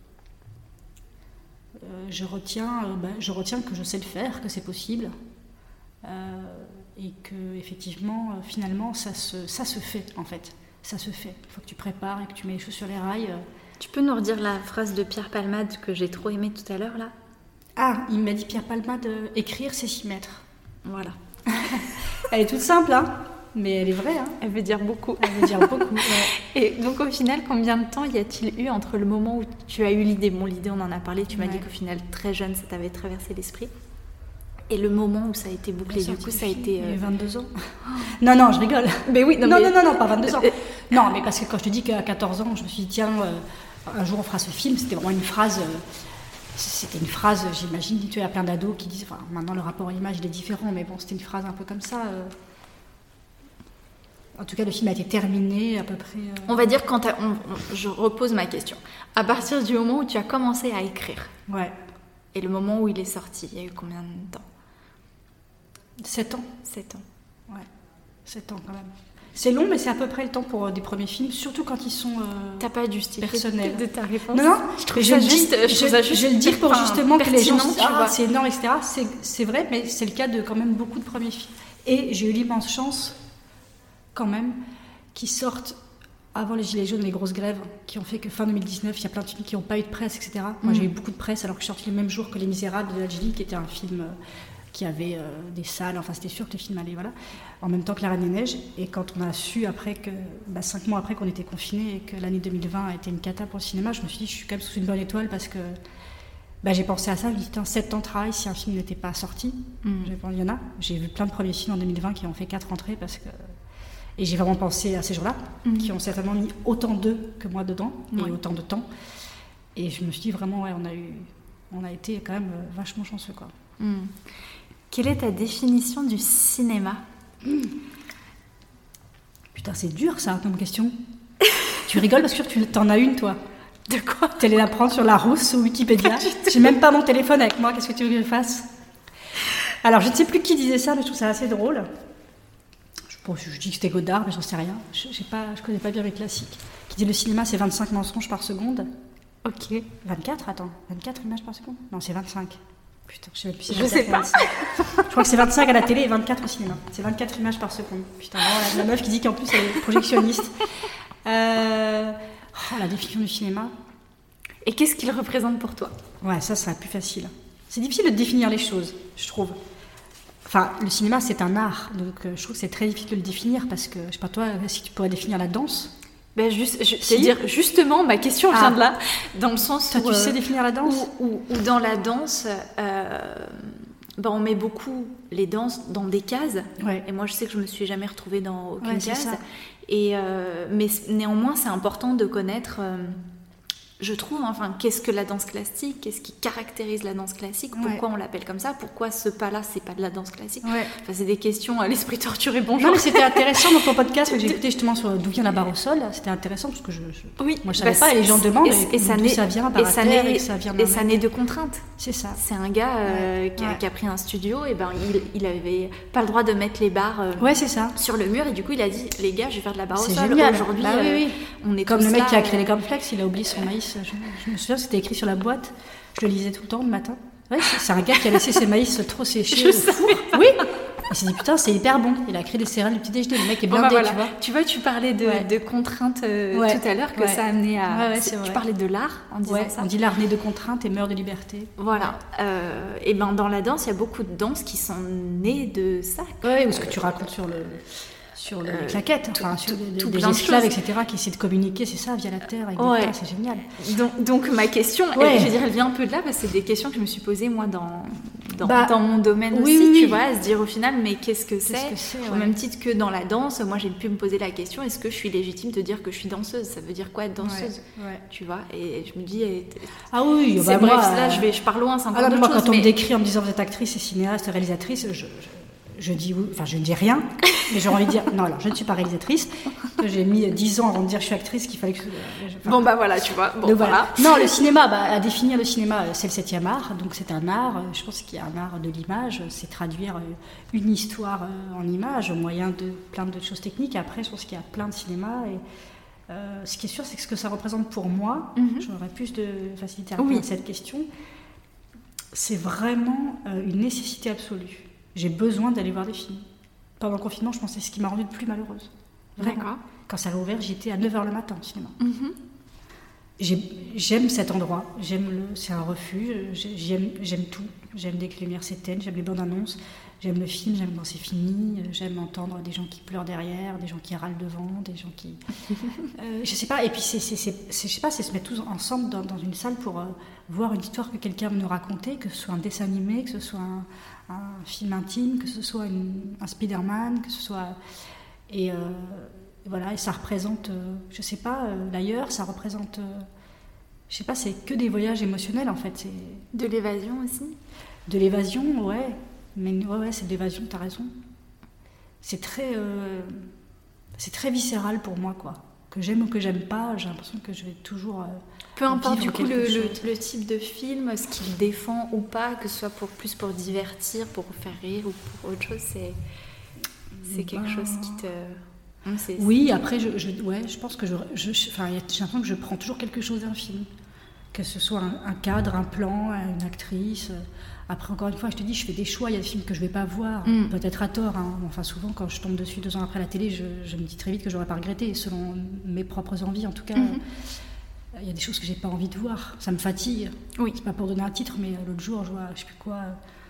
euh, je, retiens, euh, ben, je retiens que je sais le faire, que c'est possible. Euh, et que, effectivement, euh, finalement, ça se, ça se fait, en fait. Ça se fait. Il faut que tu prépares et que tu mets les choses sur les rails. Euh. Tu peux nous redire la phrase de Pierre Palmade que j'ai trop aimée tout à l'heure, là ? Ah, il m'a dit Pierre Palmade, euh, écrire, c'est s'y mettre. Voilà. Elle est toute simple, hein, mais elle est vraie. Hein. Elle veut dire beaucoup. Elle veut dire beaucoup. Ouais. Et donc, au final, combien de temps y a-t-il eu entre le moment où tu as eu l'idée, bon, l'idée, on en a parlé, tu m'as ouais. dit qu'au final, très jeune, ça t'avait traversé l'esprit, et le moment où ça a été bouclé, du coup, ça a été... Euh... Il y a vingt-deux ans. Non, non, je rigole. Mais oui, non, non, mais... non, non, non, pas vingt-deux ans. Non, mais parce que quand je te dis qu'à quatorze ans, je me suis dit, tiens, euh, un jour, on fera ce film, c'était vraiment une phrase... Euh, C'était une phrase, j'imagine, tu as plein d'ados qui disent... Enfin, maintenant, le rapport à l'image, il est différent, mais bon, c'était une phrase un peu comme ça. Euh... En tout cas, le film a été terminé à peu près... Euh... On va dire, quand on, on, je repose ma question. À partir du moment où tu as commencé à écrire, ouais. Et le moment où il est sorti, il y a eu combien de temps ? Sept ans. Sept ans. Ouais, sept ans quand même. C'est long, mais c'est à peu près le temps pour des premiers films, surtout quand ils sont euh, T'as pas justifié personnels. De ta réponse. Non, non, je trouve ça juste. Je, je, je, je le dis pour justement que les gens tu ah, vois. C'est énorme, et cetera. C'est, c'est vrai, mais c'est le cas de quand même beaucoup de premiers films. Et j'ai eu l'immense chance, quand même, qu'ils sortent avant les Gilets jaunes, les grosses grèves, qui ont fait que fin deux mille dix-neuf, il y a plein de films qui n'ont pas eu de presse, et cetera. Mm. Moi, j'ai eu beaucoup de presse, alors que je suis sortie le même jour que Les Misérables de Ladjli, qui était un film... Euh, qui avait euh, des salles, enfin c'était sûr que le film allait, voilà, en même temps que La Reine des Neiges. Et quand on a su, après que, bah, cinq mois après qu'on était confinés et que l'année deux mille vingt a été une cata pour le cinéma, je me suis dit, je suis quand même sous une bonne étoile parce que bah, j'ai pensé à ça, je me suis dit, sept ans de travail si un film n'était pas sorti. Mm. J'ai pensé, il y en a. J'ai vu plein de premiers films en deux mille vingt qui ont fait quatre entrées parce que... Et j'ai vraiment pensé à ces gens-là, mm. qui ont certainement mis autant d'eux que moi dedans, ouais. Et autant de temps. Et je me suis dit, vraiment, ouais, on a, eu... on a été quand même vachement chanceux, quoi. Mm. Quelle est ta définition du cinéma ? mmh. Putain, c'est dur ça comme question. Tu rigoles parce que tu en as une, toi. De quoi ? Tu allais la prendre sur Larousse ou Wikipédia. J'ai même pas mon téléphone avec moi, qu'est-ce que tu veux que je fasse ? Alors, je ne sais plus qui disait ça, mais je trouve ça assez drôle. Je, bon, je, je dis que c'était Godard, mais j'en sais rien. Je ne connais pas bien mes classiques. Qui dit le cinéma, c'est vingt-cinq mensonges par seconde. Ok. vingt-quatre, attends. vingt-quatre images par seconde ? Non, c'est vingt-cinq. Putain, je sais même plus si je sais pas. Je crois que c'est vingt-cinq à la télé et vingt-quatre au cinéma. C'est vingt-quatre images par seconde. Putain, la, la meuf qui dit qu'en plus elle est projectionniste. Euh... Oh, la définition du cinéma. Et qu'est-ce qu'il représente pour toi ? Ouais, ça serait plus facile. C'est difficile de définir les choses, je trouve. Enfin, le cinéma, c'est un art, donc euh, je trouve que c'est très difficile de le définir parce que, je sais pas toi, est-ce que tu pourrais définir la danse ? Ben juste, je, si. C'est-à-dire, justement, ma question vient ah. de là, dans le sens Toi, où... tu euh, sais définir la danse ? Où, où, où dans la danse, euh, ben on met beaucoup les danses dans des cases. Ouais. Et moi, je sais que je me suis jamais retrouvée dans aucune ouais, case. Et, euh, mais néanmoins, c'est important de connaître... Euh, je trouve, enfin, qu'est-ce que la danse classique ? Qu'est-ce qui caractérise la danse classique ? Pourquoi ouais. on l'appelle comme ça ? Pourquoi ce pas-là, c'est pas de la danse classique ? ouais. Enfin, c'est des questions à l'esprit torturé, bonjour. Non, mais c'était intéressant dans ton podcast que j'ai écouté justement sur d'où vient la barre au sol. C'était intéressant parce que je, je oui, moi je savais bah, pas et les gens demandent et, et, et ça d'où ça vient, et ça naît, et que ça vient et ça naît de contraintes. C'est ça. C'est un gars euh, ouais. qui, a, ouais. qui a pris un studio et ben il, il avait pas le droit de mettre les barres euh, ouais, c'est ça. sur le mur et du coup il a dit les gars je vais faire de la barre au c'est sol génial. Aujourd'hui. Bah, euh, oui, oui. On est comme le mec là, qui a créé euh... les cornflakes, il a oublié son maïs. Je, je me souviens, c'était écrit sur la boîte. Je le lisais tout le temps le matin. Ouais, c'est, c'est un gars qui a laissé ses maïs trop sécher au four. Oui. Il s'est dit putain c'est hyper bon. Il a créé des céréales du petit déjeuner. Le mec est blindé, bon, bah, voilà. tu vois. Tu vois, tu parlais de, ouais. de contraintes euh, ouais. tout à l'heure que ouais. ça a amené à. Ouais, ouais, c'est c'est, vrai. Tu parlais de l'art en disant ouais, ça. On dit l'art né de contraintes et meurt de liberté. Voilà. Euh, et ben dans la danse, il y a beaucoup de danses qui sont nées de ça. Ouais, ou ce que tu racontes sur le. Sur les euh, claquettes, tout, enfin, sur tout, des, des esclaves, et cetera, qui essaient de communiquer, c'est ça, via la terre, avec ouais. des tas, c'est génial. Donc, donc ma question, ouais. elle, je veux dire, elle vient un peu de là, parce que c'est des questions que je me suis posées, moi, dans, dans, bah, dans mon domaine oui, aussi, oui, tu oui. vois, à se dire au final, mais qu'est-ce que c'est, Qu'est-ce que c'est, Au ouais. même titre que dans la danse, moi j'ai pu me poser la question, est-ce que je suis légitime de dire que je suis danseuse? Ça veut dire quoi être danseuse? Ouais, ouais. Tu vois, et je me dis... Et, ah oui, c'est bah, bref, moi, là je, vais, je pars loin, c'est encore ah, non, d'autres moi, choses. quand on mais... me décrit en me disant vous êtes actrice et cinéaste, réalisatrice, je, je, je dis oui, enfin je ne dis rien, mais j'ai envie de dire non, alors je ne suis pas réalisatrice. J'ai mis dix ans avant de dire je suis actrice, qu'il fallait que je, enfin, bon bah voilà, tu vois. Bon, donc, voilà. voilà. Non, le cinéma, bah, à définir le cinéma, c'est le septième art, donc c'est un art. Je pense qu'il y a un art de l'image, c'est traduire une histoire en image au moyen de plein de choses techniques. Après, je pense qu'il y a plein de cinéma et euh, ce qui est sûr, c'est que ce que ça représente pour moi, mm-hmm. j'aurais plus de facilité à répondre oui. à cette question. C'est vraiment euh, une nécessité absolue. J'ai besoin d'aller voir des films. Pendant le confinement, je pense que c'est ce qui m'a rendue le plus malheureuse. Vraiment. D'accord. Quand ça a ouvert, j'étais à neuf heures le matin au cinéma. Mm-hmm. J'ai, j'aime cet endroit, j'aime le, c'est un refuge, j'aime, j'aime tout. J'aime dès que les lumières s'éteignent, j'aime les bandes annonces, j'aime le film, j'aime quand c'est fini, j'aime entendre des gens qui pleurent derrière, des gens qui râlent devant, des gens qui... euh, je sais pas, et puis c'est, c'est, c'est, c'est, je sais pas, c'est se mettre tous ensemble dans, dans une salle pour euh, voir une histoire que quelqu'un veut nous raconter, que ce soit un dessin animé, que ce soit un, un film intime, que ce soit une, un Spider-Man, que ce soit... Et... Euh, Voilà, et ça représente, euh, je sais pas, euh, l'ailleurs, ça représente, euh, je sais pas, c'est que des voyages émotionnels en fait. C'est... De l'évasion aussi? De l'évasion, ouais, mais ouais, ouais, c'est de l'évasion, t'as raison. C'est très, euh, c'est très viscéral pour moi, quoi. Que j'aime ou que j'aime pas, j'ai l'impression que je vais toujours. Euh, Peu importe du coup le, le, le type de film, ce qu'il défend ou pas, que ce soit pour, plus pour divertir, pour faire rire ou pour autre chose, c'est, c'est quelque ben... chose qui te. C'est, oui, c'est... après, je, je, ouais, je pense que je, je, enfin, j'ai l'impression que je prends toujours quelque chose d'un film. Que ce soit un, un cadre, un plan, une actrice. Après, encore une fois, je te dis, je fais des choix. Il y a des films que je ne vais pas voir, mm. peut-être à tort. Hein. Enfin, souvent, quand je tombe dessus deux ans après la télé, je, je me dis très vite que je n'aurais pas regretté, selon mes propres envies. En tout cas, mm-hmm. il y a des choses que je n'ai pas envie de voir. Ça me fatigue. Oui. C'est pas pour donner un titre, mais l'autre jour, je vois, je ne sais plus quoi...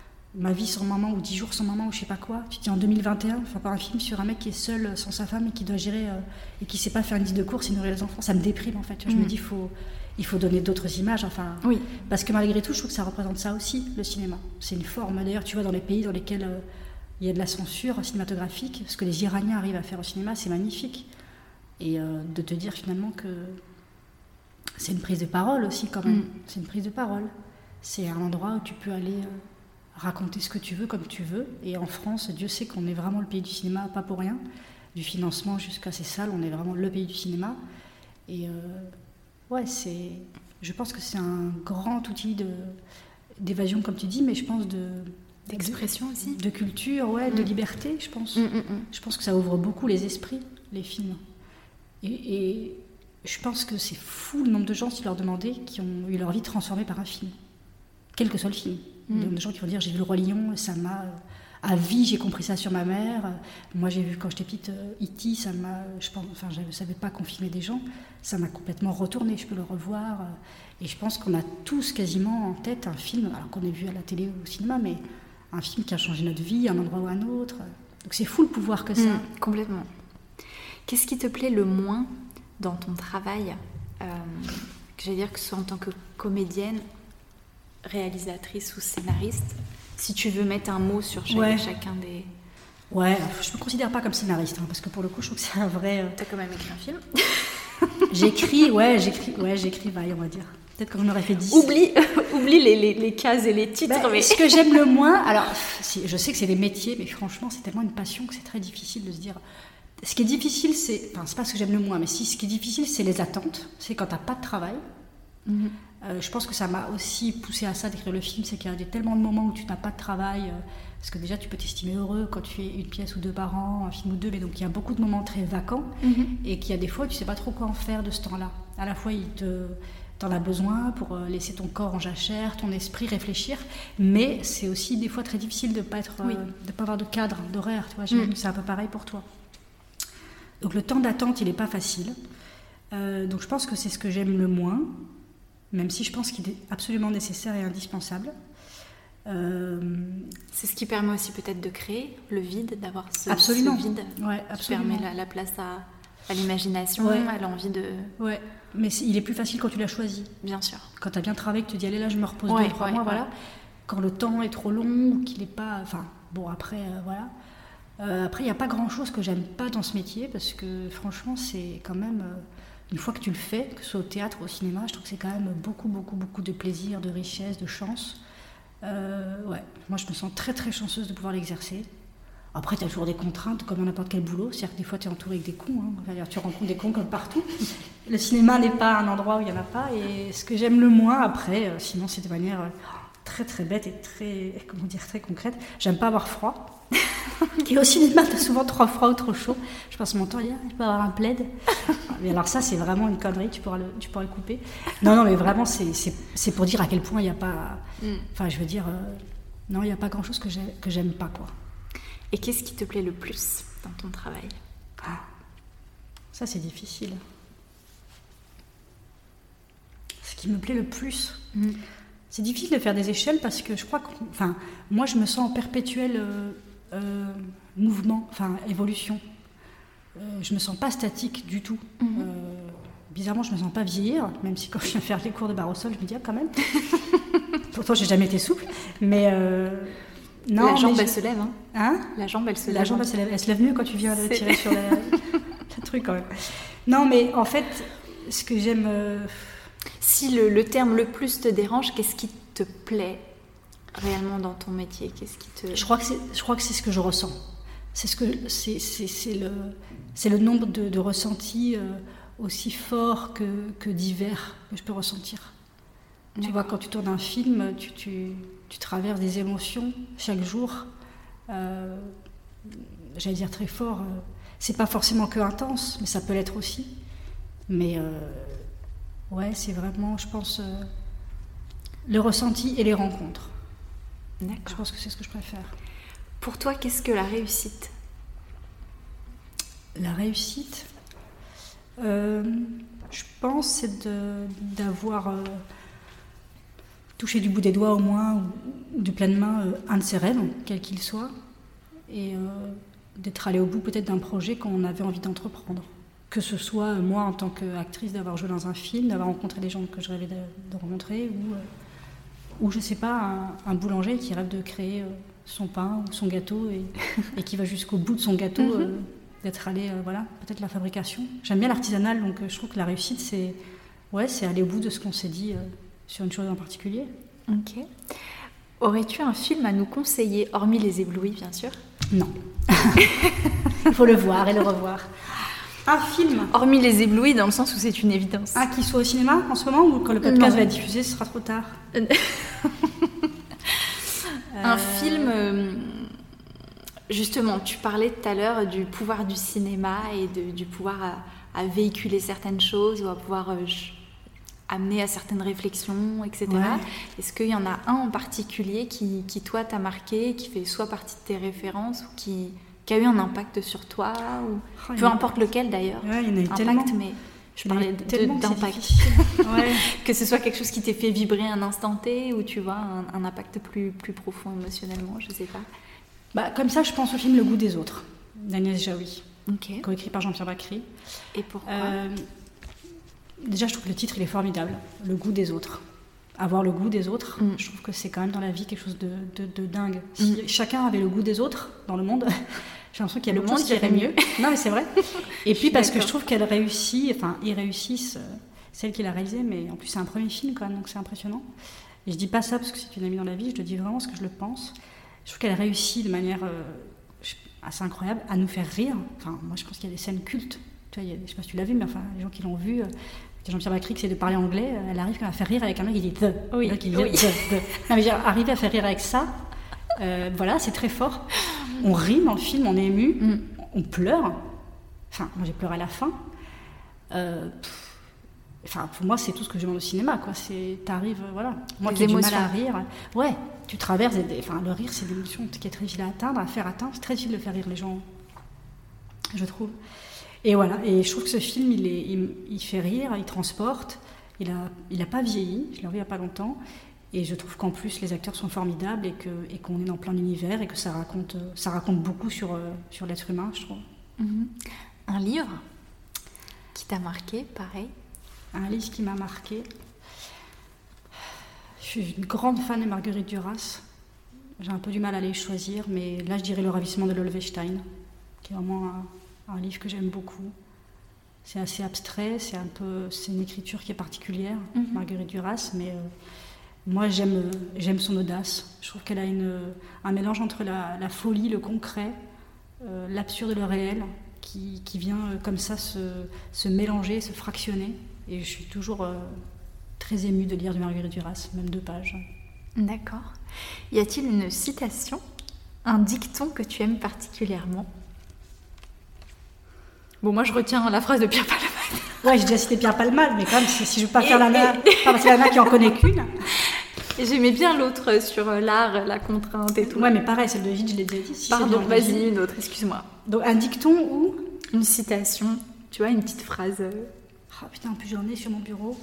Ma vie sans maman ou dix jours sans maman ou je sais pas quoi. Tu te dis en deux mille vingt et un, enfin pas un film sur un mec qui est seul sans sa femme et qui doit gérer euh, et qui sait pas faire une liste de courses et nourrir les enfants. Ça me déprime en fait. Tu vois, mmh. Je me dis faut il faut donner d'autres images. Enfin, oui. Parce que malgré tout, je trouve que ça représente ça aussi le cinéma. C'est une forme. D'ailleurs, tu vois dans les pays dans lesquels euh, il y a de la censure cinématographique, ce que les Iraniens arrivent à faire au cinéma, c'est magnifique. Et euh, de te dire finalement que c'est une prise de parole aussi quand même. Mmh. C'est une prise de parole. C'est un endroit où tu peux aller euh, raconter ce que tu veux, comme tu veux. Et en France, Dieu sait qu'on est vraiment le pays du cinéma, pas pour rien. Du financement jusqu'à ces salles, on est vraiment le pays du cinéma. Et euh, ouais, c'est... Je pense que c'est un grand outil de, d'évasion, comme tu dis, mais je pense de... D'expression de, aussi. De culture, ouais, mmh. de liberté, je pense. Mmh, mmh, mmh. Je pense que ça ouvre beaucoup les esprits, les films. Et, et je pense que c'est fou le nombre de gens, si tu leur demandais, qui ont eu leur vie transformée par un film. Quel que soit le film. Mmh. Des gens qui vont dire j'ai vu le Roi Lion, ça m'a à vie j'ai compris ça sur ma mère. Moi j'ai vu quand j'étais petite E T, ça m'a, je pense, enfin je ne savais pas qu'on filmait des gens, ça m'a complètement retourné. Je peux le revoir et je pense qu'on a tous quasiment en tête un film, alors qu'on ait vu à la télé ou au cinéma, mais un film qui a changé notre vie, un endroit ou un autre. Donc c'est fou le pouvoir que ça. Mmh, complètement. Qu'est-ce qui te plaît le moins dans ton travail, euh, que j'allais dire que ce soit en tant que comédienne, réalisatrice ou scénariste, si tu veux mettre un mot sur chaque, ouais. chacun des... Ouais, je ne me considère pas comme scénariste, hein, parce que pour le coup, je trouve que c'est un vrai... Euh... T'as quand même écrit un film. J'écris, ouais, j'écris, ouais, j'écris, bah, on va dire. Peut-être qu'on aurait fait dix. Oublie, oublie les, les, les cases et les titres. Bah, mais... Ce que j'aime le moins, alors, si, je sais que c'est des métiers, mais franchement, c'est tellement une passion que c'est très difficile de se dire... Ce qui est difficile, c'est... Enfin, c'est pas ce que j'aime le moins, mais si, ce qui est difficile, c'est les attentes. C'est quand t'as pas de travail. Mm-hmm. Euh, je pense que ça m'a aussi poussé à ça d'écrire le film, c'est qu'il y a des, tellement de moments où tu n'as pas de travail, euh, parce que déjà tu peux t'estimer heureux quand tu fais une pièce ou deux par an, un film ou deux, mais donc il y a beaucoup de moments très vacants, mm-hmm. et qu'il y a des fois tu ne sais pas trop quoi en faire de ce temps-là. À la fois il te, t'en as besoin pour euh, laisser ton corps en jachère, ton esprit réfléchir, mais c'est aussi des fois très difficile de ne pas, être, euh, oui. de pas avoir de cadre, d'horaire, tu vois, j'imagine mm. que c'est un peu pareil pour toi. Donc le temps d'attente il n'est pas facile, euh, donc je pense que c'est ce que j'aime le moins, même si je pense qu'il est absolument nécessaire et indispensable. Euh... C'est ce qui permet aussi peut-être de créer le vide, d'avoir ce, absolument. ce vide ouais, qui permet la, la place à, à l'imagination, ouais. à l'envie de... Ouais, mais il est plus facile quand tu l'as choisi. Bien sûr. Quand tu as bien travaillé, que tu te dis, allez là, je me repose ouais, deux, trois ouais, mois, ouais. voilà. quand le temps est trop long ou qu'il n'est pas... Enfin, bon, après, euh, voilà. Euh, après, il n'y a pas grand-chose que j'aime pas dans ce métier parce que, franchement, c'est quand même... Euh, une fois que tu le fais, que ce soit au théâtre ou au cinéma, je trouve que c'est quand même beaucoup, beaucoup, beaucoup de plaisir, de richesse, de chance. Euh, ouais, moi, je me sens très, très chanceuse de pouvoir l'exercer. Après, tu as toujours des contraintes, comme dans n'importe quel boulot. C'est-à-dire que des fois, tu es entouré avec des cons. Hein. Enfin, tu rencontres des cons comme partout. Le cinéma n'est pas un endroit où il n'y en a pas. Et ce que j'aime le moins, après, euh, sinon, c'est de manière euh, très, très bête et très, comment dire, très concrète. J'aime pas avoir froid. Et au cinéma, tu as souvent trop froid ou trop chaud. Je passe mon temps à dire, je peux avoir un plaid. Mais alors ça, c'est vraiment une connerie. Tu pourras le, tu pourras le couper. Non, non, mais vraiment, c'est, c'est, c'est pour dire à quel point il n'y a pas... Enfin, je veux dire... Euh, non, il n'y a pas grand-chose que, j'ai, que j'aime pas, quoi. Et qu'est-ce qui te plaît le plus dans ton travail ? Ah, ça, c'est difficile. Ce qui me plaît le plus, mmh. c'est difficile de faire des échelles parce que je crois que, enfin, moi, je me sens en perpétuel euh, euh, mouvement, enfin, évolution. Euh, je me sens pas statique du tout. Mmh. Euh, bizarrement, je me sens pas vieillir, même si quand je viens faire les cours de barre au sol, je me dis ah, quand même. Pourtant, j'ai jamais été souple, mais. Euh, Non, la jambe, je... elle se lève. Hein. Hein la jambe, elle se la lève. Jambe, elle se lève. Elle se lève mieux quand tu viens de tirer sur la... le truc, quand même. Non, mais en fait, ce que j'aime... Euh... Si le, le terme le plus te dérange, qu'est-ce qui te plaît réellement dans ton métier ? Qu'est-ce qui te... Je crois que c'est, je crois que c'est ce que je ressens. C'est, ce que, c'est, c'est, c'est, le, c'est le nombre de, de ressentis euh, aussi forts que, que divers que je peux ressentir. D'accord. Tu vois, quand tu tournes un film, tu, tu, tu traverses des émotions chaque jour. Euh, j'allais dire très fort. Euh, c'est pas forcément que intense, mais ça peut l'être aussi. Mais euh, ouais, c'est vraiment, je pense, euh, le ressenti et les rencontres. D'accord. Je pense que c'est ce que je préfère. Pour toi, qu'est-ce que la réussite ? La réussite, euh, je pense, c'est de, d'avoir... Euh, toucher du bout des doigts au moins, ou, ou de pleine main, euh, un de ses rêves, quel qu'il soit, et euh, d'être allé au bout peut-être d'un projet qu'on avait envie d'entreprendre. Que ce soit euh, moi en tant qu'actrice, d'avoir joué dans un film, d'avoir rencontré des gens que je rêvais de, de rencontrer, ou, euh, ou je sais pas, un, un boulanger qui rêve de créer euh, son pain ou son gâteau, et, et qui va jusqu'au bout de son gâteau, mm-hmm. euh, d'être allé, euh, voilà, peut-être la fabrication. J'aime bien l'artisanal, donc euh, je trouve que la réussite, c'est, ouais, c'est aller au bout de ce qu'on s'est dit... Euh, sur une chose en particulier. Ok. Aurais-tu un film à nous conseiller, hormis Les Éblouis, bien sûr ? Non. Il faut le voir et le revoir. Un film ? Hormis Les Éblouis, dans le sens où c'est une évidence. Ah, qui soit au cinéma en ce moment, ou quand le podcast non. va être diffusé, ce sera trop tard ? Un euh... film... Euh, justement, tu parlais tout à l'heure du pouvoir du cinéma et de, du pouvoir à, à véhiculer certaines choses ou à pouvoir... Euh, amener à certaines réflexions, et cetera. Ouais. Est-ce qu'il y en a un en particulier qui, qui toi, t'a marqué, qui fait soit partie de tes références ou qui, qui a eu un impact sur toi ou... oh, Peu importe lequel, d'ailleurs. Ouais, il y en a eu impact, tellement. Mais je parlais de, tellement d'impact. Ouais. Que ce soit quelque chose qui t'ait fait vibrer un instant T ou tu vois, un, un impact plus, plus profond émotionnellement, je sais pas. Bah, comme ça, je pense au film Le goût des autres, d'Agnès Jaoui, okay. coécrit par Jean-Pierre Bacri. Et pourquoi euh, Déjà, je trouve que le titre, il est formidable. Le goût des autres. Avoir le goût des autres, mm. je trouve que c'est quand même dans la vie quelque chose de, de, de dingue. Si mm. chacun avait le goût des autres dans le monde, j'ai l'impression qu'il y a le, le monde qui irait mieux. Non, mais c'est vrai. Et puis parce d'accord. que je trouve qu'elle réussit, enfin, ils réussissent, euh, celle qui l'a réalisé, mais en plus, c'est un premier film quand même, donc c'est impressionnant. Et je dis pas ça parce que c'est une amie dans la vie, je le dis vraiment parce que je le pense. Je trouve qu'elle réussit de manière euh, assez incroyable à nous faire rire. Enfin, moi, je pense qu'il y a des scènes cultes. Tu vois, il y a, je sais pas si tu l'as vu, mais enfin, les gens qui l'ont vu. Euh, Jean-Pierre Bacri qui essaie de parler anglais, elle arrive quand même à faire rire avec un mec qui dit the. Oui, qui dit oui. the, the. Non, mais arriver à faire rire avec ça, euh, voilà, c'est très fort. On rit dans le film, on est ému, mm. on pleure. Enfin, moi j'ai pleuré à la fin. Euh, pff, enfin, pour moi, c'est tout ce que je demande au cinéma, quoi. C'est, t'arrives, voilà. Moi les qui ai du émotions. mal à rire, ouais, tu traverses. Des, enfin, le rire, c'est une émotion qui est très difficile à atteindre, à faire atteindre. C'est très difficile de faire rire les gens, je trouve. Et voilà, et je trouve que ce film, il, est, il, il fait rire, il transporte, il n'a il a pas vieilli, je l'ai revu il n'y a pas longtemps, et je trouve qu'en plus les acteurs sont formidables et, que, et qu'on est dans plein d'univers et que ça raconte, ça raconte beaucoup sur, sur l'être humain, je trouve. Mm-hmm. Un livre qui t'a marqué, pareil ? Un livre qui m'a marqué. suis une grande fan de Marguerite Duras. J'ai un peu du mal à les choisir, mais là je dirais Le Ravissement de Lolvestein, qui est vraiment un, un livre que j'aime beaucoup. C'est assez abstrait, c'est un peu, c'est une écriture qui est particulière, mm-hmm. Marguerite Duras, mais euh, moi j'aime, j'aime son audace. Je trouve qu'elle a une, un mélange entre la, la folie, le concret, euh, l'absurde et le réel, qui, qui vient euh, comme ça se, se mélanger, se fractionner. Et je suis toujours euh, très émue de lire du Marguerite Duras, même deux pages. D'accord. Y a-t-il une citation, un dicton que tu aimes particulièrement ? Bon, moi je retiens la phrase de Pierre Palmade. Ouais, j'ai déjà cité Pierre Palmade, mais quand même, si, si je veux pas faire la nana, pas parce que la nana qui en connaît qu'une. Et j'aimais bien l'autre sur l'art, la contrainte et tout. Ouais, mais pareil, celle de Gide, je l'ai déjà dit. Si Pardon, vas-y, une autre, excuse-moi. Donc un dicton ou une citation, tu vois, une petite phrase. Ah oh, putain, en plus j'en ai sur mon bureau.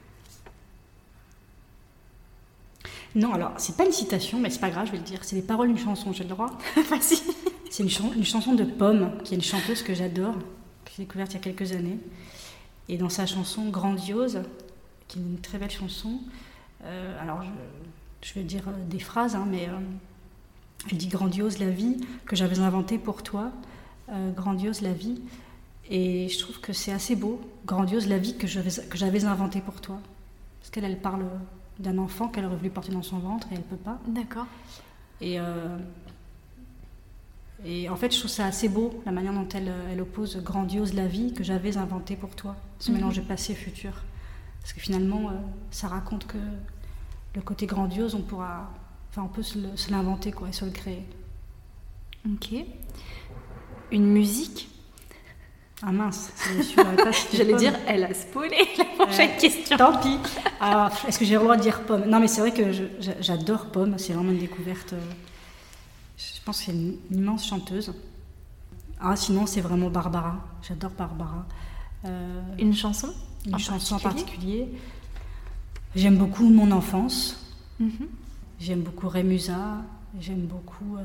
Non, alors, c'est pas une citation, mais c'est pas grave, je vais le dire. C'est les paroles d'une chanson, j'ai le droit. Vas-y. C'est une, chan- une chanson de Pomme, qui est une chanteuse que j'adore, que j'ai découverte il y a quelques années. Et dans sa chanson Grandiose, qui est une très belle chanson, euh, alors je, je vais dire des phrases, hein, mais euh, elle dit grandiose la vie que j'avais inventée pour toi, euh, grandiose la vie. Et je trouve que c'est assez beau, grandiose la vie que j'avais, que j'avais inventée pour toi. Parce qu'elle, elle parle d'un enfant qu'elle aurait voulu porter dans son ventre et elle ne peut pas. D'accord. Et, euh, et en fait, je trouve ça assez beau, la manière dont elle, elle oppose grandiose la vie que j'avais inventée pour toi. Ce mm-hmm. mélange de passé et futur. Parce que finalement, euh, ça raconte que le côté grandiose, on pourra, enfin, on peut se, le, se l'inventer, quoi, et se le créer. Ok. Une musique ? Ah mince, je suis pas si j'allais dire, elle a spoilé la prochaine euh, question. Tant pis. Alors, est-ce que j'ai le droit de dire Pomme ? Non, mais c'est vrai que je, j'adore Pomme, c'est vraiment une découverte. Je pense que c'est une, une immense chanteuse. Ah, sinon, c'est vraiment Barbara. J'adore Barbara. Euh, une chanson ? Une en chanson particulier. en particulier. J'aime beaucoup Mon enfance. Mm-hmm. J'aime beaucoup Rémusat. J'aime beaucoup. Euh...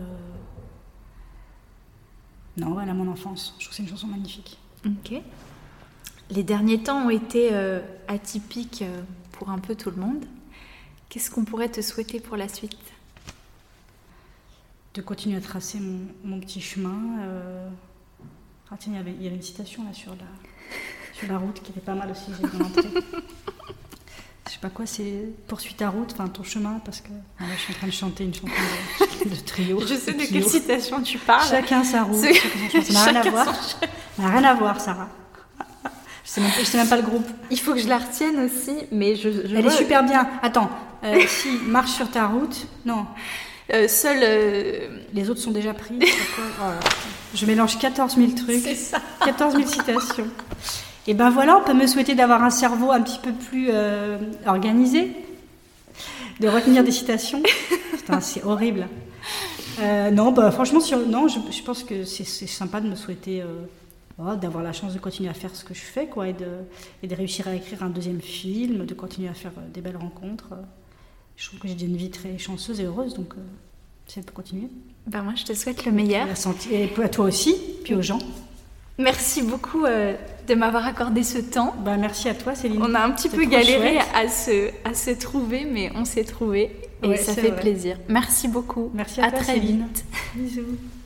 Non, voilà, Mon enfance. Je trouve que c'est une chanson magnifique. Ok. Les derniers temps ont été euh, atypiques euh, pour un peu tout le monde. Qu'est-ce qu'on pourrait te souhaiter pour la suite ? De continuer à tracer mon, mon petit chemin. Euh... Ah tiens, il y avait, il y avait une citation là sur la, sur la route qui était pas mal aussi, j'ai vu l'entrée. Je sais pas quoi, c'est poursuis ta route, enfin ton chemin, parce que ah là, je suis en train de chanter une chanson de, de trio. Je sais de, de quelle citation tu parles. Chacun sa route, c'est... chacun sa ça n'a rien à voir. Ça n'a rien à voir, Sarah. Je sais même, je sais même pas le groupe. Il faut que je la retienne aussi, mais je. je Elle vois... est super bien. Attends, euh, si marche sur ta route, non. Euh, seul. Euh... Les autres sont déjà pris. Voilà. Je mélange quatorze mille trucs. C'est ça. quatorze mille citations. Et ben voilà, on peut me souhaiter d'avoir un cerveau un petit peu plus euh, organisé, de retenir des citations. Putain, c'est horrible. Euh, non, bah, franchement, sur, non, je, je pense que c'est, c'est sympa de me souhaiter, euh, oh, d'avoir la chance de continuer à faire ce que je fais, quoi, et de, et de réussir à écrire un deuxième film, de continuer à faire euh, des belles rencontres. Je trouve que j'ai une vie très chanceuse et heureuse, donc euh, si elle peut continuer. Ben moi, je te souhaite le meilleur. Et à toi aussi, puis aux gens. Merci beaucoup euh, de m'avoir accordé ce temps. Bah, merci à toi, Céline. On a un petit c'est peu galéré à se, à se trouver, mais on s'est trouvé et ouais, ça fait vrai. plaisir. Merci beaucoup. Merci à, à toi, très Céline. vite. Bisous.